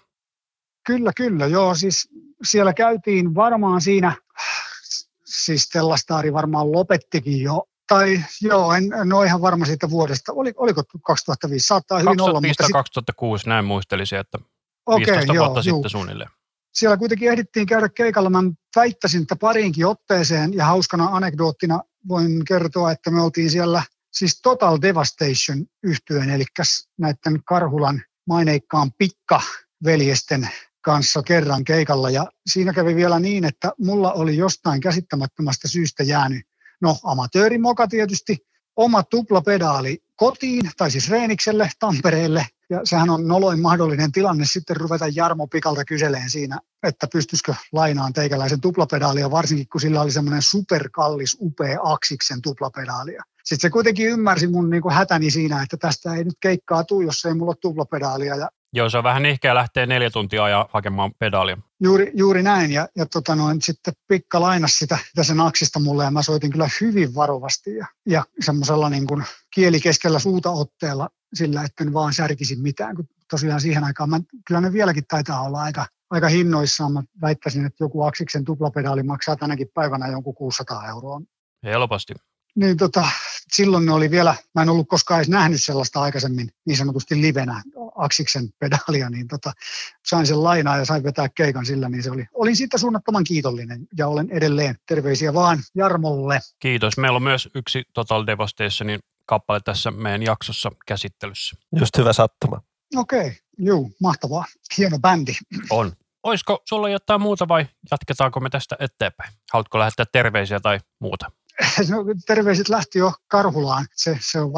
Kyllä, joo. Siis siellä käytiin varmaan siinä, siis Stella Star varmaan lopettikin jo. Tai joo, en ole ihan varma siitä vuodesta. Oliko 2005? Saattaa hyvin 2005 olla. 2005 tai 2006, näin muistelisin, että 15 vuotta sitten suunnilleen. Siellä kuitenkin ehdittiin käydä keikalla. Mä väittäisin, että pariinkin otteeseen ja hauskana anekdoottina voin kertoa, että me oltiin siellä siis Total Devastation -yhtyeen, eli näiden Karhulan maineikkaan Pikka-veljesten kanssa kerran keikalla. Ja siinä kävi vielä niin, että mulla oli jostain käsittämättömästä syystä jäänyt, amatöörimoka tietysti, oma tuplapedaali kotiin, tai siis Reenikselle, Tampereelle. Ja sehän on noloin mahdollinen tilanne sitten ruveta Jarmo Pikalta kyseleen siinä, että pystyisikö lainaan teikäläisen tuplapedaalia, varsinkin kun sillä oli semmoinen superkallis, upea Aksiksen tuplapedaalia. Sitten se kuitenkin ymmärsi mun niin kuin hätäni siinä, että tästä ei nyt keikkaa tule, jos ei mulla ole tuplapedaalia. Ja joo, se on vähän ihkeä lähteä 4 tuntia ajaa hakemaan pedaalia. Juuri näin, ja sitten Pikka lainasi sitä sen Aksista mulle, ja mä soitin kyllä hyvin varovasti, ja semmoisella niin kuin kieli keskellä suuta otteella sillä, että en vaan särkisin mitään, kun tosiaan siihen aikaan, kyllä ne vieläkin taitaa olla aika hinnoissaan, mä väittäisin, että joku Aksiksen tuplapedaali maksaa tänäkin päivänä jonkun 600 euroa. Helposti. Niin silloin ne oli vielä, mä en ollut koskaan edes nähnyt sellaista aikaisemmin niin sanotusti livenä Aksiksen pedaalia, niin sain sen lainaa ja sain vetää keikan sillä, niin olin siitä suunnattoman kiitollinen ja olen edelleen. Terveisiä vaan Jarmolle. Kiitos. Meillä on myös yksi Total Devastationin kappale tässä meidän jaksossa käsittelyssä. Just hyvä sattuma. Okei, juu, mahtavaa. Hieno bändi. On. Olisiko sulla jotain muuta vai jatketaanko me tästä eteenpäin? Haluatko lähettää terveisiä tai muuta? No, terveiset lähti jo Karhulaan. Se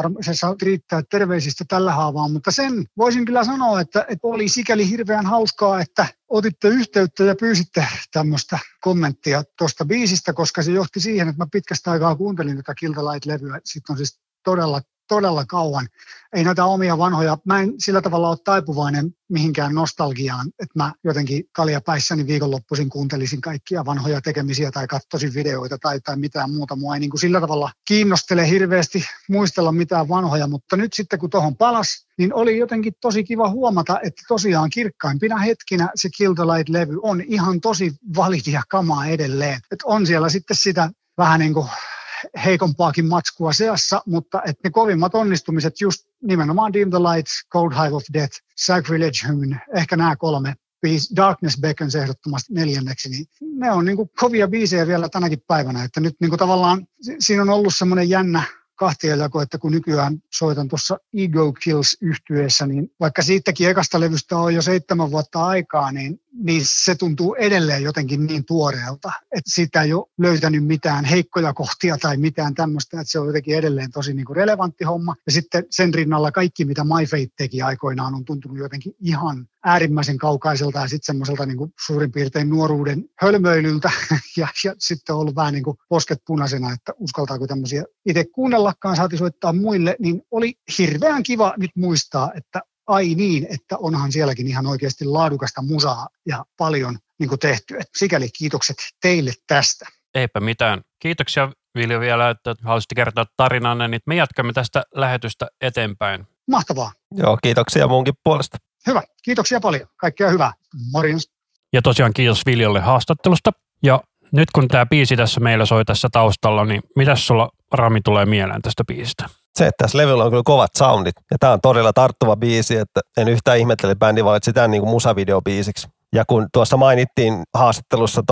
riittää terveisistä tällä haavaa, mutta sen voisin kyllä sanoa, että oli sikäli hirveän hauskaa, että otitte yhteyttä ja pyysitte tämmöistä kommenttia tuosta biisistä, koska se johti siihen, että mä pitkästä aikaa kuuntelin tätä Kill the Light-levyä. Sitten on siis todella kauan. Ei näitä omia vanhoja, mä en sillä tavalla ole taipuvainen mihinkään nostalgiaan, että mä jotenkin kaljapäissäni viikonloppuisin kuuntelisin kaikkia vanhoja tekemisiä tai katsoisin videoita tai mitään muuta. Mua ei niin kuin sillä tavalla kiinnostele hirveästi muistella mitään vanhoja, mutta nyt sitten kun tuohon palasi, niin oli jotenkin tosi kiva huomata, että tosiaan kirkkaimpina hetkinä se Kill the Light-levy on ihan tosi validia kamaa edelleen. Että on siellä sitten sitä vähän niin kuin heikompaakin matskua seassa, mutta että ne kovimmat onnistumiset just nimenomaan Dim the Lights, Cold Hive of Death, Sacrilegium, ehkä nämä 3, Darkness Beckons ehdottomasti 4, niin ne on niin kuin kovia biisejä vielä tänäkin päivänä, että nyt niin kuin tavallaan siinä on ollut semmoinen jännä kahtiajako, että kun nykyään soitan tuossa Ego Kills-yhtyeessä, niin vaikka siitäkin ekasta levystä on jo 7 vuotta aikaa, niin se tuntuu edelleen jotenkin niin tuoreelta, että siitä ei ole löytänyt mitään heikkoja kohtia tai mitään tämmöistä, että se on jotenkin edelleen tosi niin kuin relevantti homma. Ja sitten sen rinnalla kaikki, mitä My Fate teki aikoinaan, on tuntunut jotenkin ihan äärimmäisen kaukaiselta ja sitten semmoiselta niin kuin suurin piirtein nuoruuden hölmöilyltä ja sitten on ollut vähän niin kuin posket punaisena, että uskaltaako tämmöisiä itse kuunnellakaan, saati soittaa muille, niin oli hirveän kiva nyt muistaa, että ai niin, että onhan sielläkin ihan oikeasti laadukasta musaa ja paljon niin kuin tehty. Et sikäli kiitokset teille tästä. Eipä mitään. Kiitoksia Viljo vielä, että haluaisitte kertoa tarinanne, niin me jatkamme tästä lähetystä eteenpäin. Mahtavaa. Joo, kiitoksia munkin puolesta. Hyvä, kiitoksia paljon. Kaikkea hyvää. Morjens. Ja tosiaan kiitos Viljolle haastattelusta. Ja nyt kun tämä biisi tässä meillä soi tässä taustalla, niin mitäs sulla, Rami, tulee mieleen tästä biisistä? Se, että tässä levyllä on kyllä kovat soundit. Ja tämä on todella tarttuva biisi, että en yhtään ihmettele, bändi valitsi tämän niin kuin musavideobiisiksi. Ja kun tuossa mainittiin haastattelussa toi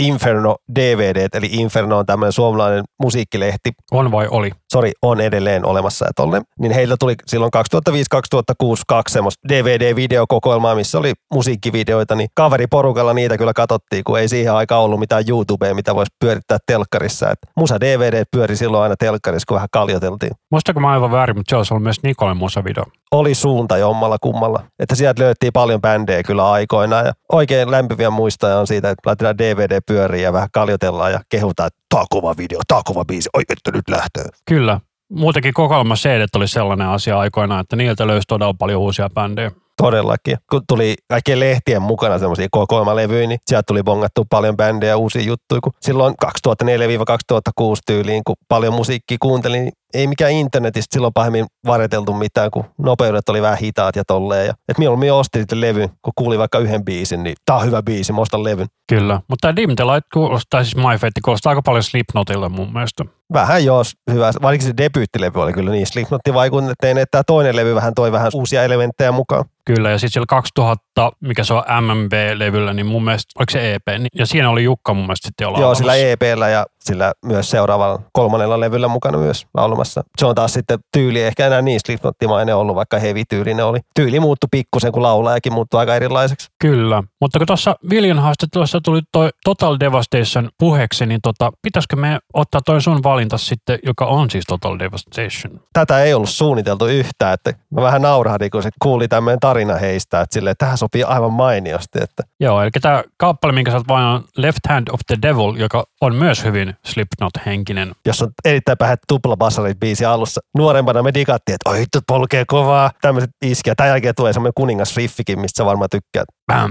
Inferno DVD, eli Inferno on tämmöinen suomalainen musiikkilehti. On vai oli? On edelleen olemassa ja tolle. Niin heillä tuli silloin 2005-2006 2 semmoista DVD-videokokoelmaa, missä oli musiikkivideoita, niin kaveriporukalla niitä kyllä katsottiin, kun ei siihen aikaan ollut mitään YouTubea, mitä voisi pyörittää telkkarissa. Et musa DVD pyöri silloin aina telkkarissa, kun vähän kaljoteltiin. Muistatko mä aivan väärin, mutta se oli myös Nikolen musavideo. Oli suunta jommalla kummalla. Että sieltä löyttiin paljon bändejä kyllä aikoinaan ja oikein lämpiviä muistoja on siitä, että laitetaan DVD pyöriin ja vähän kaljotellaan ja kehutaan, että tää on kova video, tää on kova biisi, oi että nyt lähtee. Kyllä. Muutenkin kokoelma CD oli sellainen asia aikoinaan, että niiltä löysi todella paljon uusia bändejä. Todellakin. Kun tuli kaikkien lehtien mukana semmoisia kokoelmalevyjä, niin sieltä tuli bongattu paljon bändejä, uusia juttuja. Kun silloin 2004-2006 tyyliin, kun paljon musiikkia kuuntelin, niin ei mikään internetistä silloin pahemmin varjeteltu mitään, kun nopeudet oli vähän hitaat ja tolleen. Et mieluummin ostin sitten levyn, kun kuuli vaikka yhden biisin, niin tää on hyvä biisi, mä ostan levyn. Kyllä, mutta tämä Dim the Light kuulostaa, siis My Fate kuulostaa aika paljon Slipknotille mun mielestä. Vähän jos hyvä, varsinkin se debyyttilevy oli kyllä niin Slipknotti vaikutteinen, että tämä toinen levy toi vähän uusia elementtejä mukaan. Kyllä, ja sitten sillä 2000, mikä se on MMB-levyllä, niin mun mielestä, oliko se EP? Ja siinä oli Jukka mun mielestä sitten jo laulamassa. Joo, sillä EP:llä ja sillä myös seuraavalla 3. levyllä mukana myös laulamassa. Se on taas sitten tyyli ehkä enää niin Slipknottimainen ollut, vaikka heavy-tyylinen oli. Tyyli muuttui pikkusen, kun laulajakin muuttui aika erilaiseksi. Kyllä, mutta kun tuossa Viljan haastattelussa tuli toi Total Devastation puheeksi, niin pitäisikö me ottaa toi sun valinta sitten, joka on siis Total Devastation? Tätä ei ollut suunniteltu yhtään, että mä vähän naurahdin, kun se kuuli tämmöinen tarina heistä, että silleen, tähän sopii aivan mainiosti. Että. Joo, eli tämä kappale, minkä sä oot vain on Left Hand of the Devil, joka on myös hyvin Slipknot-henkinen. Jos on erittäin pähät tuplabassarit biisi alussa. Nuorempana me digattiin, että oi hitto polkee kovaa. Tämmöiset iskiä. Tämän jälkeen tulee semmoinen kuningasriffikin, mistä sä varmaan tykkäät.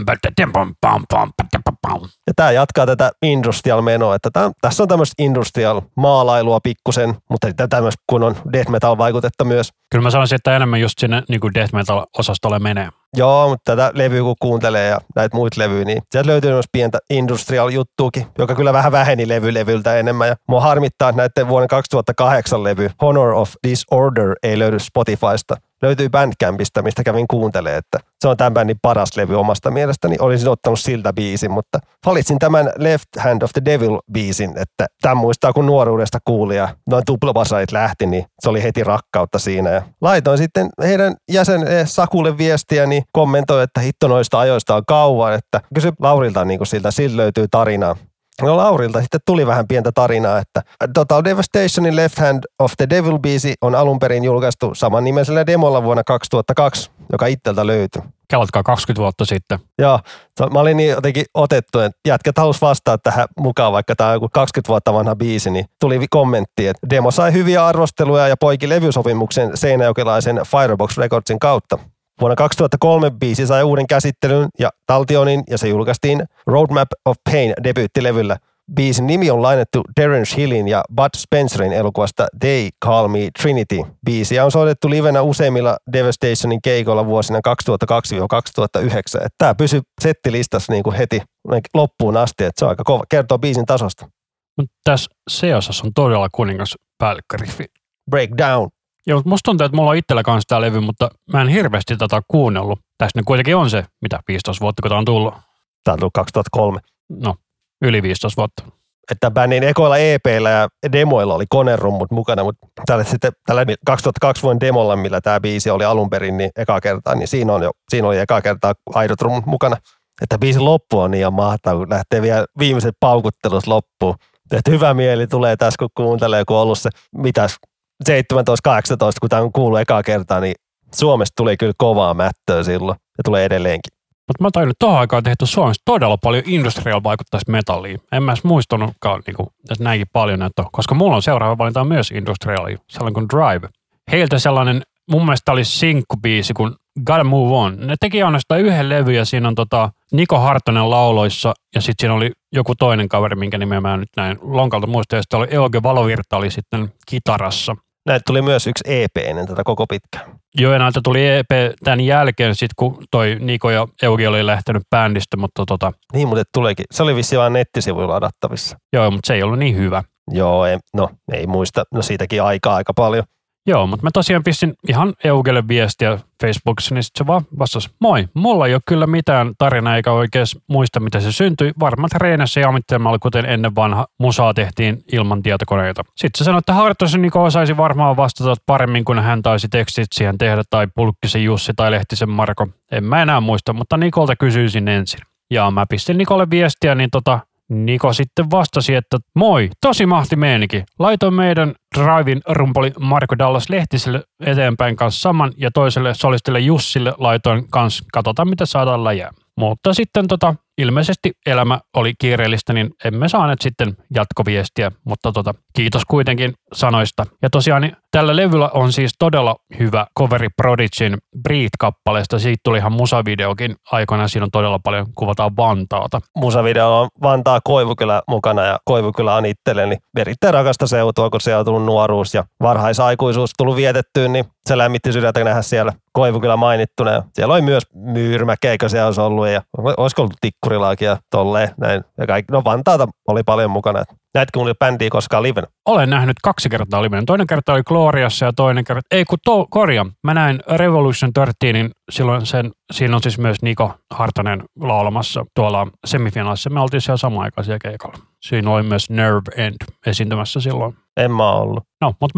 Ja tää jatkaa tätä industrial-menoa, että tässä on tämmöistä industrial-maalailua pikkusen, mutta ei tämmöistä kun on death metal-vaikutetta myös. Kyllä mä sanoisin, että enemmän just sinne niin kuin death metal-osastolle menee. Joo, mutta tätä levyä kun kuuntelee ja näitä muita levyjä, niin sieltä löytyy myös pientä industrial-juttuukin, joka kyllä vähän väheni levyltä enemmän. Ja mua harmittaa, että näiden vuoden 2008 levy Honor of Disorder ei löydy Spotifysta. Löytyy Bandcampista, mistä kävin kuuntelemaan, että se on tämän bändin paras levy omasta mielestäni. Olisin ottanut siltä biisin, mutta valitsin tämän Left Hand of the Devil biisin, että tämän muistaa kun nuoruudesta kuuli ja noin tuplabasarit lähti, niin se oli heti rakkautta siinä. Ja laitoin sitten heidän jäsen Sakulle viestiä, niin kommentoi, että hitto noista ajoista on kauan, että kysy Laurilta niin kuin siltä löytyy tarinaa. No Laurilta sitten tuli vähän pientä tarinaa, että Total Devastationin Left Hand of the Devil-biisi on alun perin julkaistu saman nimeisellä demolla vuonna 2002, joka itseltä löytyi. Kelatkaa 20 vuotta sitten. Joo, mä olin niin jotenkin otettu, että jätkät halusi vastaa tähän mukaan, vaikka tämä on joku 20 vuotta vanha biisi, niin tuli kommentti, että demo sai hyviä arvosteluja ja poiki levysopimuksen seinäjokelaisen Firebox Recordsin kautta. Vuonna 2003 biisi sai uuden käsittelyn ja taltionin ja se julkaistiin Roadmap of Pain -debyyttilevyllä. Biisin nimi on lainattu Terence Hillin ja Bud Spencerin elokuvasta They Call Me Trinity. Biisiä on soitettu livenä useimmilla Devastationin keikoilla vuosina 2002-2009. Tämä pysyy settilistassa niin kuin heti loppuun asti, että se on aika kova. Kertoo biisin tasosta. Tässä C-osassa on todella kuningas päällikkäriffi. Breakdown. Joo, mutta musta tuntuu, että mulla on itsellä kanssa tämä levy, mutta mä en hirveästi tätä kuunnellut. Tässä nyt kuitenkin on se, 15 vuotta, kun tämä on tullut. Tämä on tullut 2003. No, yli 15 vuotta. Että bändin ekoilla EP:llä ja demoilla oli konerummut mukana, mutta tällä 2002 vuoden demolla, millä tämä biisi oli alun perin, niin eka kertaa, niin siinä oli eka kertaa aidot rummut mukana. Että biisin loppu on niin mahtavaa, kun lähtee vielä viimeiset paukuttelut loppuun. Että hyvä mieli tulee tässä, kun kuuntelee, kun on ollut se, mitäs 17-18, kun tämä on kuullut ekaa kertaa, niin Suomesta tuli kyllä kovaa mättöä silloin ja tulee edelleenkin. Mutta mä tajunnut, että tuohon aikaan tehty Suomessa todella paljon industrial-vaikuttaista metallia. En mä edes muistanutkaan niin näinkin paljon, että koska mulla on seuraava valinta myös industrialia, sellainen kuin Drive. Heiltä sellainen, mun mielestä oli sinkkubiisi kuin Gotta Move On. Ne teki ainoastaan yhden levy ja siinä on Niko Hartonen lauloissa ja sitten siinä oli joku toinen kaveri, minkä nimeä mä nyt näin lonkalta muistan, ja sitten oli Euge Valovirta oli sitten kitarassa. Näitä tuli myös yksi EP ennen tätä koko pitkään. Joo, ja näiltä tuli EP tämän jälkeen sitten, kun toi Niko ja Euge oli lähtenyt bändistä, mutta Niin, mutta tuleekin. Se oli vissiin vaan nettisivuilla ladattavissa. Joo, mutta se ei ollut niin hyvä. Joo, ei muista. No siitäkin aika paljon. Joo, mutta mä tosiaan pistin ihan Eugelle viestiä Facebookissa, niin sitten se vaan vastasi, moi, mulla ei ole kyllä mitään tarinaa eikä oikein muista, miten se syntyi. Varmaan treenessä jammittelemalla, kuten ennen vanha musaa tehtiin ilman tietokoneita. Sitten se sanoi, että Hartosen Niko osaisi varmaan vastata paremmin, kun hän taisi tekstit siihen tehdä, tai Pulkkisen Jussi tai Lehtisen Marko. En mä enää muista, mutta Nikolta kysyisin ensin. Ja mä pistin Nikolle viestiä, niin Niko sitten vastasi, että moi, tosi mahti meininki. Laitoin meidän Drivein rumpali Marko Dallas Lehtiselle eteenpäin kanssa saman ja toiselle solistille Jussille laitoin kanssa, katsotaan mitä saadaan läjää. Mutta sitten ilmeisesti elämä oli kiireellistä, niin emme saaneet sitten jatkoviestiä, mutta kiitos kuitenkin sanoista. Ja tosiaan niin tällä levyllä on siis todella hyvä coveri Prodigyn Breathe-kappaleesta. Siitä tuli ihan musavideokin aikoinaan, siinä on todella paljon, kuvataan Vantaata. Musavideo on Vantaa Koivukylä mukana ja Koivukylä on itselleni erittäin rakasta seutua, kun siellä on tullut nuoruus ja varhaisaikuisuus tullut vietettyyn, niin se lämmitti sydäntä nähdä siellä Koivukylä mainittuna. Ja siellä oli myös Myyrmäkeikö siellä olisi ollut ja olisiko ollut Tikkurilaakin ja tolleen näin. Ja kaikki, no Vantaata oli paljon mukana. Näetkö mulla bändiä koskaan livenä? Olen nähnyt 2 kertaa livenä. Toinen kerta oli Gloriassa ja toinen kerta, korjaan. Mä näin Revolution 13, silloin siinä on siis myös Niko Hartonen laulamassa tuolla semifinaalissa. Me oltiin siellä samaan aikaan siellä keikalla. Siinä oli myös Nerve End esiintymässä silloin. En mä ollut. No, mutta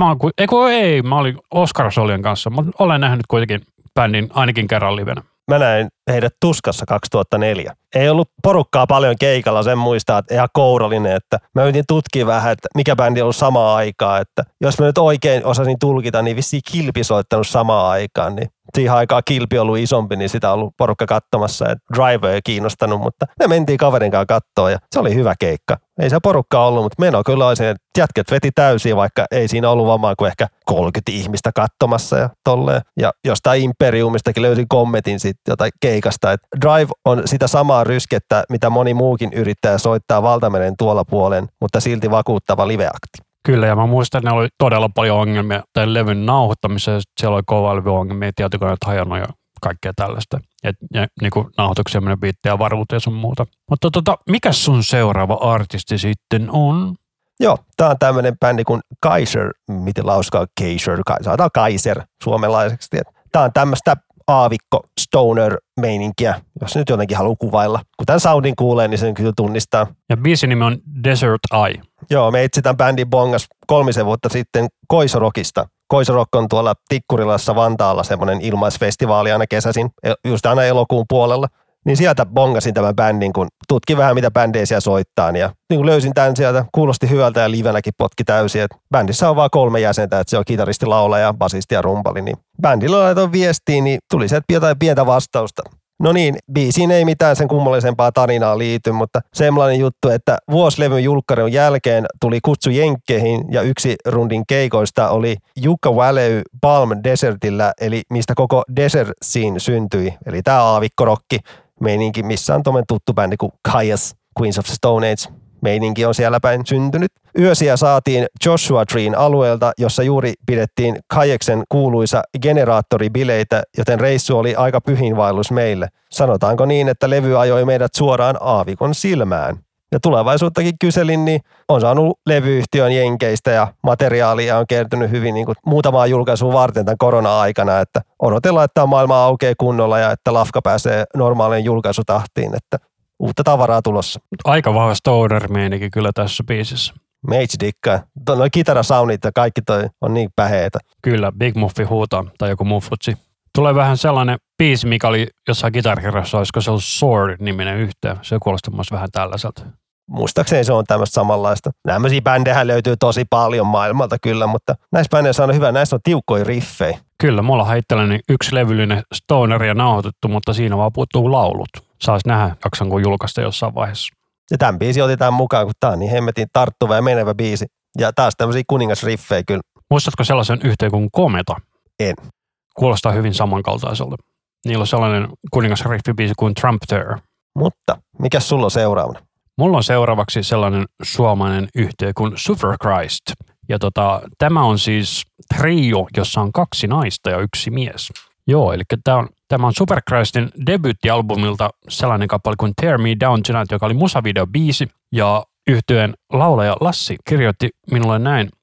mä olin Oscar Solien kanssa, mutta olen nähnyt kuitenkin bändin ainakin kerran livenä. Mä näin heidät Tuskassa 2004. Ei ollut porukkaa paljon keikalla, sen muistaa, että ihan kourallinen, että mä yritin tutkia vähän, että mikä bändi on ollut samaan aikaan, että jos mä nyt oikein osasin tulkita, niin vissiin Kilpi soittanut samaan aikaan, niin siihen aikaan Kilpi on ollut isompi, niin sitä on ollut porukka katsomassa, että Drive ei kiinnostanut, mutta me mentiin kaverin kanssa katsoa ja se oli hyvä keikka. Ei se porukkaa ollut, mutta meno kyllä oli se, että jätket veti täysiä, vaikka ei siinä ollut vamaan kuin ehkä 30 ihmistä katsomassa ja tolleen. Ja jostain Imperiumistakin löysin kommentin sitten jotain keikasta, että Drive on sitä samaa ryskettä, mitä moni muukin yrittää soittaa Valtameren tuolla puolen, mutta silti vakuuttava liveakti. Kyllä, ja mä muistan, että ne oli todella paljon ongelmia tämän levyn nauhoittamisessa. Siellä oli kova levy-ongelmia, tietokoneet hajonnut ja kaikkea tällaista. Ja niin kuin nauhoituksia menee biittejä ja varuuteen ja sun muuta. Mutta mikä sun seuraava artisti sitten on? Joo, tää on tämmönen bändi kuin Kaiser, miten lauskaa sanotaan Kaiser suomalaiseksi. Tää on tämmöistä aavikko stoner-meininkiä, jos nyt jotenkin haluaa kuvailla. Kun tämän soundin kuulee, niin sen kyllä tunnistaa. Ja biisin nimi on Desert Eye. Joo, me itse tämän bändin bongas 3 vuotta sitten Koisorokista. Koisorok on tuolla Tikkurilassa Vantaalla semmoinen ilmaisfestivaali aina kesäisin, just aina elokuun puolella. Niin sieltä bongasin tämän bändin, kun tutkin vähän mitä bändejä siellä soittaa. Ja niin kun löysin tämän sieltä, kuulosti hyvältä ja livenäkin potki täysin. Et bändissä on vaan 3 jäsentä, että se on kitaristi, laulaja, basisti ja rumpali. Niin bändillä laitoin viestiin, niin tuli sieltä jotain pientä vastausta. No niin, biisiin ei mitään sen kummallisempaa tarinaa liity, mutta semmoinen juttu, että vuosilevyn julkkarin jälkeen tuli kutsu Jenkkeihin ja yksi rundin keikoista oli Jukka Valey Palm Desertillä, eli mistä koko Desert Scene syntyi. Eli tämä aavikkorokki meininki, missä on tuommoinen tuttu bändi kuin Kyuss, Queens of the Stone Age. Meininki on siellä päin syntynyt. Yösiä saatiin Joshua Treen alueelta, jossa juuri pidettiin Kajeksen kuuluisa generaattoribileitä, joten reissu oli aika pyhinvaellus meille. Sanotaanko niin, että levy ajoi meidät suoraan aavikon silmään. Ja tulevaisuuttakin kyselin, niin on saanut levyyhtiön Jenkeistä ja materiaalia on kertynyt hyvin niin kuin muutamaa julkaisua varten tämän korona-aikana, että odotellaan, että maailma aukeaa kunnolla ja että lafka pääsee normaaliin julkaisutahtiin, että uutta tavaraa tulossa. Aika vahva stoner-meininki kyllä tässä biisissä. Meitsi dikkaa. Noi kitarasoundit ja kaikki toi on niin päheitä. Kyllä, Big Muffi huutaa tai joku muffutsi. Tulee vähän sellainen biisi, mikä oli jossain kitarikirjassa, olisiko se ollut Sword-niminen yhteen. Se kuulostaa myös vähän tällaiselta. Muistaakseni se on tämmöistä samanlaista. Nämmöisiä bändejä löytyy tosi paljon maailmalta kyllä, mutta näissä bändeissä on hyvä. Näissä on tiukkoja riffejä. Kyllä, mulla on itselleni yksi levyllinen stoneria nauhoitettu, mutta siinä vaan puuttuu laulut. Saisi nähdä, jaksanko julkaista jossain vaiheessa. Ja tämän biisi otetaan mukaan, kun tää on niin hemmetin tarttuva ja menevä biisi. Ja taas tämmöisiä kuningasriffejä kyllä. Muistatko sellaisen yhteen kuin Kometa? En. Kuulostaa hyvin samankaltaiselta. Niillä on sellainen kuningasriffibiisi kuin Trumpeter. Mutta mikäs sulla on seuraavana? Mulla on seuraavaksi sellainen suomalainen yhtye kuin Superchrist. Ja tämä on siis trio, jossa on 2 naista ja 1 mies. Joo, eli tämä on Superchristin debyyttialbumilta sellainen kappale kuin Tear Me Down Tonight, joka oli musavideobiisi. Ja yhtyeen laulaja Lassi kirjoitti minulle näin: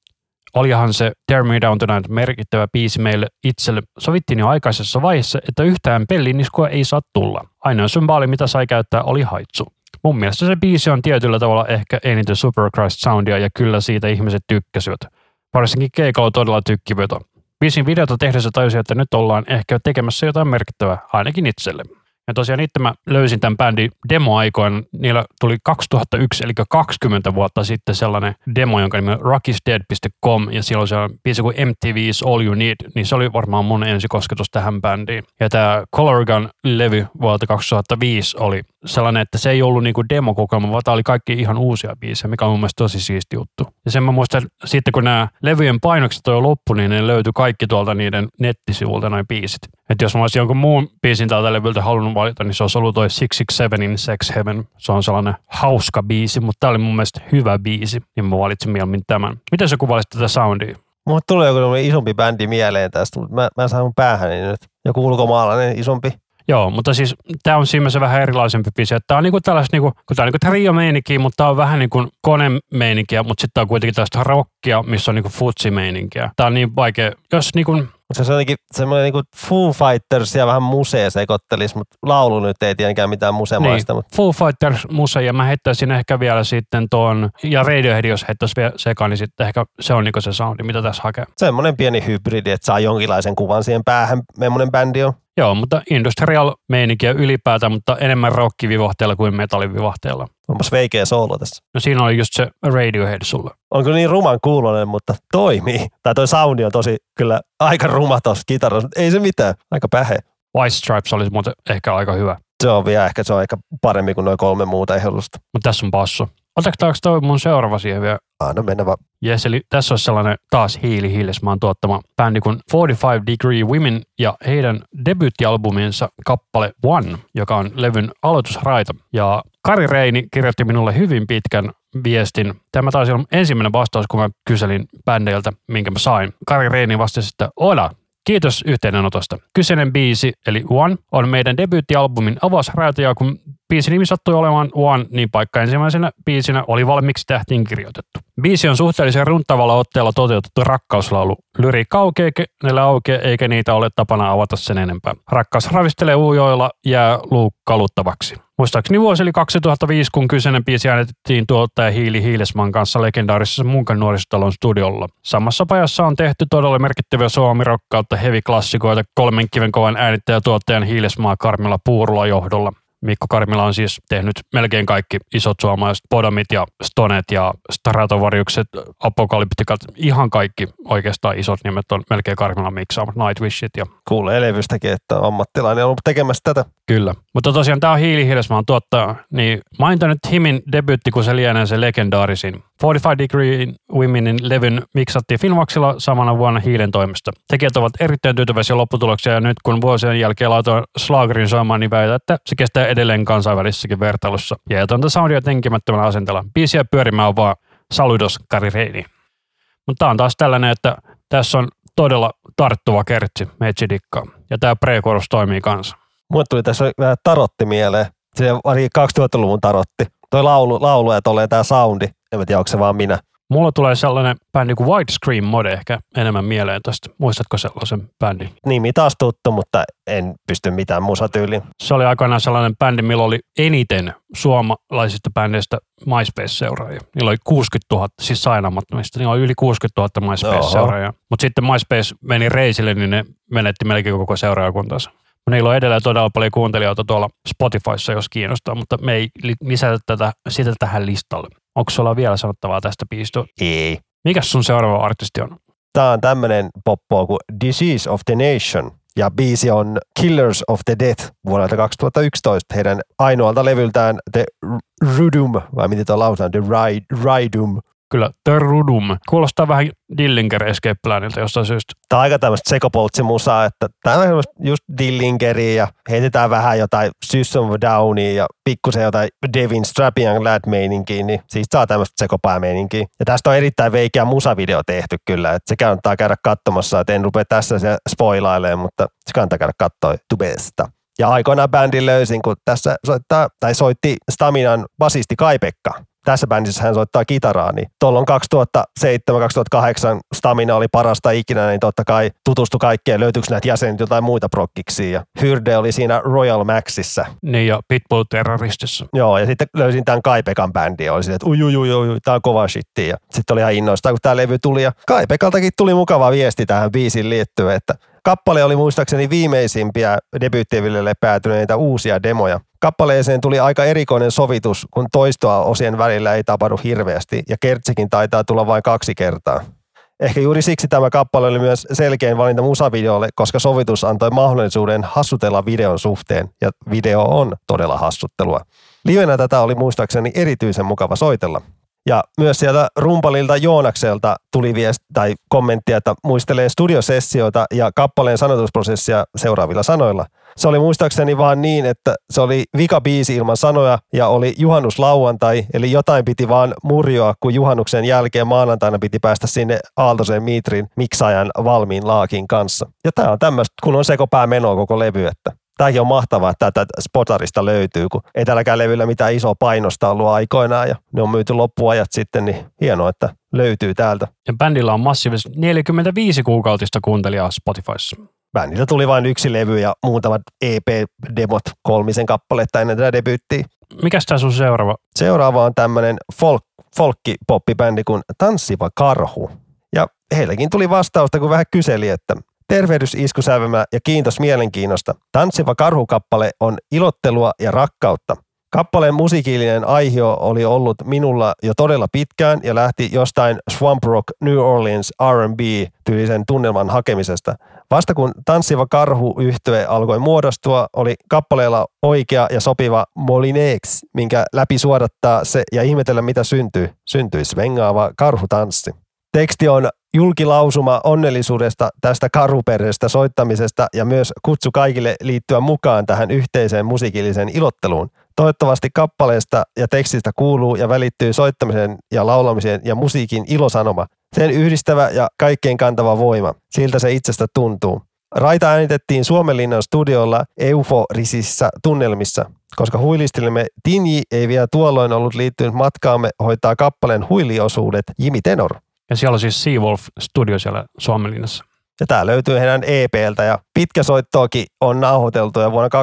olihan se Tear Me Down Tonight merkittävä biisi meille itselle. Sovittiin jo aikaisessa vaiheessa, että yhtään pelliniskua ei saa tulla. Ainoa symbaali, mitä sai käyttää, oli haitsu. Mun mielestä se biisi on tietyllä tavalla ehkä eniten Superchrist soundia ja kyllä siitä ihmiset tykkäsivät. Varsinkin keikalla todella tykkiveto. Biisin videota tehdessä tajusin, että nyt ollaan ehkä tekemässä jotain merkittävää, ainakin itselle. Ja tosiaan itse mä löysin tämän bändin demoaikoina. Niillä tuli 2001, eli 20 vuotta sitten sellainen demo, jonka nimi on rockisdead.com, ja silloin se on biisi kuin MTV's All You Need, niin se oli varmaan mun ensikosketus tähän bändiin. Ja tämä Color Gun-levy vuodelta 2005 oli sellainen, että se ei ollut niinku demokokoelma, vaan tämä oli kaikki ihan uusia biisejä, mikä on mun mielestä tosi siisti juttu. Ja sen mä muistan, sitten kun nämä levyjen painokset on jo loppu, niin ne löytyi kaikki tuolta niiden nettisivulta noin biisit. Että jos mä olisin jonkun muun biisin tältä levyltä halunnut valita, niin se olisi ollut toi 667 in Sex Heaven. Se on sellainen hauska biisi, mutta tämä oli mun mielestä hyvä biisi, niin mä valitsin mieluummin tämän. Miten sä kuvailisit tätä soundia? Mulle tulee joku isompi bändi mieleen tästä, mutta mä saan mun päähäni nyt. Joku ulkomaalainen isompi. Joo, mutta siis tämä on siinä se vähän erilaisempi biisi. Tämä on niinku tällaista, kun tämä on niinku trio-meininkiä, mutta tämä on vähän niin kuin kone-meininkiä, mutta sitten tämä on kuitenkin tällaista rockia, missä on niinku futsi-meininkiä. Tämä on niin vaikea, jos niinku... Se on jotenkin semmoinen niinku Foo Fighters ja vähän musea sekoittelis, mutta laulu nyt ei tietenkään mitään musemaista. Niin, mutta... Foo Fighters muse, ja mä heittäisin ehkä vielä sitten tuon, ja Radiohead, jos heittäisi vielä sekaan, niin sitten ehkä se on niinku se soundi, mitä tässä hakee. Semmoinen pieni hybridi, että saa jonkinlaisen kuvan siihen päähän, memmoinen bändi on. Joo, mutta industrial-meininkiä ylipäätään, mutta enemmän rockivivahteella kuin metallivivahteella. Onpas veikeä soolo tässä. No siinä oli just se Radiohead sulle. On kyllä niin ruman kuulonen, mutta toimii. Tai toi soundi on tosi kyllä aika ruma tossa kitarassa, mutta ei se mitään. Aika pähe. White Stripes olisi muuten ehkä aika hyvä. Se on ehkä parempi kuin noin 3 muuta ehdotusta. Mutta tässä on basso. Otetaanko toi mun seuraava siihen vielä? No mennä vaan. Jes, eli tässä olisi sellainen taas Hiilismaan tuottama bändi kuin 45 Degree Women ja heidän debyyttialbuminsa kappale One, joka on levyn aloitusraita. Ja Kari Reini kirjoitti minulle hyvin pitkän viestin. Tämä taisi olla ensimmäinen vastaus, kun mä kyselin bändeiltä, minkä mä sain. Kari Reini vastasi, että Ola, kiitos yhteydenotosta. Kyseinen biisi, eli One, on meidän debyyttialbumin avausraita, ja kun biisin nimi sattui olemaan One, niin paikka ensimmäisenä biisinä oli valmiiksi tähtiin kirjoitettu. Biisi on suhteellisen runtavalla otteella toteutettu rakkauslaulu. Lyriikka aukeaa, eikä niitä ole tapana avata sen enempää. Rakkaus ravistelee ujoilla, jää kaluttavaksi. Muistaakseni vuosi oli 2005, kun kyseinen biisi äänetettiin tuottaja Hiilesman kanssa legendaarisessa Munkan nuorisotalon studiolla. Samassa pajassa on tehty todella merkittäviä suomi-rokkautta heavy-klassikoita 3 kiven kovan äänittäjä-tuottajan Hiilesmaa Karmila Puurula johdolla. Mikko Karmila on siis tehnyt melkein kaikki isot suomalaiset Podomit ja Stonet ja Stratovarjukset, Apokalyptikat, ihan kaikki oikeastaan isot nimet on melkein Karmilan miksaamat, Nightwishit. Ja... Kuulee levystäkin, että ammattilainen on ollut tekemässä tätä. Kyllä, mutta tosiaan tämä on Hiilesmaan tuottaja, niin mainita nyt Himin debyytti, kun se lienee se legendaarisin. 45 Degree Womenin levyn miksattiin Filmaxilla samana vuonna Hiilen toimesta. Tekijät ovat erittäin tyytyväisiä lopputuloksia, ja nyt kun vuosien jälkeen laitoin Slagerin soimaan, niin väitän, että se kestää edelleen kansainvälisessäkin vertailussa. Jäätöntä soundia tenkimättömällä asenteella. Biisiä pyörimään on vaan saludos Kari Reini. Mutta tää on taas tällainen, että tässä on todella tarttuva kertsi, meitsi dikkaa. Ja tää pre-chorus toimii kanssa. Mulle tuli tässä vähän tarotti mieleen. Se oli 2000-luvun tarotti. Toi laulu ja tolleen tää soundi. En tiedä, onko se vaan minä. Mulla tulee sellainen bändi kuin White Scream Mode ehkä enemmän mieleen tästä. Muistatko sellaisen bändin? Nimi taas tuttu, mutta en pysty mitään musatyyliin. Se oli aikoinaan sellainen bändi, millä oli eniten suomalaisista bändeistä MySpace-seuraajia. Niillä oli 60 000, siis sainamattomista. Niillä oli yli 60 000 MySpace-seuraajia. Mutta sitten MySpace meni reisille, niin ne menetti melkein koko seuraajakuntansa. Niillä on edelleen todella paljon kuuntelijoita tuolla Spotifyssa, jos kiinnostaa, mutta me ei lisätä sitä tähän listalle. Onko sulla vielä sanottavaa tästä biisistä? Ei. Mikäs sun seuraava artisti on? Tää on tämmönen poppo kuin Disease of the Nation. Ja biisi on Killers of the Death vuodelta 2011. Heidän ainoalta levyltään The Rudum, vai miten tuo lausutaan, The Rydum. Kyllä, The Rudum. Kuulostaa vähän Dillinger Escape Planilta jostain syystä. Tämä on aika tämmöistä sekopoltsimusaa, että tämä on just Dillingeriä ja heitetään vähän jotain System of a Downia ja pikkusen jotain Devin Strapping and Lad-meininkiä, niin siis saa tämmöistä sekopäämeininkiä. Ja tästä on erittäin veikeä musavideo tehty kyllä, että se kannattaa käydä katsomassa, että en rupea tässä spoilailemaan, mutta se kannattaa käydä katsoa tubesta. Ja aikoinaan bändin löysin, kun tässä soitti Staminan basisti Kai-Pekka. Tässä bändissä hän soittaa kitaraa, niin tuolloin 2007-2008 Stamina oli parasta ikinä, niin totta kai tutustui kaikkeen, löytyykö näitä jäsenet jotain muita prokkiksia. Ja Hyrde oli siinä Royal Maxissa. Niin ja Pitbull Terroristissa. Joo, ja sitten löysin tämän Kai-Pekan bändin ja oli silleen, että ui, tää on kova shittiä. Ja sitten oli ihan innoistaan, kun tää levy tuli. Ja Kai-Pekaltakin tuli mukava viesti tähän biisiin liittyen, että kappale oli muistaakseni viimeisimpiä debyyttivilille päätyneitä uusia demoja. Kappaleeseen tuli aika erikoinen sovitus, kun toistoa osien välillä ei tapahdu hirveästi ja kertsikin taitaa tulla vain 2 kertaa. Ehkä juuri siksi tämä kappale oli myös selkein valinta musavideolle, koska sovitus antoi mahdollisuuden hassutella videon suhteen ja video on todella hassuttelua. Livenä tätä oli muistaakseni erityisen mukava soitella. Ja myös sieltä rumpalilta Joonakselta tuli kommenttia, että muistelee studiosessioita ja kappaleen sanotusprosessia seuraavilla sanoilla. Se oli muistaakseni vaan niin, että se oli vika biisi ilman sanoja ja oli juhannuslauantai, eli jotain piti vaan murjoa, kun juhannuksen jälkeen maanantaina piti päästä sinne Aaltosen Mitrin miksaajan valmiin laakin kanssa. Ja tää on tämmöistä, kun on sekopää menoa koko levy, että tämäkin on mahtavaa, että tätä Spotarista löytyy, kun ei tälläkään levyllä mitään isoa painosta ollut aikoinaan ja ne on myyty loppuajat sitten, niin hienoa, että löytyy täältä. Ja bändillä on massiivisesti 45 kuukautista kuuntelijaa Spotifyssa. Bändiltä tuli vain 1 levy ja muutamat EP-demot 3 kappaletta ennen tätä debyyttiä. Mikäs tää sun seuraava? Seuraava on tämmönen folkki-poppibändi kuin Tanssiva Karhu. Ja heilläkin tuli vastausta, kun vähän kyseli, että tervehdys iskusävelmä ja kiitos mielenkiinnosta. Tanssiva Karhu-kappale on ilottelua ja rakkautta. Kappaleen musiikillinen aihio oli ollut minulla jo todella pitkään ja lähti jostain Swamp Rock New Orleans R&B-tyylisen tunnelman hakemisesta. Vasta kun Tanssiva Karhu-yhtye alkoi muodostua, oli kappaleella oikea ja sopiva molineeksi, minkä läpi suodattaa se ja ihmetellä mitä syntyy. Syntyi svengaava karhutanssi. Teksti on julkilausuma onnellisuudesta tästä karhuperheestä soittamisesta ja myös kutsu kaikille liittyä mukaan tähän yhteiseen musiikilliseen ilotteluun. Toivottavasti kappaleesta ja tekstistä kuuluu ja välittyy soittamisen ja laulamisen ja musiikin ilosanoma. Sen yhdistävä ja kaikkein kantava voima. Siltä se itsestä tuntuu. Raita äänitettiin Suomenlinnan studiolla euforisissä tunnelmissa, koska huilistelimme Tinji ei vielä tuolloin ollut liittynyt matkaamme hoitaa kappaleen huiliosuudet Jimi Tenor. Ja siellä on siis Seawolf Studio siellä Suomenlinnassa. Ja tää löytyy heidän EP:ltä ja pitkä soittoakin on nauhoiteltu jo vuonna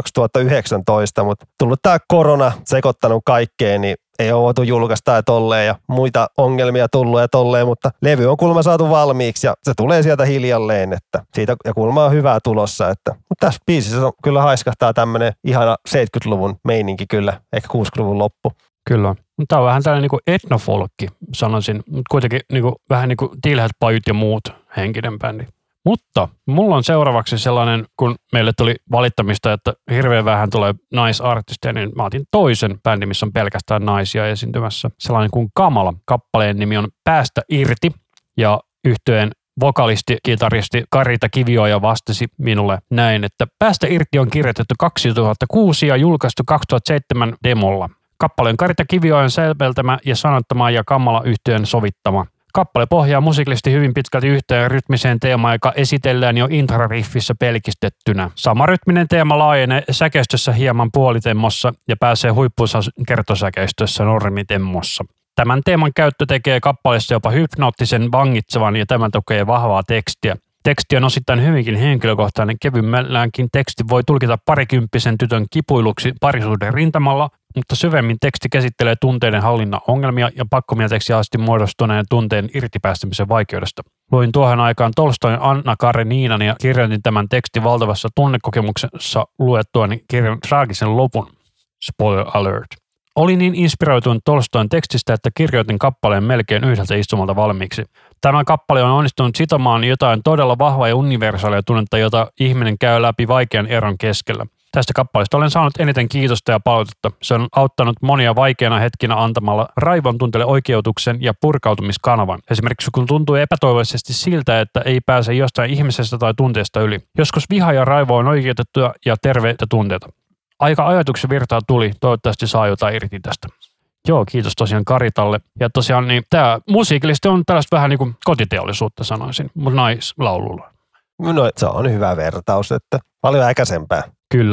2019, mutta tullut tää korona sekoittanut kaikkeen, niin ei ole voitu julkaista ja tolleen ja muita ongelmia tullut ja tolleen, mutta levy on kuulemma saatu valmiiksi ja se tulee sieltä hiljalleen, että siitä ja kuulemma on hyvää tulossa, että mutta tässä biisissä on, kyllä haiskahtaa tämmönen ihana 70-luvun meininki kyllä, ehkä 60-luvun loppu. Kyllä. Tämä on vähän tällainen niin kuin etnofolkki, sanoisin, mutta kuitenkin niin kuin, vähän niin kuin Tilhet, Pajut ja muut henkinen bändi. Mutta mulla on seuraavaksi sellainen, kun meille tuli valittamista, että hirveän vähän tulee naisartisteja, niin mä otin toisen bändin, missä on pelkästään naisia esiintymässä. Sellainen kuin Kamala. Kappaleen nimi on Päästä irti ja yhtyeen vokalisti, kitaristi Karita Kivioja vastasi minulle näin, että Päästä irti on kirjoitettu 2006 ja julkaistu 2007 demolla. Kappaleen Karita Kiviojan säveltämä ja sanottama ja Kamala-yhtyeen sovittama. Kappale pohjaa musiikillisesti hyvin pitkälti yhteen rytmiseen teemaan, joka esitellään jo intrariffissä pelkistettynä. Sama rytminen teema laajenee säkeistössä hieman puolitemmossa ja pääsee huippuunsa kertosäkeistössä normitemmossa. Tämän teeman käyttö tekee kappaleesta jopa hypnoottisen vangitsevan ja tämän tukee vahvaa tekstiä. Teksti on osittain hyvinkin henkilökohtainen, kevyemmälläänkin teksti voi tulkita parikymppisen tytön kipuiluksi parisuuden rintamalla, mutta syvemmin teksti käsittelee tunteiden hallinnan ongelmia ja pakkomielteeksi asti muodostuneen tunteen irtipäästämisen vaikeudesta. Luin tuohon aikaan Tolstoin Anna Kareninan ja kirjoitin tämän tekstin valtavassa tunnekokemuksessa luettuani kirjan traagisen lopun. Spoiler alert. Olin niin inspiroitunut Tolstoin tekstistä, että kirjoitin kappaleen melkein yhdeltä istumalta valmiiksi. Tämä kappale on onnistunut sitomaan jotain todella vahvaa ja universaalia tunnetta, jota ihminen käy läpi vaikean eron keskellä. Tästä kappaleesta olen saanut eniten kiitosta ja palautetta. Se on auttanut monia vaikeana hetkinä antamalla raivon tunteelle oikeutuksen ja purkautumiskanavan. Esimerkiksi kun tuntuu epätoivoisesti siltä, että ei pääse jostain ihmisestä tai tunteesta yli. Joskus viha ja raivo on oikeutettuja ja terveitä tunteita. Aika ajatuksen virtaa tuli, toivottavasti saa jotain irti tästä. Joo, kiitos tosiaan Karitalle. Ja tosiaan niin tämä musiikillisesti on tällaista vähän niin kuin kotiteollisuutta sanoisin, mutta naislaululla. No se on hyvä vertaus, että paljon äkäisempää. Kyllä.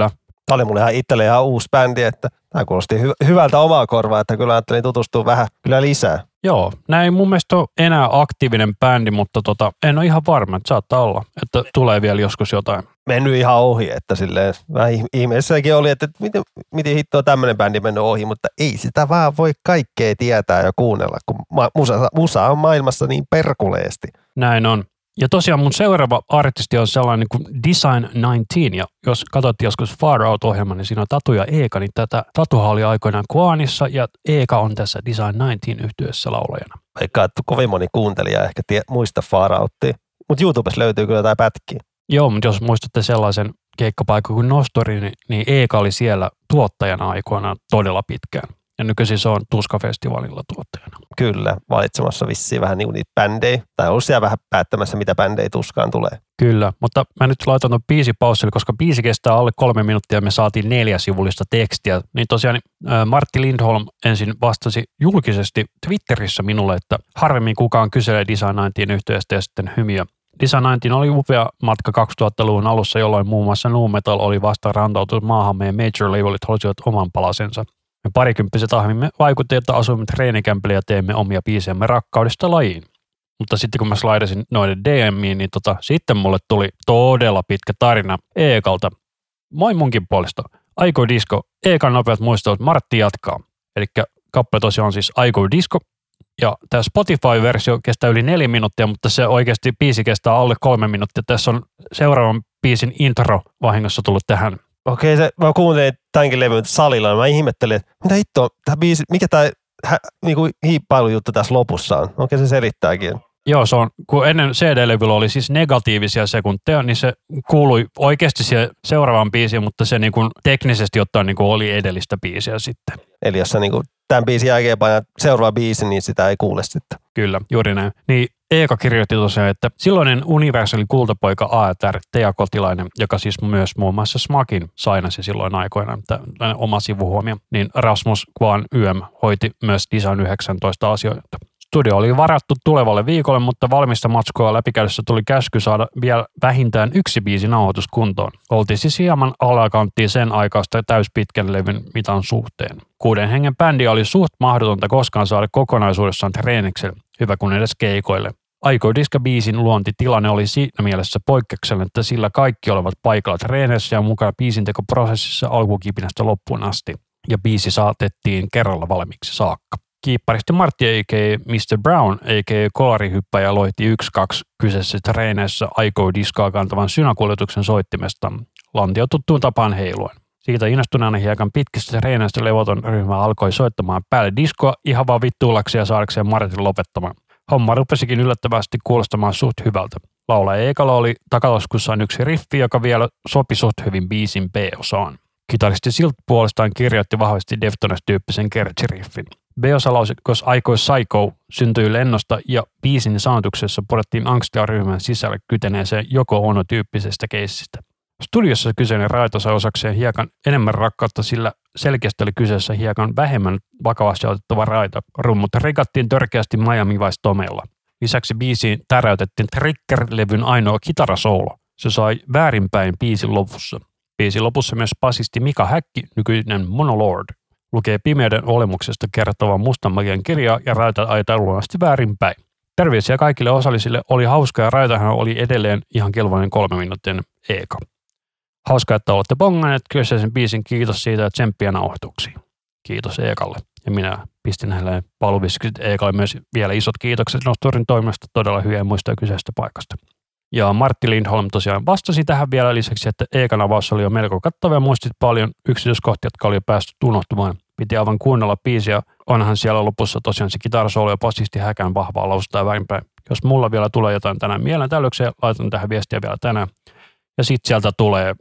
Tämä oli mulle itselle ihan uusi bändi, että tämä kuulosti hyvältä omaa korvaa, että kyllä ajattelin tutustua vähän kyllä lisää. Joo, nämä ei mun mielestä ole enää aktiivinen bändi, mutta en ole ihan varma, että saattaa olla, että tulee vielä joskus jotain. Mennyt ihan ohi, että silleen vähän ihmeessäkin oli, että miten hittoa tämmöinen bändi mennyt ohi, mutta ei sitä vaan voi kaikkea tietää ja kuunnella, kun musa on maailmassa niin perkuleesti. Näin on. Ja tosiaan mun seuraava artisti on sellainen kuin Design 19, ja jos katsot joskus Far Out-ohjelman, niin siinä on Tatu ja Eeka, niin tätä Tatuha oli aikoinaan Kuanissa, ja Eeka on tässä Design 19 yhtyeessä laulajana. Vaikka kovin moni kuuntelija ehkä muista Far Outia, mutta YouTubessa löytyy kyllä jotain pätkiä. Joo, mutta jos muistatte sellaisen keikkapaikan kuin Nostori, niin Eeka oli siellä tuottajana aikoinaan todella pitkään. Ja nykyisin se on Tuska-festivaalilla tuottajana. Kyllä, valitsemassa vissiin vähän niin niitä bändejä. Tai on siellä vähän päättämässä, mitä bändejä Tuskaan tulee. Kyllä, mutta mä nyt laitan tuon biisipaussille, koska biisi kestää alle 3 minuuttia ja me saatiin 4-sivullista tekstiä. Niin tosiaan Martti Lindholm ensin vastasi julkisesti Twitterissä minulle, että harvemmin kukaan kyselee Design 19 yhtyeestä ja sitten hymiö. Design 19 oli upea matka 2000-luvun alussa, jolloin muun muassa nu metal oli vasta rantautunut maahamme ja major labelit olisivat oman palasensa. Me parikymppiset ahmimme vaikutti, että asuimme treenikämpillä ja teemme omia biisejämme rakkaudesta lajiin. Mutta sitten kun mä slaidasin noiden DMiin, niin sitten mulle tuli todella pitkä tarina Eekalta. Moi munkin puolesta. Aiko Disco. Eekan nopeat muistelut. Martti jatkaa. Eli kappale tosiaan on siis Aiko Disco. Ja tämä Spotify-versio kestää yli 4 minuuttia, mutta se oikeasti biisi kestää alle 3 minuuttia. Tässä on seuraavan biisin intro vahingossa tullut tähän. Okei, mä kuuntelin tämänkin levyn salilla ja mä ihmettelin, että mitä hittoa, tämä biisi, mikä tämä niinku hiippailujuttu tässä lopussa on. Okei, se selittääkin. Joo, se on, kun ennen CD-levyllä oli siis negatiivisia sekunteja, niin se kuului oikeasti siihen seuraavaan biisiin, mutta se niinku teknisesti ottaen niinku oli edellistä biisiä sitten. Eli jos sä niinku tämän biisin jälkeen painat seuraava biisi, niin sitä ei kuule sitten. Kyllä, juuri näin. Niin Eeka kirjoitti tosiaan, että silloinen Universalin kultapoika A.T.R. Tea Kotilainen, joka siis myös muun muassa Smakin sainasi silloin aikoinaan, oma sivuhuomio, niin Rasmus Kwan YM hoiti myös Design 19 asioita. Studio oli varattu tulevalle viikolle, mutta valmista matskua läpikäydessä tuli käsky saada vielä vähintään 1 biisi nauhoitus kuntoon. Oltiin siis hieman alakanttiin sen aikaista täyspitkän levyn mitan suhteen. 6 hengen bändi oli suht mahdotonta koskaan saada kokonaisuudessaan treenikselle, hyvä kun edes keikoille. Aiko Disco-biisin luontitilanne oli siinä mielessä poikkeuksellinen, että sillä kaikki olivat paikalla treeneissä ja mukana biisintekoprosessissa alkukipinästä loppuun asti. Ja biisi saatettiin kerralla valmiiksi saakka. Kiipparisti Martti a.k.a. Mr. Brown a.k.a. kolarihyppäjä loihti 1-2 kyseisessä treeneissä Aiko Discoa kantavan synäkuljetuksen soittimesta lantio tuttuun tapaan heiluen. Siitä innostuneena hiekan pitkistä treeneistä levoton ryhmä alkoi soittamaan päälle diskoa ihan vaan vittuulaksi ja saadakseen Martin lopettamaan. Homma rupesikin yllättävästi kuulostamaan suht hyvältä. Laulaja Eekalla oli takataskussaan 1 riffi, joka vielä sopi suht hyvin biisin B-osaan. Kitaristi Silt puolestaan kirjoitti vahvasti Deftones-tyyppisen kertsiriffin. B-osalausekos Aiko Psycho syntyi lennosta ja biisin saantuksessa purettiin angstia ryhmän sisälle kyteneeseen joko-ono-tyyppisestä keissistä. Studiossa kyseinen raita sai osakseen hiekan enemmän rakkautta, sillä selkeästi oli kyseessä hiekan vähemmän vakavasti otettava raita. Rummut rikattiin törkeästi Miami Vice-tomeilla. Lisäksi biisiin täräytettiin Trigger-levyn ainoa kitarasoolo. Se sai väärinpäin biisin lopussa. Biisin lopussa myös basisti Mika Häkki, nykyinen Monolord, lukee pimeyden olemuksesta kertovaa mustan magian kirjaa ja raita ajetaan luonnollisesti väärinpäin. Terveisiä kaikille osallisille, oli hauska ja raitahan oli edelleen ihan kelvollinen 3 minuutin Eeka. Hauska, että olette bonganneet kyseisen biisin, kiitos siitä ja tsemppiä nauhoituksiin. Kiitos Eekalle. Ja minä pistin hänelle paluviskit Eekalle myös vielä isot kiitokset Nostorin toimesta, todella hyviä muistoja kyseisestä paikasta. Ja Martti Lindholm tosiaan vastasi tähän vielä lisäksi, että Eekan avaus oli jo melko kattava ja muistit paljon yksityiskohtia, jotka oli jo päästy unohtumaan. Piti aivan kuunnella biisiä, onhan siellä lopussa tosiaan se kitarasoolo ja basisti Häkän vahvaa lausutaan väinpäin. Jos mulla vielä tulee jotain tänään mieleen tällökseen, laitan tähän viestiä vielä tänään. Ja sitten sieltä tulee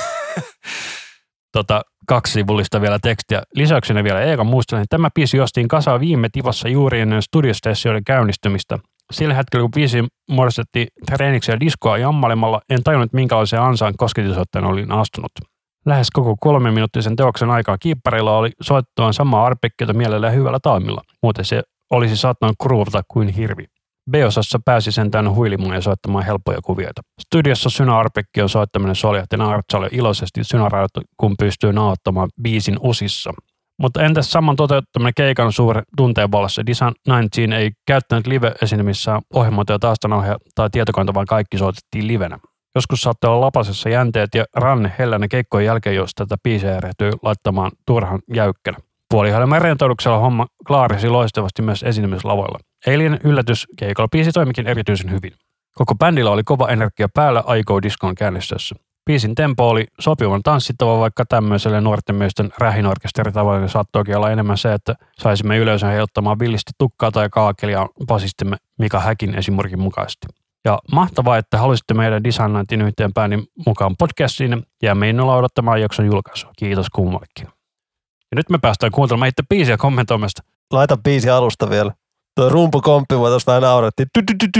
2 sivullista vielä tekstiä. Lisäyksenä vielä Eekan muistelen, että tämä biisi jostiin kasaan viime tivassa juuri ennen studiosessioiden käynnistymistä. Sillä hetkellä, kun biisi muodostettiin treeniksi ja diskoa jammalemalla, en tajunnut minkälaiseen ansaan kosketusotteen olin astunut. Lähes koko 3-minuuttisen teoksen aikaa kiipparilla oli soittuaan samaa arpekkiota mielellään hyvällä taimilla. Muuten se olisi saattanut kruuvata kuin hirvi. B-osassa pääsi sentään huilimaan ja soittamaan helppoja kuvioita. Studiossa Syna Arpekki on soittaminen soljahti Naartsalle iloisesti synäraidot, kun pystyy nauhoittamaan biisin osissa. Mutta entäs saman toteuttaminen keikan suuren tunteen valossa? Design 19 ei käyttänyt live-esiintymissään ohjelmointia taustanohja tai tietokonetta, vaan kaikki soitettiin livenä. Joskus saattoi olla lapasessa jänteet ja ranne hellänä keikkojen jälkeen, jos tätä biisiä järjehtyy laittamaan turhan jäykkänä. Puolihalman rentouduksella homma klaarisi loistavasti myös esiintymislavoilla. Eilinen yllätys keikalla biisi toimikin erityisen hyvin. Koko bändillä oli kova energia päällä Aiko Diskon käynnistössä. Biisin tempo oli sopivan tanssittava, vaikka tämmöiselle nuorten miesten rähinorkesteritavoille saattoikin olla enemmän se, että saisimme yleisön heijottamaan villisti tukkaa tai kaakelia basistimme Mika Häkin esimerkin mukaisesti. Ja mahtavaa, että halusitte meidän Design 19 yhteen bändin mukaan podcastiin. Jäämme innolla odottamaan jakson julkaisua. Kiitos kummallekin. Ja nyt me päästään kuuntelemaan itse biisiä kommentoimasta. Laita biisi alusta vielä. Tuo rumpukomppi mua tuossa vähän naurettiin.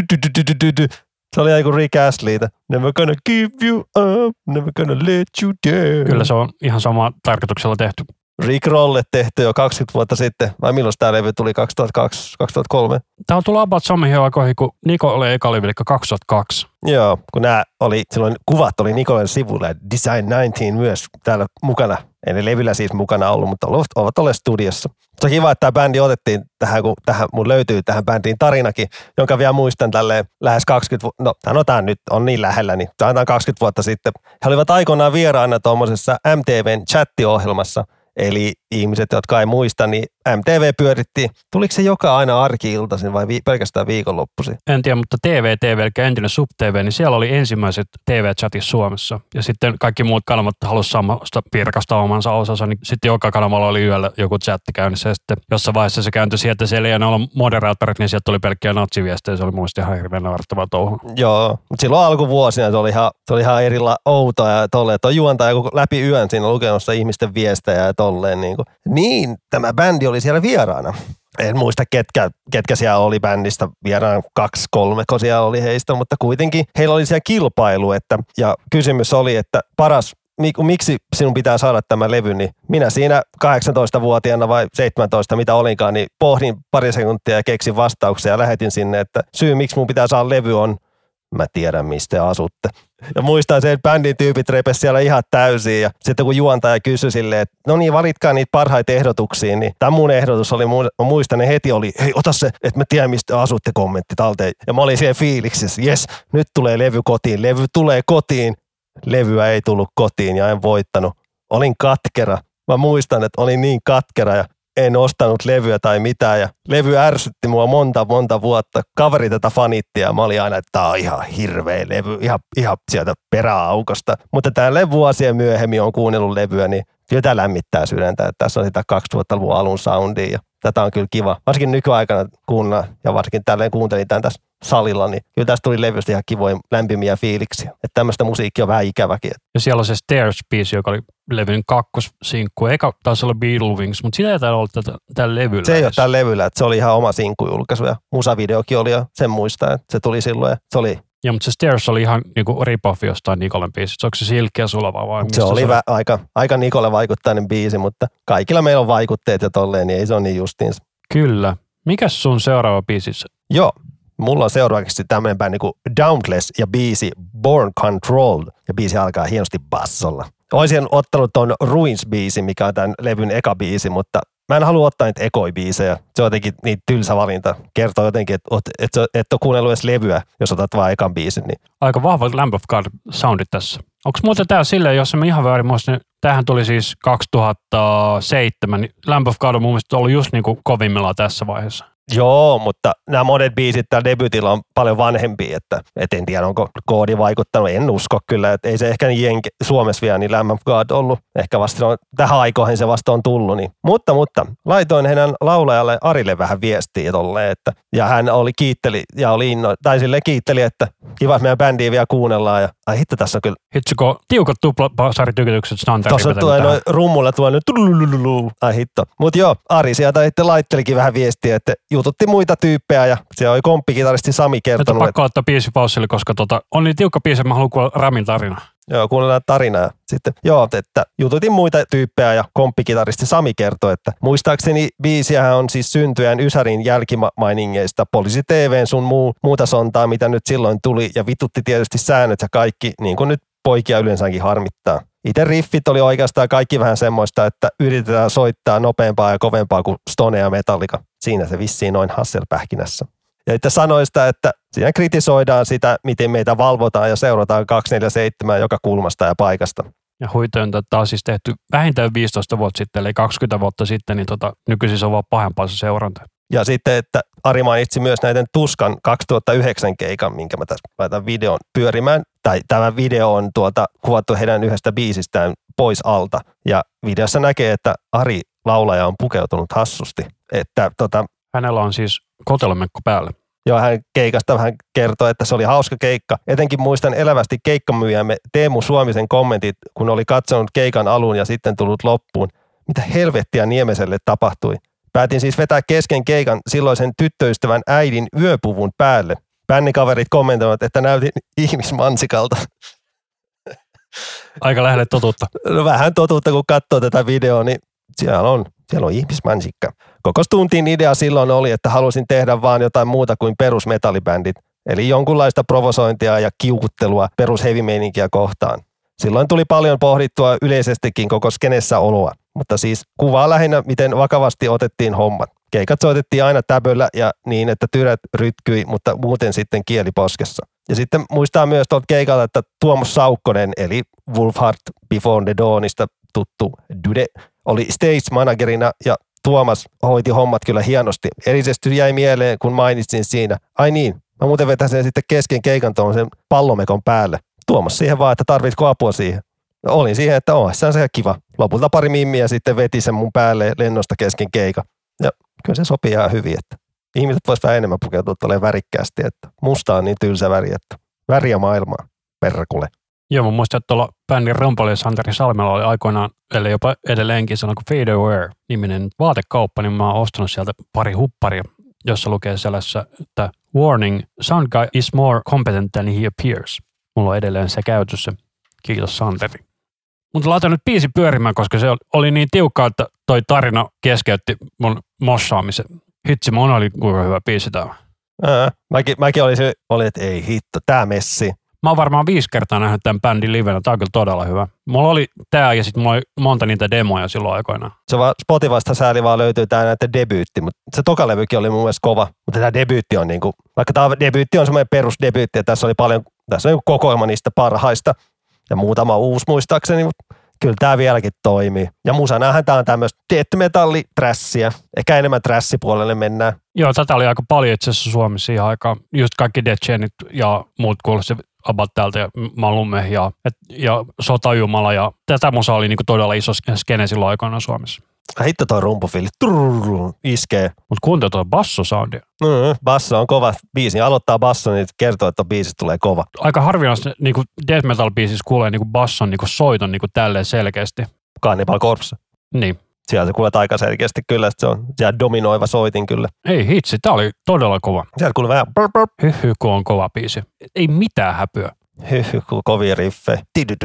Se oli joku Rick Astleytä. Never gonna give you up, never gonna let you down. Kyllä se on ihan sama tarkoituksella tehty. Rick Rolle tehty jo 20 vuotta sitten. Vai milloin tämä levy tuli? 2002, 2003? Tämä on tullut about samoihin aikoihin, kun Niko oli eka levy, eli 2002. Joo, kun nämä oli, silloin kuvat oli Nikolen sivulla ja Design 19 myös täällä mukana. Ei ne levyllä siis mukana ollut, mutta ovat olleet studiossa. Se on kiva, että tämä bändi otettiin tähän, kun mun löytyy tähän bändiin tarinakin, jonka vielä muistan tälleen lähes 20 vuotta, no sanotaan nyt, on niin lähellä, niin sanotaan 20 vuotta sitten. He olivat aikoinaan vieraana tuommoisessa MTVn chattiohjelmassa, eli ihmiset, jotka ei muista, niin MTV pyöritti. Tuliko se joka aina arki-iltaisin vai pelkästään viikonloppuisin? En tiedä, mutta TV, eli entinen Sub-TV, niin siellä oli ensimmäiset TV-chatit Suomessa. Ja sitten kaikki muut kanavat halusivat samasta pirkasta omansa osansa, niin sitten joka kanavalla oli yöllä joku chatti käynnissä. Ja sitten jossain vaiheessa se kääntyi sieltä, siellä ei enää olla moderaattorit, niin sieltä tuli pelkkiä natsiviestejä. Se oli mun mielestä ihan hirveän naurattava touhu. Joo, mutta silloin alkuvuosina se oli ihan erillä outoa ja tolleen. Tuo juontaja läpi yön siinä lukemassa ihmisten viestejä ja tolleen. Niin, tämä bändi oli siellä vieraana. En muista ketkä siellä oli bändistä vieraan, 2-3 siellä oli heistä, mutta kuitenkin heillä oli siellä kilpailu, ja kysymys oli, että paras, miksi sinun pitää saada tämä levy, niin minä siinä 18-vuotiaana vai 17, mitä olinkaan, niin pohdin pari sekuntia ja keksin vastauksia ja lähetin sinne, että syy miksi mun pitää saada levy on, mä tiedän mistä asutte. Ja muistan sen, bändin tyypit repesi siellä ihan täysin ja sitten kun juontaja kysyi silleen, että no niin, valitkaa niitä parhaita ehdotuksia, niin tämä mun ehdotus oli, mä muistan, ne heti oli, hei ota se, että mä tiedän mistä asutte kommentti talteen. Ja mä olin siellä fiiliksissä, jes, nyt tulee levy kotiin, levy tulee kotiin. Levyä ei tullut kotiin ja en voittanut. Olin katkera. Mä muistan, että olin niin katkera ja en ostanut levyä tai mitään ja levy ärsytti mua monta vuotta. Kaveri tätä fanitti ja mä olin aina, että tää on ihan hirveä levy, ihan sieltä peräaukosta. Mutta tälleen vuosia myöhemmin on kuunnellut levyä, niin kyllä tää lämmittää sydäntä, että tässä on sitä 2000-luvun alun soundia ja tätä on kyllä kiva. Varsinkin nykyaikana kuunnella ja varsinkin tälleen kuuntelin tämän tässä salilla, niin kyllä tästä tuli levystä ihan kivoja lämpimiä fiiliksiä. Että tämmöistä musiikkia on vähän ikäväkin. Ja siellä on se Stairs-biisi, joka oli levyn kakkossinkku. Eka taisi olla Beetle Wings, mutta sitä ei taida olla tällä levyllä. Se ei ole tällä levyllä, että se oli ihan oma sinkkujulkaisu ja musavideokin oli ja sen muistaa, että se tuli silloin ja se oli. Ja, mutta se Stairs oli ihan niinku rip-off jostain Nikolen biisistä. Onko se silkkiä sulava vai? Se oli aika Nikolle vaikuttainen biisi, mutta kaikilla meillä on vaikutteet ja tolleen, niin ei se ole niin justiinsa. Kyllä. Mikäs sun seuraava biisissä? Joo. Mulla on seuraavaksi tämmöinen bändi kuin Dauntless ja biisi Born Controlled. Ja biisi alkaa hienosti bassolla. Olisin ottanut ton Ruins-biisin, mikä on tämän levyn eka biisi, mutta mä en halua ottaa niitä ekoi-biisejä. Se on jotenkin niin tylsä valinta. Kertoo jotenkin, että et ole kuunnellut edes levyä, jos otat vaan ekan biisin. Niin. Aika vahva Lamb of God-soundit tässä. Onko muuten tää silleen, jos mä ihan väärin muistin, niin tämähän tuli siis 2007, niin Lamb of God on mun mielestä ollut just niinku kovimmillaan tässä vaiheessa. Joo, mutta nämä monet biisit täällä debytillä on paljon vanhempia, että en tiedä, onko koodi vaikuttanut. En usko kyllä, että ei se ehkä niin Suomessa vielä niin Lamb of God ollut. Ehkä vasta tähän aikoihin se vasta on tullut. Niin. Mutta laitoin heidän laulajalle Arille vähän viestiä tolleen, ja hän kiitteli, kiitteli, että kiva meidän bändiä vielä kuunnellaan. Ja ai hitto, tässä on kyllä. Hitsiko tiukat tuplasaritykitykset standardit. Tuossa tulee noin rummulla tuolla nyt. Ai hitto. Mutta joo, Ari sieltä sitten laittelikin vähän viestiä, että jututti muita tyyppejä ja siellä oli komppikitaristi Sami kertonut. Nyt on pakko ottaa biisi paussille, koska on niin tiukka biisi, että mä haluan kuulla Ramin tarina. Joo, kuunnellaan tarinaa sitten. Joo, että jututin muita tyyppejä ja komppikitaristi Sami kertoi, että muistaakseni biisiähän on siis syntyään Ysärin jälkimainingeista, Poliisi TV:n sun muuta sontaa, mitä nyt silloin tuli ja vitutti tietysti säännöt ja kaikki, niin kuin nyt poikia yleensäkin harmittaa. Itse riffit oli oikeastaan kaikki vähän semmoista, että yritetään soittaa nopeampaa ja kovempaa kuin Stone ja Metallica. Siinä se vissiin noin Hasselpähkinässä. Ja itse sanoista, että siinä kritisoidaan sitä, miten meitä valvotaan ja seurataan 247 joka kulmasta ja paikasta. Ja huitointa, että tämä on siis tehty vähintään 15 vuotta sitten, eli 20 vuotta sitten, niin nykyisin se on vaan pahempaa se seuranta. Ja sitten, että Ari mainitsi myös näiden Tuskan 2009 keikan, minkä mä tässä laitan videon pyörimään. Tai tämä video on kuvattu heidän yhdestä biisistään Pois alta. Ja videossa näkee, että Ari laulaja on pukeutunut hassusti. Että hänellä on siis kotelomekko päällä. Joo, hän keikasta vähän kertoi, että se oli hauska keikka. Etenkin muistan elävästi keikkamyyjämme Teemu Suomisen kommentit, kun oli katsonut keikan alun ja sitten tullut loppuun. Mitä helvettiä Niemeselle tapahtui? Päätin siis vetää kesken keikan silloisen tyttöystävän äidin yöpuvun päälle. Bännikaverit kommentoivat, että näytin ihmismansikalta. Aika lähelle totuutta. No vähän totuutta, kun katsoo tätä videoa, niin siellä on ihmismansikka. Koko tuntin idea silloin oli, että halusin tehdä vaan jotain muuta kuin perusmetallibändit. Eli jonkunlaista provosointia ja kiukuttelua perusheavy-meininkiä kohtaan. Silloin tuli paljon pohdittua yleisestikin koko skenessä oloa. Mutta siis kuvaa lähinnä, miten vakavasti otettiin hommat. Keikat soitettiin aina täpöllä ja niin, että tyrät rytkyi, mutta muuten sitten kieli poskessa. Ja sitten muistaa myös tuolta keikalta, että Tuomas Saukkonen, eli Wolfheart Before the Dawnista tuttu Dude, oli stage-managerina ja Tuomas hoiti hommat kyllä hienosti. Erityisesti jäi mieleen, kun mainitsin siinä. Ai niin, mä muuten vetäisin sitten kesken keikan tuollaisen pallomekon päälle. Tuomas siihen vaan, että tarvitko apua siihen. No, olin siihen, että se on ihan kiva. Lopulta pari mimmiä sitten veti sen mun päälle lennosta kesken keika. Ja kyllä se sopii ihan hyvin, että ihmiset vois vähän enemmän pukeutua tolleen värikkäästi, että musta on niin tylsä väri, että väriä maailmaa, perkule. Joo, mä muistan, että tuolla bändin rumpali Santeri Salmela oli aikoinaan, eli jopa edelleenkin sanon kuin Fade Away -niminen vaatekauppa, niin mä oon ostanut sieltä pari hupparia, jossa lukee sellaisessa, että Warning, sound guy is more competent than he appears. Mulla on edelleen se käytössä. Kiitos Santeri. Mutta laitan nyt biisi pyörimään, koska se oli niin tiukka, että toi tarina keskeytti mun mossaamisen. Hitsi, mun oli kuinka hyvä biisi tää. Mäkin olin, että ei hitto, tää messi. Mä oon varmaan 5 kertaa nähnyt tämän bändin livenä. Tää on kyllä todella hyvä. Mulla oli tää ja sitten mulla oli monta niitä demoja silloin aikoinaan. Se vaan Spotifysta sääli vaan löytyy tää näiden debyytti, mutta se tokalevykin oli mun mielestä kova. Mutta tää debyytti on niinku, vaikka tää debyytti on semmoinen perusdebyytti ja tässä on kokoelma niistä parhaista ja muutama uusi muistaakseni, mutta kyllä tää vieläkin toimii. Ja musanahan tää on tämmöistä death metalli trashia. Ehkä enemmän trash-puolelle mennään. Joo, tätä oli aika paljon itse asiassa Suomessa siihen aikaan. Just kaikki Death Chainit ja muut kuulosti about täältä ja Malume ja Sotajumala. Ja tätä musa oli niinku todella iso skene silloin aikoinaan Suomessa. Hitto toi rumpufiili. Iskee. Mutta kuuntele tuo bassosoundia. Basso on kova biisi. Aloittaa basso, niin kertoo, että biisistä tulee kova. Aika harvinaista niinku death metal biisissä kuulee niinku basson niinku soiton niinku tälleen selkeästi. Cannibal Corpse. Niin. Siellä se kuulet aika selkeästi kyllä, että se on siellä dominoiva soitin kyllä. Ei hitsi, tää oli todella kova. Siellä kuulee vähän Hyhy, kun on kova biisi. Ei mitään häpyä. Hyhy, kun kovia riffejä.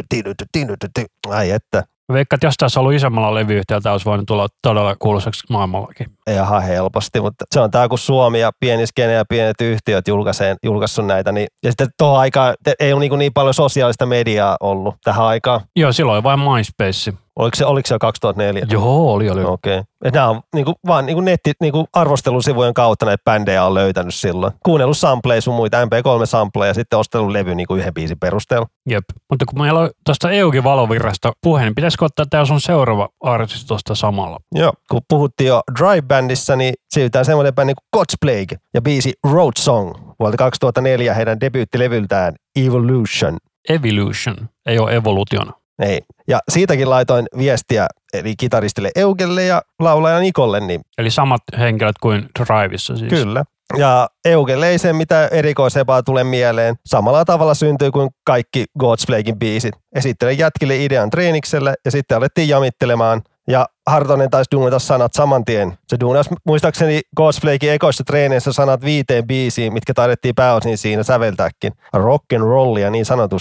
Ai että. Veikkaan, että jos tässä on ollut isommalla levyyhtiöllä, tämä olisi voinut tulla todella kuuluisaksi maailmallakin. Ihan helposti, mutta se on tämä, kun Suomi ja pieni skene ja pienet yhtiöt julkaissut näitä. Niin, ja sitten tuohon aikaan ei ole niin paljon sosiaalista mediaa ollut tähän aikaan. Joo, silloin oli vain MySpace. Oliko se jo 2004? Joo, oli. Okei. Okay. Nämä on vaan netti arvostelusivujen kautta näitä bändejä on löytänyt silloin. Kuunnellut sampleja sun muita, MP3-sampleja ja sitten ostellut levy yhden biisin perusteella. Jep. Mutta kun meillä on tuosta Eukin Valovirrasta puhe, niin pitäisikö ottaa tämä sun seuraava artisti tuosta samalla? Joo, kun puhuttiin jo Drive-bändissä, niin siirrytään semmoinen bändi kuin God's Plague ja biisi Road Song vuodelta 2004 heidän debyyttilevyltään Evolution. Evolution, ei ole Evolution. Ei. Ja siitäkin laitoin viestiä eli kitaristille Eugelle ja laulaja Nikolle. Niin eli samat henkilöt kuin Driveissa siis. Kyllä. Ja Eugelle ei se mitään erikoisempaa tule mieleen. Samalla tavalla syntyy kuin kaikki God's Plaguein biisit. Esittelen jätkille idean treenikselle ja sitten alettiin jamittelemaan. Ja Hartonen taisi duunata sanat saman tien. Se duunasi muistaakseni God's Plaguein ekoissa treeneissä sanat 5 biisiin, mitkä taidettiin pääosin siinä säveltääkin. Rock and rollia niin sanotusti.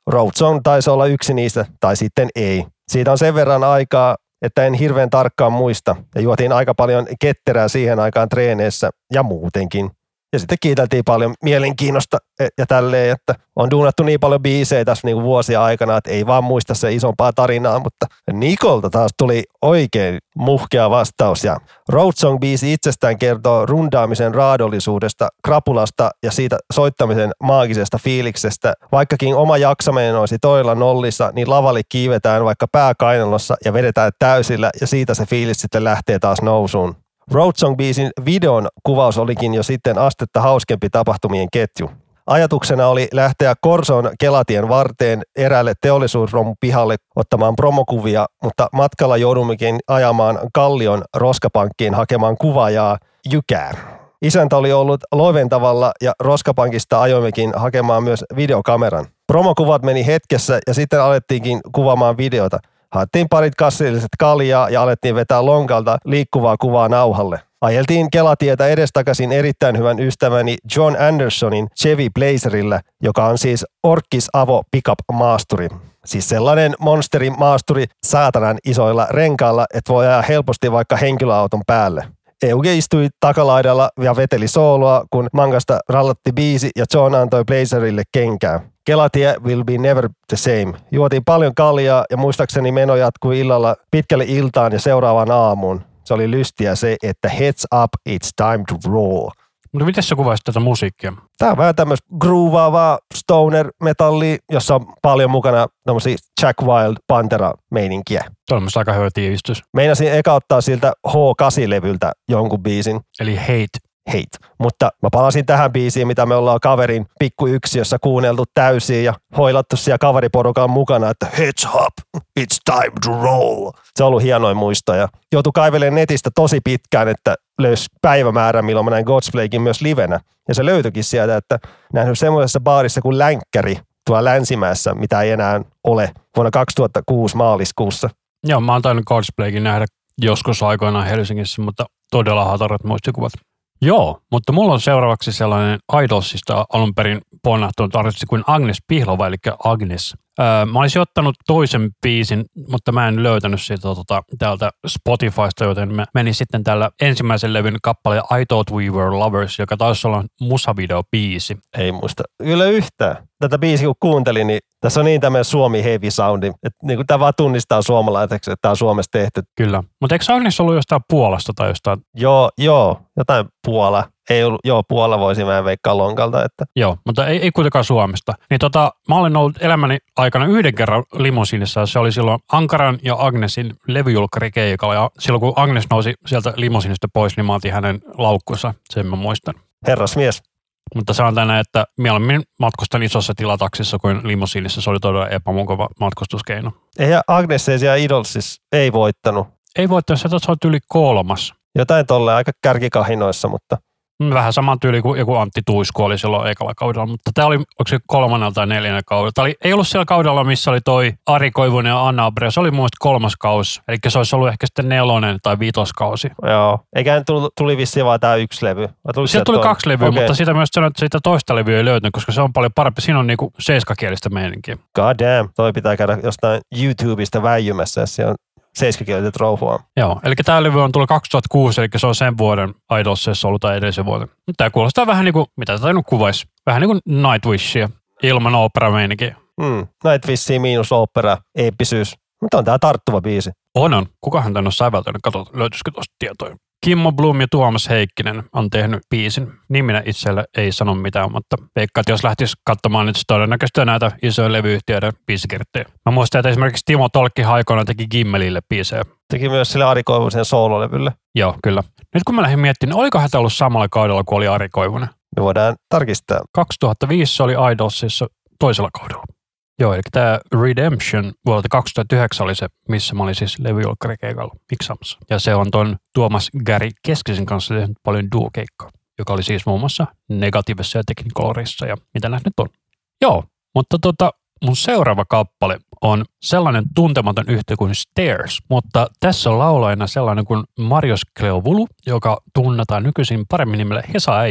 Road Song taisi olla yksi niistä, tai sitten ei. Siitä on sen verran aikaa, että en hirveän tarkkaan muista, ja juotiin aika paljon ketterää siihen aikaan treeneissä ja muutenkin. Ja sitten kiiteltiin paljon mielenkiinnosta ja tälleen, että on duunattu niin paljon biisejä tässä niin kuin vuosia aikana, että ei vaan muista se isompaa tarinaa, mutta Nikolta taas tuli oikein muhkea vastaus. Ja Road Song-biisi itsestään kertoo rundaamisen raadollisuudesta, krapulasta ja siitä soittamisen maagisesta fiiliksestä. Vaikkakin oma jaksaminen olisi toilla nollissa, niin lavalle kiivetään vaikka pää kainalossa ja vedetään täysillä ja siitä se fiilis sitten lähtee taas nousuun. Road Song-biisin videon kuvaus olikin jo sitten astetta hauskempi tapahtumien ketju. Ajatuksena oli lähteä Korson Kelatien varteen eräälle teollisuusromun pihalle ottamaan promokuvia, mutta matkalla joudummekin ajamaan Kallion roskapankkiin hakemaan kuvaajaa Jykää. Isäntä oli ollut loiventavalla ja roskapankista ajoimmekin hakemaan myös videokameran. Promokuvat meni hetkessä ja sitten alettiinkin kuvaamaan videota. Haettiin parit kassilliset kaljaa ja alettiin vetää lonkalta liikkuvaa kuvaa nauhalle. Ajeltiin Kelatietä edestakaisin erittäin hyvän ystäväni John Andersonin Chevy Blazerillä, joka on siis Orkis Avo pickup-maasturi. Siis sellainen monsteri-maasturi saatanan isoilla renkailla, että voi ajaa helposti vaikka henkilöauton päälle. Euge istui takalaidalla ja veteli sooloa, kun mangasta rallatti biisi ja John antoi Blazerille kenkää. Kelatie will be never the same. Juotiin paljon kaljaa ja muistaakseni meno jatkui illalla pitkälle iltaan ja seuraavaan aamuun. Se oli lystiä se, että heads up, it's time to roll. Mutta miten sä kuvaisit tätä musiikkia? Tää on vähän tämmöistä groovaavaa stoner-metallia, jossa on paljon mukana tämmöisiä Jack Wild Pantera-meininkiä. Tuo on aika hyvä tiivistys. Meinasin eka ottaa siltä H8-levyltä jonkun biisin. Eli Hate. Mutta mä palasin tähän biisiin, mitä me ollaan kaverin pikku yksiössä kuunneltu täysin ja hoilattu siellä kaveriporukan mukana, että heads up, it's time to roll. Se on ollut hienoin muisto ja joutui kaivelemaan netistä tosi pitkään, että löysi päivämäärä, milloin mä näin Godsplaykin myös livenä. Ja se löytyikin sieltä, että nähnyt semmoisessa baarissa kuin Länkkäri tuolla Länsimäessä, mitä ei enää ole vuonna 2006 maaliskuussa. Joo, mä oon tainnut Godsplaykin nähdä joskus aikoinaan Helsingissä, mutta todella hatarat muistikuvat. Joo, mutta mulla on seuraavaksi sellainen Idolsista alun perin ponnahtunut artisti kuin Agnes Pihlova, eli Agnes. Mä olisin ottanut toisen biisin, mutta mä en löytänyt siitä täältä Spotifysta, joten mä menin sitten tällä ensimmäisen levyn kappaleen I Thought We Were Lovers, joka taisi olla musavideo-biisi. Ei muista kyllä yhtään. Tätä biisiä kun kuuntelin, niin tässä on niin tämmöinen Suomi heavy soundi, että niin tämä vaan tunnistaa suomalaiseksi, että tämä on Suomessa tehty. Kyllä, mutta eikö Agnes ollut jostain Puolasta tai jostain? Joo, jotain Puola. Ei ollut, Puola voisi mä veikkaa lonkalta. Että. Joo, mutta ei kuitenkaan Suomesta. Niin mä olen ollut elämäni aikana yhden kerran limusiinissa. Se oli silloin Ankaran ja Agnesin levyjulkkarikeikalla. Ja silloin kun Agnes nousi sieltä limusiinista pois, niin mä otin hänen laukkunsa. Sen mä muistan. Herrasmies. Mutta sanon tänään, että mieluummin matkustan isossa tilataksissa kuin limusiinissa. Se oli todella epämukava matkustuskeino. Eihän Agnes ja Idolsissa ei voittanut. Ei voittanut, se on yli 3. Jotain tolleen aika kärkikahinoissa, mutta... Vähän saman tyyli kuin joku Antti Tuisku oli silloin ekalla kaudella, mutta tämä oli, onko se 3. tai 4. kaudella? Ei ollut siellä kaudella, missä oli toi Ari Koivunen ja Anna Abre, se oli mun mielestä 3. kausi, eli se olisi ollut ehkä sitten 4. tai 5. kausi. Joo, eikä tuli vissiin vaan tämä 1 levy. Sieltä tuli 2 levyä, okay. Mutta siitä myös sanoin, että siitä toista levyä ei löytynyt, koska se on paljon parempi. Siinä on niinku 7-kielistä meininkiä. God damn, toi pitää käydä jostain YouTubesta väijymässä, se on 7-kieliset rouhua. Joo, eli tämä levy on tullut 2006, eli se on sen vuoden Idolsissa ollut tai edellisen vuoden. Tämä kuulostaa vähän niin kuin, mitä tätä nyt kuvaisi, vähän niin kuin Nightwishia ilman opera-meininkiä. Nightwishia miinus opera, eeppisyys. Mutta on tämä tarttuva biisi. On. Kukahan tänne on säveltänyt? Katsotaan, löytyisikö tuosta tietoja. Kimmo Blum ja Tuomas Heikkinen on tehnyt biisin. Niminä itselle ei sano mitään, mutta veikkaan, että jos lähtisi katsomaan nyt todennäköisesti näitä isojen levyyhtiöiden biisikirjoittajia. Mä muistan, että esimerkiksi Timo Tolkki aikoinaan teki Gimmelille biisejä. Teki myös sille Ari Koivusen soololevylle. Joo, kyllä. Nyt kun mä lähdin miettimään, niin olikohan tämä ollut samalla kaudella kuin oli Ari Koivunen? Me voidaan tarkistaa. 2005 se oli Idolsissa toisella kaudella. Joo, eli tämä Redemption vuodelta 2009 oli se, missä mä olin siis levyjulkkarikeikalla miksaamassa. Ja se on ton Tuomas Gary Keskisen kanssa tehnyt paljon duokeikkaa, joka oli siis muun muassa Negatiivisessa ja Technicolorissa ja mitä näitä nyt on. Joo, mutta mun seuraava kappale on sellainen tuntematon yhtiö kuin Stairs, mutta tässä on laulajana sellainen kuin Marios Kleovulu, joka tunnetaan nykyisin paremmin nimellä Hesa Äijä.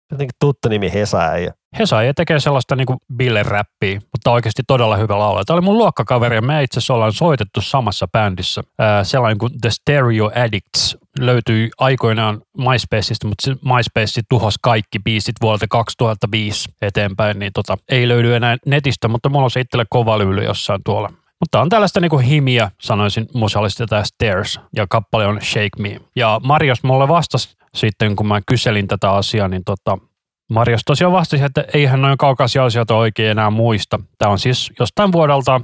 Jotenkin tuttu nimi Hesa-äijä. Hesa tekee sellaista niinku bille-räppiä, mutta oikeasti todella hyvä laulaja. Tämä oli mun luokkakaveri ja me itse asiassa ollaan soitettu samassa bändissä. Sellainen kuin The Stereo Addicts löytyi aikoinaan MySpaceista, mutta se MySpace tuhosi kaikki biisit vuodelta 2005 eteenpäin, niin ei löydy enää netistä, mutta mulla on se itselle kova lyyly jossain tuolla. Mutta on tällaista niinku himiä, sanoisin musallisesti tämä Stairs, ja kappale on Shake Me. Ja Marios mulle vastasi sitten, kun mä kyselin tätä asiaa, niin Marios tosiaan vastasi, että eihän noin kaukaisia asioita oikein enää muista. Tämä on siis jostain vuodelta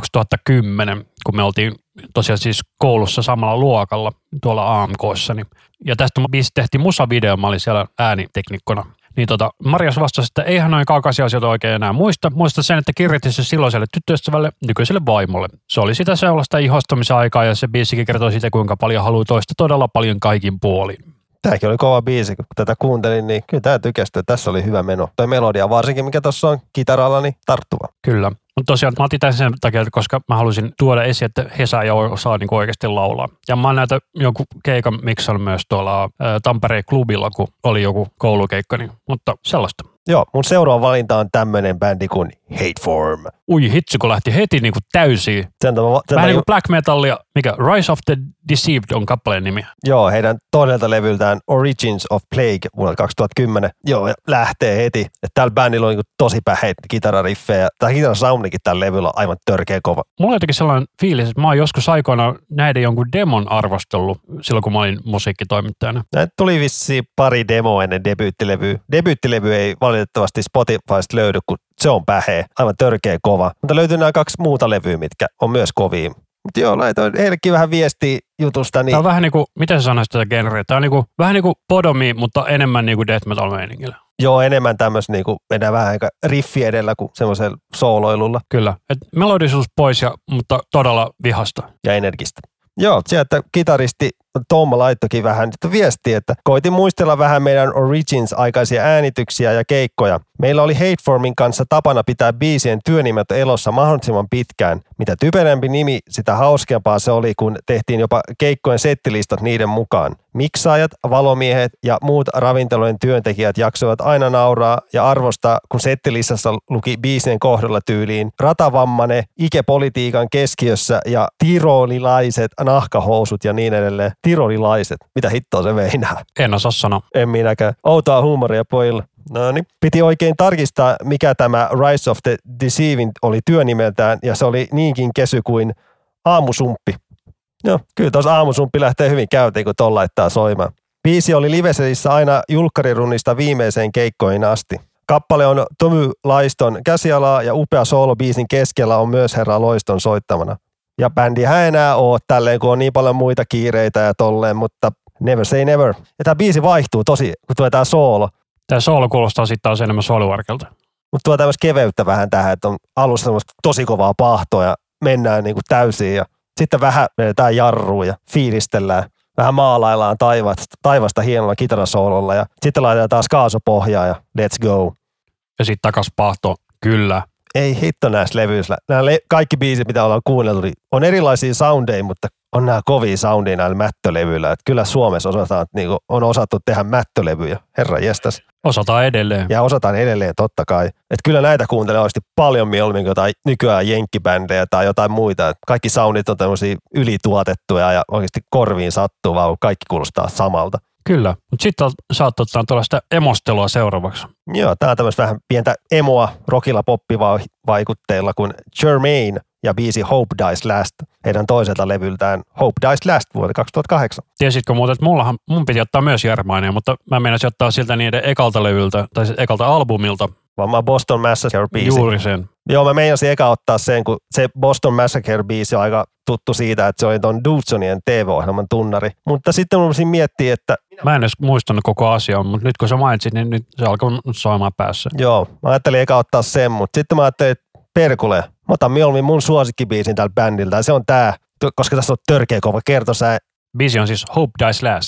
2010, kun me oltiin tosiaan siis koulussa samalla luokalla tuolla AMK:ssa. Ja tästä biisistä tehtiin musavideo, mä olin siellä ääniteknikkona. Niin Marias vastasi, että eihän noin kaukaisia asioita oikein enää muista. Muista sen, että kirjoitti se silloiselle tyttöystävälle, nykyiselle vaimolle. Se oli sitä sellaista ihostamisen aikaa ja se biisikin kertoi siitä, kuinka paljon haluaa toista todella paljon kaikin puolin. Tämäkin oli kova biisi, kun tätä kuuntelin, niin kyllä tämä tykästyi. Tässä oli hyvä meno. Toi melodia varsinkin, mikä tuossa on kitaralla, niin tarttuva. Kyllä. Mutta tosiaan mä otin tämän sen takia, koska mä halusin tuoda esiin, että Hesa ei osaa niin oikeasti laulaa. Ja mä oon näitä joku keikan miksan myös tuolla Tampereen klubilla, kun oli joku koulukeikka, niin, mutta sellaista. Joo, mun seuraava valinta on tämmöinen bändi kuin Hateform. Ui hitsi, kun lähti heti niin kuin täysiin. Vähän niin kuin black metallia, mikä Rise of the Deceived on kappaleen nimi. Joo, heidän todelta levyltään Origins of Plague vuonna 2010. Joo, lähtee heti. Että tällä bändillä on niin tosi päheitä kitarariffejä. Tämä kitarasoundikin tällä levyllä on aivan törkeä kova. Mulla on jotenkin sellainen fiilis, että mä oon joskus aikoinaan näiden jonkun demon arvostellut silloin, kun mä olin musiikkitoimittajana. Näitä tuli vissiin pari demoa ennen debyyttilevyä. Debyyttilevy ei valitettavasti Spotifysta löydy, kun se on päheä. Aivan törkeä kova. Mutta löytyy nämä 2 muuta levyä, mitkä on myös kovia. Mutta joo, laitoin heillekin vähän viestiä jutusta. Niin... Tämä on vähän niin kuin, miten sä sanoisit tätä genreä? Tämä on niin kuin, vähän niin kuin Podomi, mutta enemmän niin kuin death metal meiningillä. Joo, enemmän tämmöistä niin kuin mennään vähän aika riffi edellä kuin semmoisella sooloilulla. Kyllä, että melodisuus pois, mutta todella vihasta. Ja energistä. Joo, sieltä kitaristi Tom laittokin vähän viestiä, että koitin muistella vähän meidän Origins-aikaisia äänityksiä ja keikkoja. Meillä oli Hateformin kanssa tapana pitää biisien työnimet elossa mahdollisimman pitkään. Mitä typerämpi nimi, sitä hauskempaa se oli, kun tehtiin jopa keikkojen settilistat niiden mukaan. Miksaajat, valomiehet ja muut ravintolojen työntekijät jaksoivat aina nauraa ja arvostaa, kun settilistassa luki biisien kohdalla tyyliin ratavammane, ikepolitiikan keskiössä ja tirolilaiset nahkahousut ja niin edelleen. Tirolilaiset. Mitä hittoa se meinaa? En osaa sanoa. En minäkään. Outoa huumoria pojille. No niin. Piti oikein tarkistaa, mikä tämä Rise of the Deceiving oli työnimeltään, ja se oli niinkin kesy kuin aamusumppi. Joo, kyllä tuossa aamusumppi lähtee hyvin käyntiin, kun tuolla laittaa soimaan. Biisi oli liveselissä aina julkkarirunnista viimeiseen keikkoihin asti. Kappale on Tommy Laiston käsialaa ja upea soolobiisin keskellä on myös herra Loiston soittamana. Ja bändihän ei enää ole tälleen, kun on niin paljon muita kiireitä ja tolleen, mutta never say never. Ja tämä biisi vaihtuu tosi, kun tulee tämä soolo. Tämä soolo kuulostaa sitten taas enemmän soolivarkelta. Mutta tuo tämmöistä keveyttä vähän tähän, että on alussa tosi kovaa pahtoa ja mennään niin kuin täysiin. Ja sitten vähän vedetään jarruun ja fiilistellään. Vähän maalaillaan taivasta hienolla kitarasoololla ja sitten laitetaan taas kaasopohjaa ja let's go. Ja sitten takas pahto, kyllä. Ei hitto näissä levyissä. Kaikki biisit, mitä ollaan kuunneltu, niin on erilaisia soundeja, mutta on nämä kovia soundeja näillä mättölevyillä. Että kyllä Suomessa osataan, että niinku on osattu tehdä mättölevyjä. Herra jestas. Osataan edelleen. Ja osataan edelleen, totta kai. Että kyllä näitä kuuntelee oikeasti paljon mieluummin kuin jotain nykyään jenkkibändejä tai jotain muita. Et kaikki soundit on tämmöisiä ylituotettuja ja oikeasti korviin sattuvaa, kun kaikki kuulostaa samalta. Kyllä, mutta sitten saat ottaa tuollaista emostelua seuraavaksi. Joo, tää on tämmöistä vähän pientä emoa rockilla poppivaikutteilla kuin Jermaine ja biisi Hope Dies Last heidän toiselta levyltään Hope Dies Last vuodelta 2008. Tiesitkö muuten, että mun piti ottaa myös Jermainea, mutta mä meinasin ottaa siltä niiden ekalta levyltä, tai ekalta albumilta. Vaan mä Boston Massacre-biisi. Juuri sen. Joo, mä meinasin eka ottaa sen, kun se Boston Massacre-biisi on aika tuttu siitä, että se oli ton Dudesonien TV-ohjelman tunnari. Mutta sitten mä voisin miettiä, että... Mä en edes muistanut koko asiaa, mutta nyt kun sä mainitsit, niin nyt se alkoi soimaan päässä. Joo, mä ajattelin eka ottaa sen, mutta sitten mä ajattelin, että perkule, mä otan mieluummin mun suosikkibiisin tältä bändiltä. Ja se on tää, koska tässä on törkeä kova kertosää. Biisi on siis Hope Dies Last.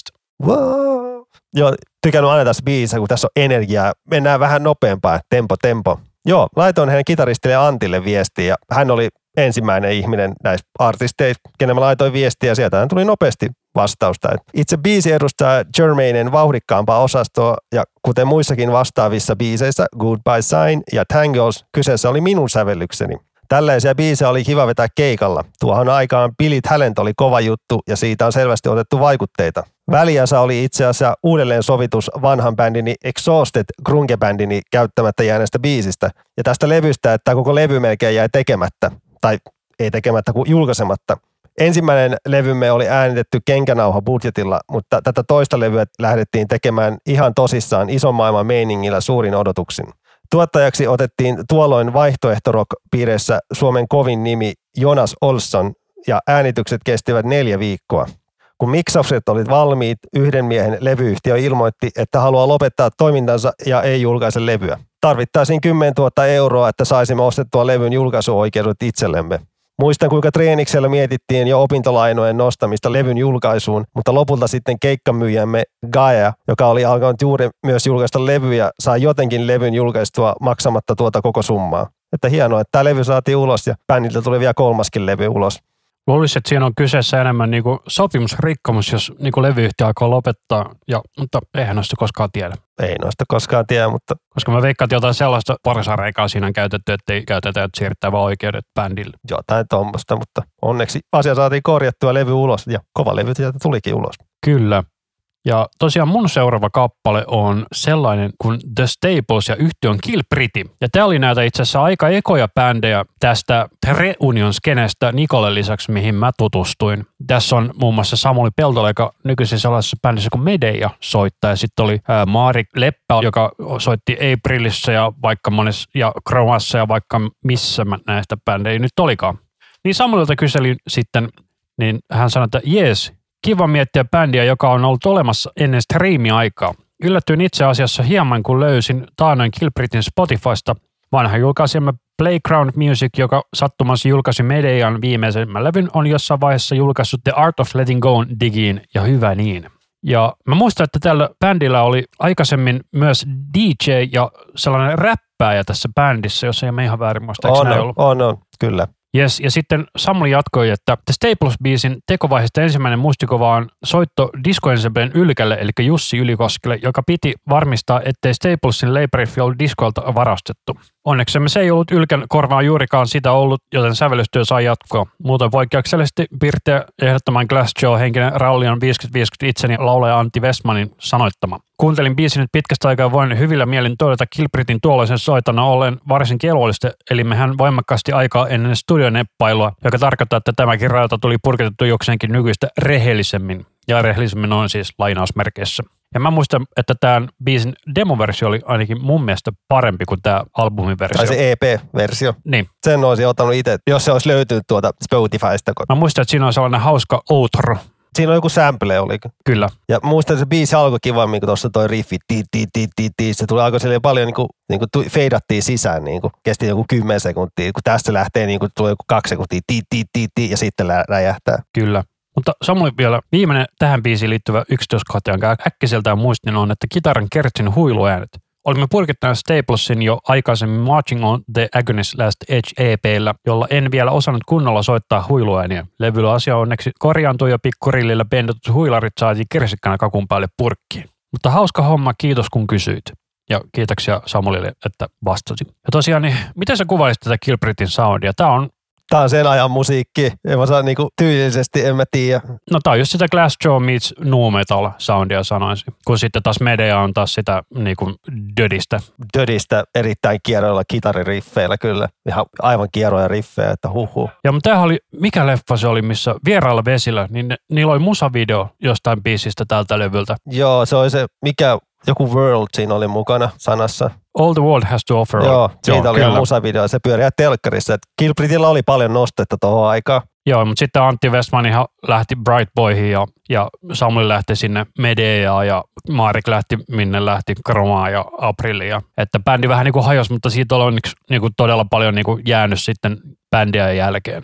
Wow. Joo, tykännyt aina tässä biisissä, kun tässä on energiaa. Mennään vähän nopeampaa, tempo. Joo, laitoin hänen kitaristille Antille viestiä ja hän oli ensimmäinen ihminen näistä artisteista, kenen mä laitoin viestiä ja sieltä hän tuli nopeasti vastausta. Itse biisi edustaa Germainen vauhdikkaampaa osastoa ja kuten muissakin vastaavissa biiseissä Goodbye Sign ja Tangles, kyseessä oli minun sävellykseni. Tällaisia biisejä oli kiva vetää keikalla. Tuohon aikaan Billy Talent oli kova juttu ja siitä on selvästi otettu vaikutteita. Väliäsä oli itse asiassa uudelleen sovitus vanhan bändini Exhausted grunge-bändini käyttämättä jääneestä biisistä. Ja tästä levystä, että koko levy melkein jäi tekemättä. Tai ei tekemättä kuin julkaisematta. Ensimmäinen levymme oli äänitetty kenkänauha budjetilla, mutta tätä toista levyä lähdettiin tekemään ihan tosissaan ison maailman meiningillä suurin odotuksin. Tuottajaksi otettiin tuolloin vaihtoehtorock-piireissä Suomen kovin nimi Jonas Olsson ja äänitykset kestivät 4 viikkoa. Kun miksaukset olivat valmiit, yhden miehen levyyhtiö ilmoitti, että haluaa lopettaa toimintansa ja ei julkaise levyä. Tarvittaisiin 10 000 euroa, että saisimme ostettua levyn julkaisuoikeudet itsellemme. Muistan, kuinka treeniksellä mietittiin jo opintolainojen nostamista levyn julkaisuun, mutta lopulta sitten keikkamyyjämme Gaia, joka oli alkanut juuri myös julkaista levyjä, sai jotenkin levyn julkaistua maksamatta tuota koko summaa. Että hienoa, että tämä levy saatiin ulos ja bändiltä tuli vielä 3. levy ulos. Luulisin, että siinä on kyseessä enemmän niinku sopimusrikkomus, jos niinku levyyhtiö alkaa lopettaa, mutta eihän noista koskaan tiedä. Ei noista koskaan tiedä, mutta... Koska mä veikkaan, että jotain sellaista porsareikaa siinä on käytetty, ettei käytetä, että siirtää vaan oikeudet bändille. Jotain tuommoista, mutta onneksi asia saatiin korjattua levy ulos ja kova levy sieltä tulikin ulos. Kyllä. Ja tosiaan mun seuraava kappale on sellainen kuin The Staples ja yhtiön Kill Pretty. Ja tää oli näitä itse asiassa aika ekoja bändejä tästä Reunion-skenestä Nikolle lisäksi, mihin mä tutustuin. Tässä on muun muassa Samuli Peltola, joka nykyisin sellaisessa bändissä kuin Medea soittaa. Ja sitten oli Maarik Leppä, joka soitti Aprilissa ja vaikka monessa ja Chromassa ja vaikka missä näistä bändejä nyt olikaan. Niin Samulilta kyselin sitten, niin hän sanoi, että jees, kiva miettiä bändiä, joka on ollut olemassa ennen striimiaikaa. Yllätyin itse asiassa hieman, kun löysin taannoin Kill Pretyn Spotifysta. Vanha julkaisijamme Playground Music, joka sattumassa julkaisi Medean viimeisemmän levyn, on jossain vaiheessa julkaissut The Art of Letting Go digiin, ja hyvä niin. Ja mä muistan, että tällä bändillä oli aikaisemmin myös DJ ja sellainen räppääjä tässä bändissä, jos ei me ihan väärin muista. On, kyllä. Yes, ja sitten Samuli jatkoi, että The Staples-biisin tekovaiheesta ensimmäinen muistikuva on soitto Disco Ensemblen Ylkälle, eli Jussi Ylikoskelle, joka piti varmistaa, ettei Staplesin Labor ollut diskoilta varastettu. Onneksemme se ei ollut Ylkän korvaan juurikaan sitä ollut, joten sävellystyö sai jatkoa. Muuten poikkeuksellisesti pirteä ehdottoman Glassjaw-henkinen ralli on 50-50 itseni laulaja Antti Westmanin sanoittama. Kuuntelin biisin nyt pitkästä aikaa, voin hyvillä mielin todeta Kill Pretyn tuollaisen soitana ollen varsin kelollista, eli mehän voimakkaasti aikaa ennen studioneppailua, joka tarkoittaa, että tämäkin rajalta tuli purkitettu jokseenkin nykyistä rehellisemmin. Ja rehellisemmin on siis lainausmerkeissä. Ja mä muistan, että tämän biisin demoversio oli ainakin mun mielestä parempi kuin tämä albumiversio. Tai se EP-versio. Niin. Sen olisin ottanut itse, jos se olisi löytynyt tuota Spotifysta. Mä muistan, että siinä on sellainen hauska outro. Siinä on joku sample, oliko? Kyllä. Ja muistan, että se biisi alkoi kivammin, kun tuossa toi riffi, se tuli alkoi silleen paljon, niin kuin feidattiin sisään, niin kuin kesti joku 10 sekuntia, kun tästä lähtee, niin kuin tulee joku 2 sekuntia, ja sitten räjähtää. Kyllä. Mutta Samuli vielä viimeinen tähän biisiin liittyvä yksityiskohta, jonka äkkiseltään muistin on, että kitaran kertsin huiluäänet. Olimme purkittaneet Staplesin jo aikaisemmin Marching on the Agonist Last Edge EP:llä, jolla en vielä osannut kunnolla soittaa huiluääniä. Levyllä asia onneksi korjaantui ja pikkurillillä bendotut huilarit saatiin kersikkänä kakun päälle purkkiin. Mutta hauska homma, kiitos kun kysyit. Ja kiitoksia Samulille, että vastasit. Ja tosiaan, niin miten sä kuvailisit tätä Kill Pretyn soundia? Tää on sen ajan musiikki. En mä saa niinku tyylisesti, en mä tiedä. No tää on just sitä Glassjaw meets nu metal soundia sanoisin. Kun sitten taas Medea on taas sitä niinku dödistä. Dödistä erittäin kierroilla kitaririffeillä kyllä. Ihan aivan kierroja riffejä, että huhhuh. Ja mutta tämähän oli, mikä leffa se oli, missä Vierailla vesillä, niin niillä oli musavideo jostain biisistä tältä levyltä. Joo, se oli se, joku World siinä oli mukana sanassa. All the World Has to Offer. Joo, siitä oli musavideo. Se pyörii telkkarissa. Kill Pretyllä oli paljon nostetta tuohon aikaan. Joo, mutta sitten Antti Westman lähti Bright Boyhin ja Samuli lähti sinne Medeaan ja Maarik lähti minne lähti Chromaan ja Apriliin. Että bändi vähän niin kuin hajosi, mutta siitä on niin kuin todella paljon niin kuin jäänyt sitten bändiä jälkeen.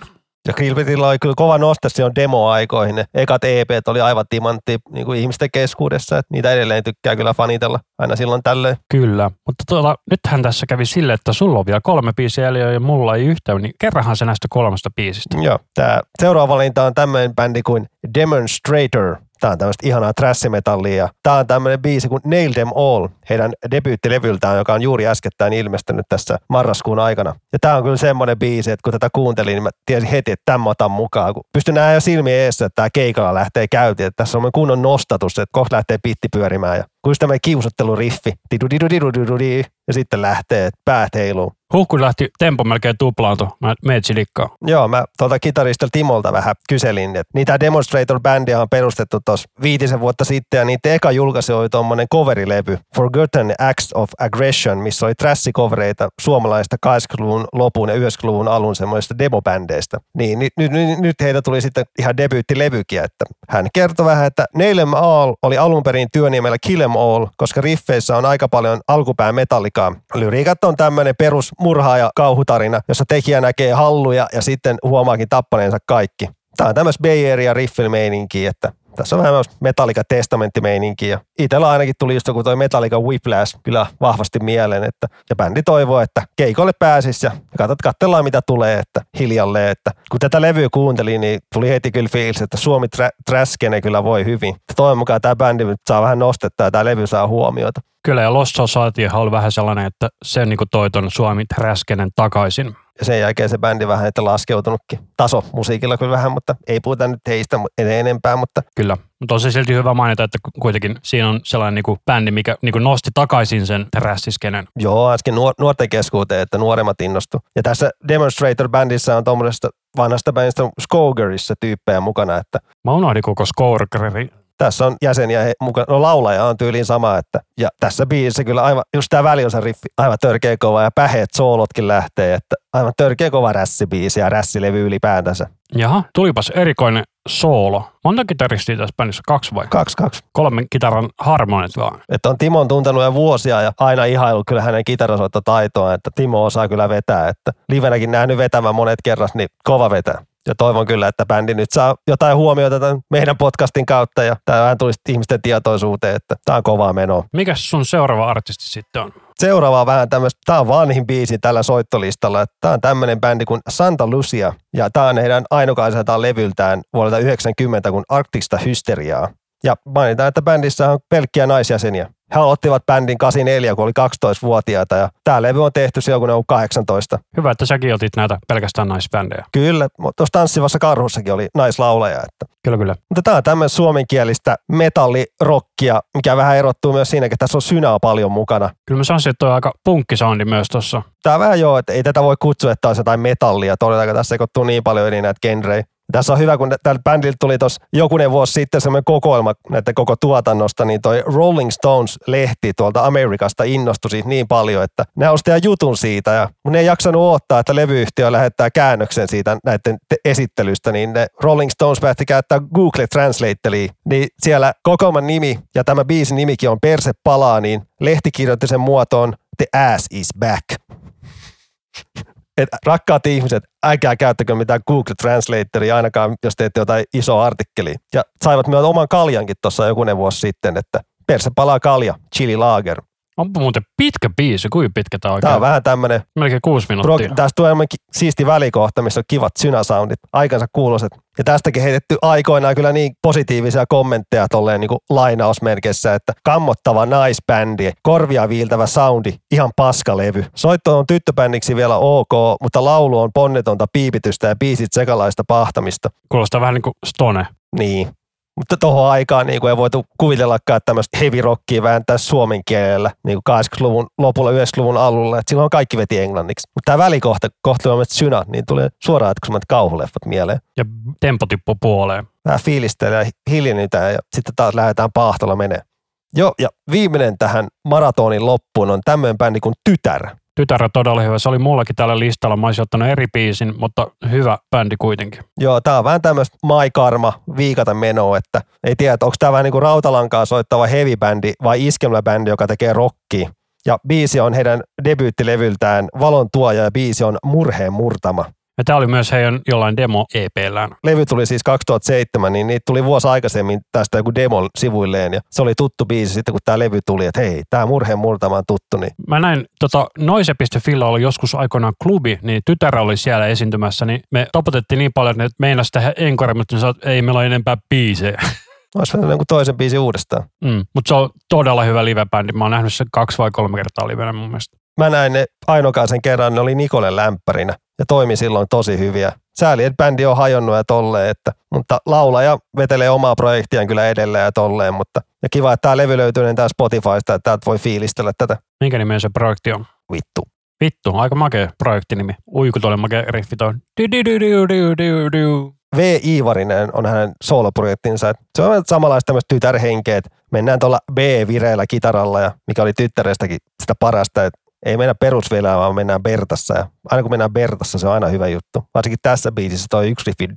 Ja Grillpitillä oli kyllä kova noste silloin demoaikoihin. Ne ekat EP:t oli aivan timantti niin kuin ihmisten keskuudessa, että niitä edelleen tykkää kyllä fanitella aina silloin tällöin. Kyllä, mutta nythän tässä kävi silleen, että sulla on vielä 3 biisiä ja mulla ei yhtään, niin kerrahan se näistä 3 biisistä. Joo, tämä seuraava valinta on tämmöinen bändi kuin Demonstrator. Tämä on tämmöistä ihanaa thrash-metallia. Tämä on tämmöinen biisi kuin Nail Them All, heidän debyyttilevyltään, joka on juuri äskettäin ilmestynyt tässä marraskuun aikana. Ja tämä on kyllä semmoinen biisi, että kun tätä kuuntelin, niin mä tiesin heti, että tämän otan mukaan. Kun pystyn nähdä jo silmiä eessä, että tämä keikalla lähtee käyntiin, että tässä on kunnon nostatus, että kohta lähtee pitti pyörimään. Ja kun tämmöinen kiusotteluriffi, ja sitten lähtee, että päät heiluu. Kun lähti tempo melkein tuplaantui, mä meitsi likkaa. Joo, mä tuolta kitaristelta Timolta vähän kyselin, että niitä Demonstrator-bändiä on perustettu tuossa 5 vuotta sitten, ja niitä eka julkaisu oli tuommoinen coverilevy, Forgotten Acts of Aggression, missä oli trash-covereita suomalaista 80-luvun lopun ja 90-luvun alun semmoisista demobändeistä. Niin nyt heitä tuli sitten ihan debyyttilevykin, että hän kertoi vähän, että Nail Them All oli alun perin työnimellä Kill Em All, koska riffeissä on aika paljon alkupään metallikaa. Lyriikat on tämmöinen perus murhaaja kauhutarina, jossa tekijä näkee halluja ja sitten huomaakin tappaneensa kaikki. Tämä on tämmöistä Bay Area riffel-meininkiä, että tässä on vähän Metallica testamenttimeininkiä. Ja itsellä ainakin tuli just joku toi Metallica Whiplash kyllä vahvasti mieleen, että ja bändi toivoo, että keikolle pääsisi ja katsellaan mitä tulee, että hiljalleen. Että kun tätä levyä kuuntelin, niin tuli heti kyllä fiilis, että Suomi Traskene kyllä voi hyvin. Toivon mukaan tämä bändi nyt saa vähän nostetta ja tämä levy saa huomiota. Kyllä, ja Lost Society oli vähän sellainen, että se niin kuin toi ton Suomi Traskenen takaisin. Ja sen jälkeen se bändi vähän että laskeutunutkin. Taso musiikilla kyllä vähän, mutta ei puhuta nyt heistä enempää. Mutta kyllä, mutta on se silti hyvä mainita, että kuitenkin siinä on sellainen niin kuin bändi, mikä niin kuin nosti takaisin sen trash-skenen. Joo, äsken nuorten keskuuteen, että nuoremmat innostu. Ja tässä Demonstrator-bändissä on tuommoisesta vanhasta bändistä Skogerissa tyyppejä mukana. Että mä unohdin koko Skogeri. Tässä on jäseniä mukana, no laulaja on tyyliin sama, että ja tässä biisissä kyllä aivan, just tää väliosa riffi, aivan törkeä kova ja päheet soolotkin lähtee, että aivan törkeä kova rässibiisi ja rässilevy ylipäätänsä. Jaha, tulipas erikoinen soolo. Monta kitaristia tässä bändissä? 2 vai? 2. 3 kitaran harmonit vaan. Että on Timon tuntenut jo vuosia ja aina ihailu kyllä hänen kitarasoittotaitoa, että Timo osaa kyllä vetää, että livenäkin nähnyt vetämään monet kerras, niin kova vetää. Ja toivon kyllä, että bändi nyt saa jotain huomiota tämän meidän podcastin kautta ja tämä vähän tulisi ihmisten tietoisuuteen, että tämä on kovaa menoa. Mikäs sun seuraava artisti sitten on? Seuraava on vähän tämmöistä, tämä on vanhin biisi tällä soittolistalla. Tämä on tämmöinen bändi kuin Santa Lucia ja tämä on heidän ainukaiseltaan levyltään vuodelta 1990 kuin Arktista Hysteriaa. Ja mainitaan, että bändissä on pelkkiä naisjäseniä. He aloittivat bändin 84, kun oli 12-vuotiaita ja tämä levy on tehty silloin, kun ne on 18. Hyvä, että säkin otit näitä pelkästään naisbändejä. Kyllä, mutta tuossa Tanssivassa karhussakin oli naislaulaja. Että. Kyllä. Mutta tämä on tämmöinen suomenkielistä metallirockia, mikä vähän erottuu myös siinä, että tässä on synää paljon mukana. Kyllä mä sanoisin, että on aika punkkisoundi myös tuossa. Tämä on vähän joo, että ei tätä voi kutsua, että olisi jotain metallia. Todella tässä sekoittuu niin paljon eri näitä genrejä. Tässä on hyvä, kun tällä bändiltä tuli tuossa jokunen vuosi sitten semmoinen kokoelma näiden koko tuotannosta, niin toi Rolling Stones-lehti tuolta Amerikasta innostui siitä niin paljon, että ne osti jutun siitä, ja ne ei jaksanut odottaa, että levyyhtiö lähettää käännöksen siitä näiden esittelystä, niin ne Rolling Stones päätti käyttää Google Translatelia, niin siellä kokoelman nimi ja tämä biisin nimikin on Perse palaa, niin lehti kirjoitti sen muotoon The Ass is Back. että rakkaat ihmiset, älkää käyttäkö mitään Google Translatoria ainakaan, jos teette jotain isoa artikkelia. Ja saivat myös oman kaljankin tuossa jokunen vuosi sitten, että perse palaa kalja, chili lager. Onpa muuten pitkä biisi, kuinka pitkä tämä oikein? Tämä on vähän tämmöinen... Melkein 6 minuuttia. Tästä tulee siisti välikohta, missä on kivat synäsoundit, aikansa kuuloiset. Ja tästäkin heitetty aikoinaan kyllä niin positiivisia kommentteja tolleen niin kuin lainausmerkeissä, että kammottava naisbändi, korvia viiltävä soundi, ihan paskalevy. Soitto on tyttöbändiksi vielä ok, mutta laulu on ponnetonta piipitystä ja biisit sekalaista pahtamista. Kuulostaa vähän niin kuin Stone. Niin. Mutta tohon aikaan niin ei voitu kuvitellakaan, että tämmöistä heavy rockia vääntää suomen kielellä niin kuin 80-luvun lopulla, 90-luvun alulla. Että silloin kaikki veti englanniksi. Mutta tämä välikohta, kohtelua synä, niin tulee suoraan ajatukset kauhuleffat mieleen. Ja tempo tippuu puoleen. Vähän fiilistellään ja hiljennytään ja sitten taas lähdetään paahtolla menee. Joo, ja viimeinen tähän maratonin loppuun on tämmöinen bändi kuin Tytär. Tytär on todella hyvä. Se oli mullakin tällä listalla. Mä olisin ottanut eri biisin, mutta hyvä bändi kuitenkin. Joo, tää on vähän tämmöistä My Karma viikata menoa, että ei tiedä, että onko tää vähän niin kuin rautalankaa soittava heavy-bändi vai iskelmäbändi, joka tekee rockia. Ja biisi on heidän debyyttilevyltään Valon tuoja ja biisi on Murheen murtama. Ja tämä oli myös heidän jollain demo-EP:llään. Levy tuli siis 2007, niin niitä tuli vuosi aikaisemmin tästä joku demon sivuilleen ja se oli tuttu biisi sitten kun tämä levy tuli, että hei, tämä Murheen murtama on tuttu. Niin. Mä näin, Noise.filla oli joskus aikoinaan klubi, niin tytär oli siellä esiintymässä, niin me tapotettiin niin paljon, että meinasi tehdä encore, mutta ei meillä ole enempää biisejä. Olisi vähän jonkun toisen biisin uudestaan. Mutta se on todella hyvä live-bändi. Mä oon nähnyt sen 2 vai 3 kertaa livenä mun mielestä. Mä näin ne ainokaisen kerran, ne oli Nikolen lämpärinä ja toimi silloin tosi hyviä. Sääli, että bändi on hajonnut ja tolleen, mutta laulaja vetelee omaa projektiaan kyllä edelleen ja tolleen, mutta ja kiva, että tämä levy löytyy tää Spotifysta, että täältä voi fiilistellä tätä. Minkä nimeen se projekti on? Vittu, aika makea projektinimi. Uiku tuolle makea riffi toi. V. Iivarinen on hänen sooloprojektinsa. Se on samanlaista tämmöistä tytärhenkeä, että mennään tuolla B-vireillä kitaralla, ja mikä oli tyttärestäkin sitä parasta, että ei mennä perusvireillä, vaan mennään Bertassa. Ja aina kun mennään Bertassa, se on aina hyvä juttu. Varsinkin tässä biisissä toi yksi riffi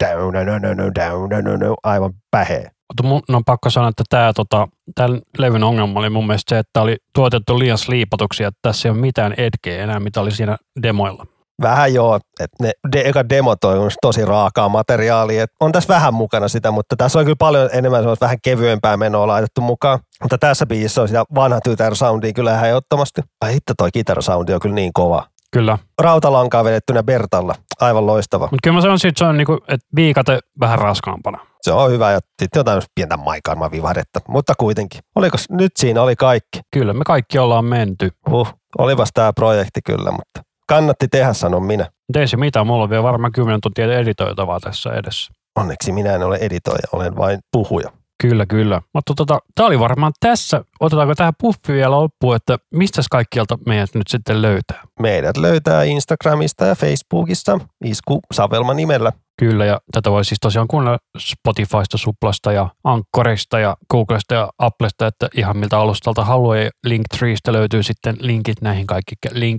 aivan päheä. Mun on pakko sanoa, että tämän levyn ongelma oli mun mielestä se, että oli tuotettu liian sliipatuksi, että tässä ei ole mitään edgeä enää, mitä oli siinä demoilla. Vähän joo, että ne eka demot on tosi raakaa materiaalia. Et on tässä vähän mukana sitä, mutta tässä on kyllä paljon enemmän sellaista vähän kevyempää menoa laitettu mukaan. Mutta tässä biisissä on sitä vanha tytär-soundia kyllä ihan ehdottomasti. Ai hitto, toi kitarasoundi on kyllä niin kova. Kyllä. Rautalankaa vedettynä Bertalla. Aivan loistava. Mutta kyllä mä sanon, että se on niinku, että viikate vähän raskaampana. Se on hyvä ja sitten jotain pientä maikarmaa vivahdetta, mutta kuitenkin. Oliko nyt siinä oli kaikki? Kyllä, me kaikki ollaan menty. Olipas tämä projekti kyllä, mutta kannatti tehdä, sanon minä. Ei se mitään, mulla on vielä varmaan 10 tuntia editoitavaa tässä edessä. Onneksi minä en ole editoija, olen vain puhuja. Kyllä. Mutta tämä oli varmaan tässä. Otetaanko tähän puffi vielä loppuun, että mistä kaikkialta meidät nyt sitten löytää? Meidät löytää Instagramista ja Facebookista Isku Savelma nimellä. Kyllä, ja tätä voi siis tosiaan kuunnella Spotifysta, Suplasta ja Anchorista ja Googlesta ja Applesta, että ihan miltä alustalta haluaa. Ja Linktreestä löytyy sitten linkit näihin kaikki.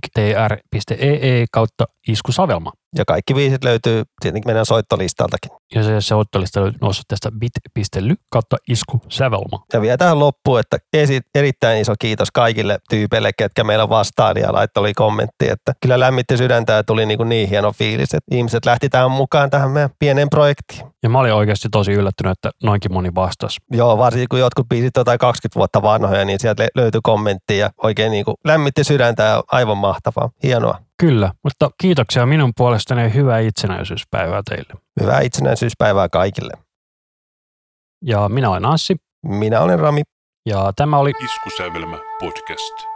linktr.ee/Isku Savelma. Ja kaikki biisit löytyy tietenkin meidän soittolistaltakin. Ja se soittolista löytyy osoitteesta bit.ly/Isku Savelma. Ja vielä tähän loppuun, että erittäin iso kiitos kaikille tyypeille, ketkä meillä vastaan ja laittoi kommentti, että kyllä lämmitti sydäntä ja tuli niin hieno fiilis, että ihmiset lähti tähän mukaan tähän meidän pieneen projektiin. Ja mä olin oikeasti tosi yllättynyt, että noinkin moni vastasi. Joo, varsinkin kun jotkut biisit on 20 vuotta vanhoja, niin sieltä löytyi kommentti ja oikein lämmitti sydäntä ja aivan mahtavaa. Hienoa. Kyllä, mutta kiitoksia minun puolestani ja hyvää itsenäisyyspäivää teille. Hyvää itsenäisyyspäivää kaikille. Ja minä olen Anssi. Minä olen Rami. Ja tämä oli Iskusävelmä podcast.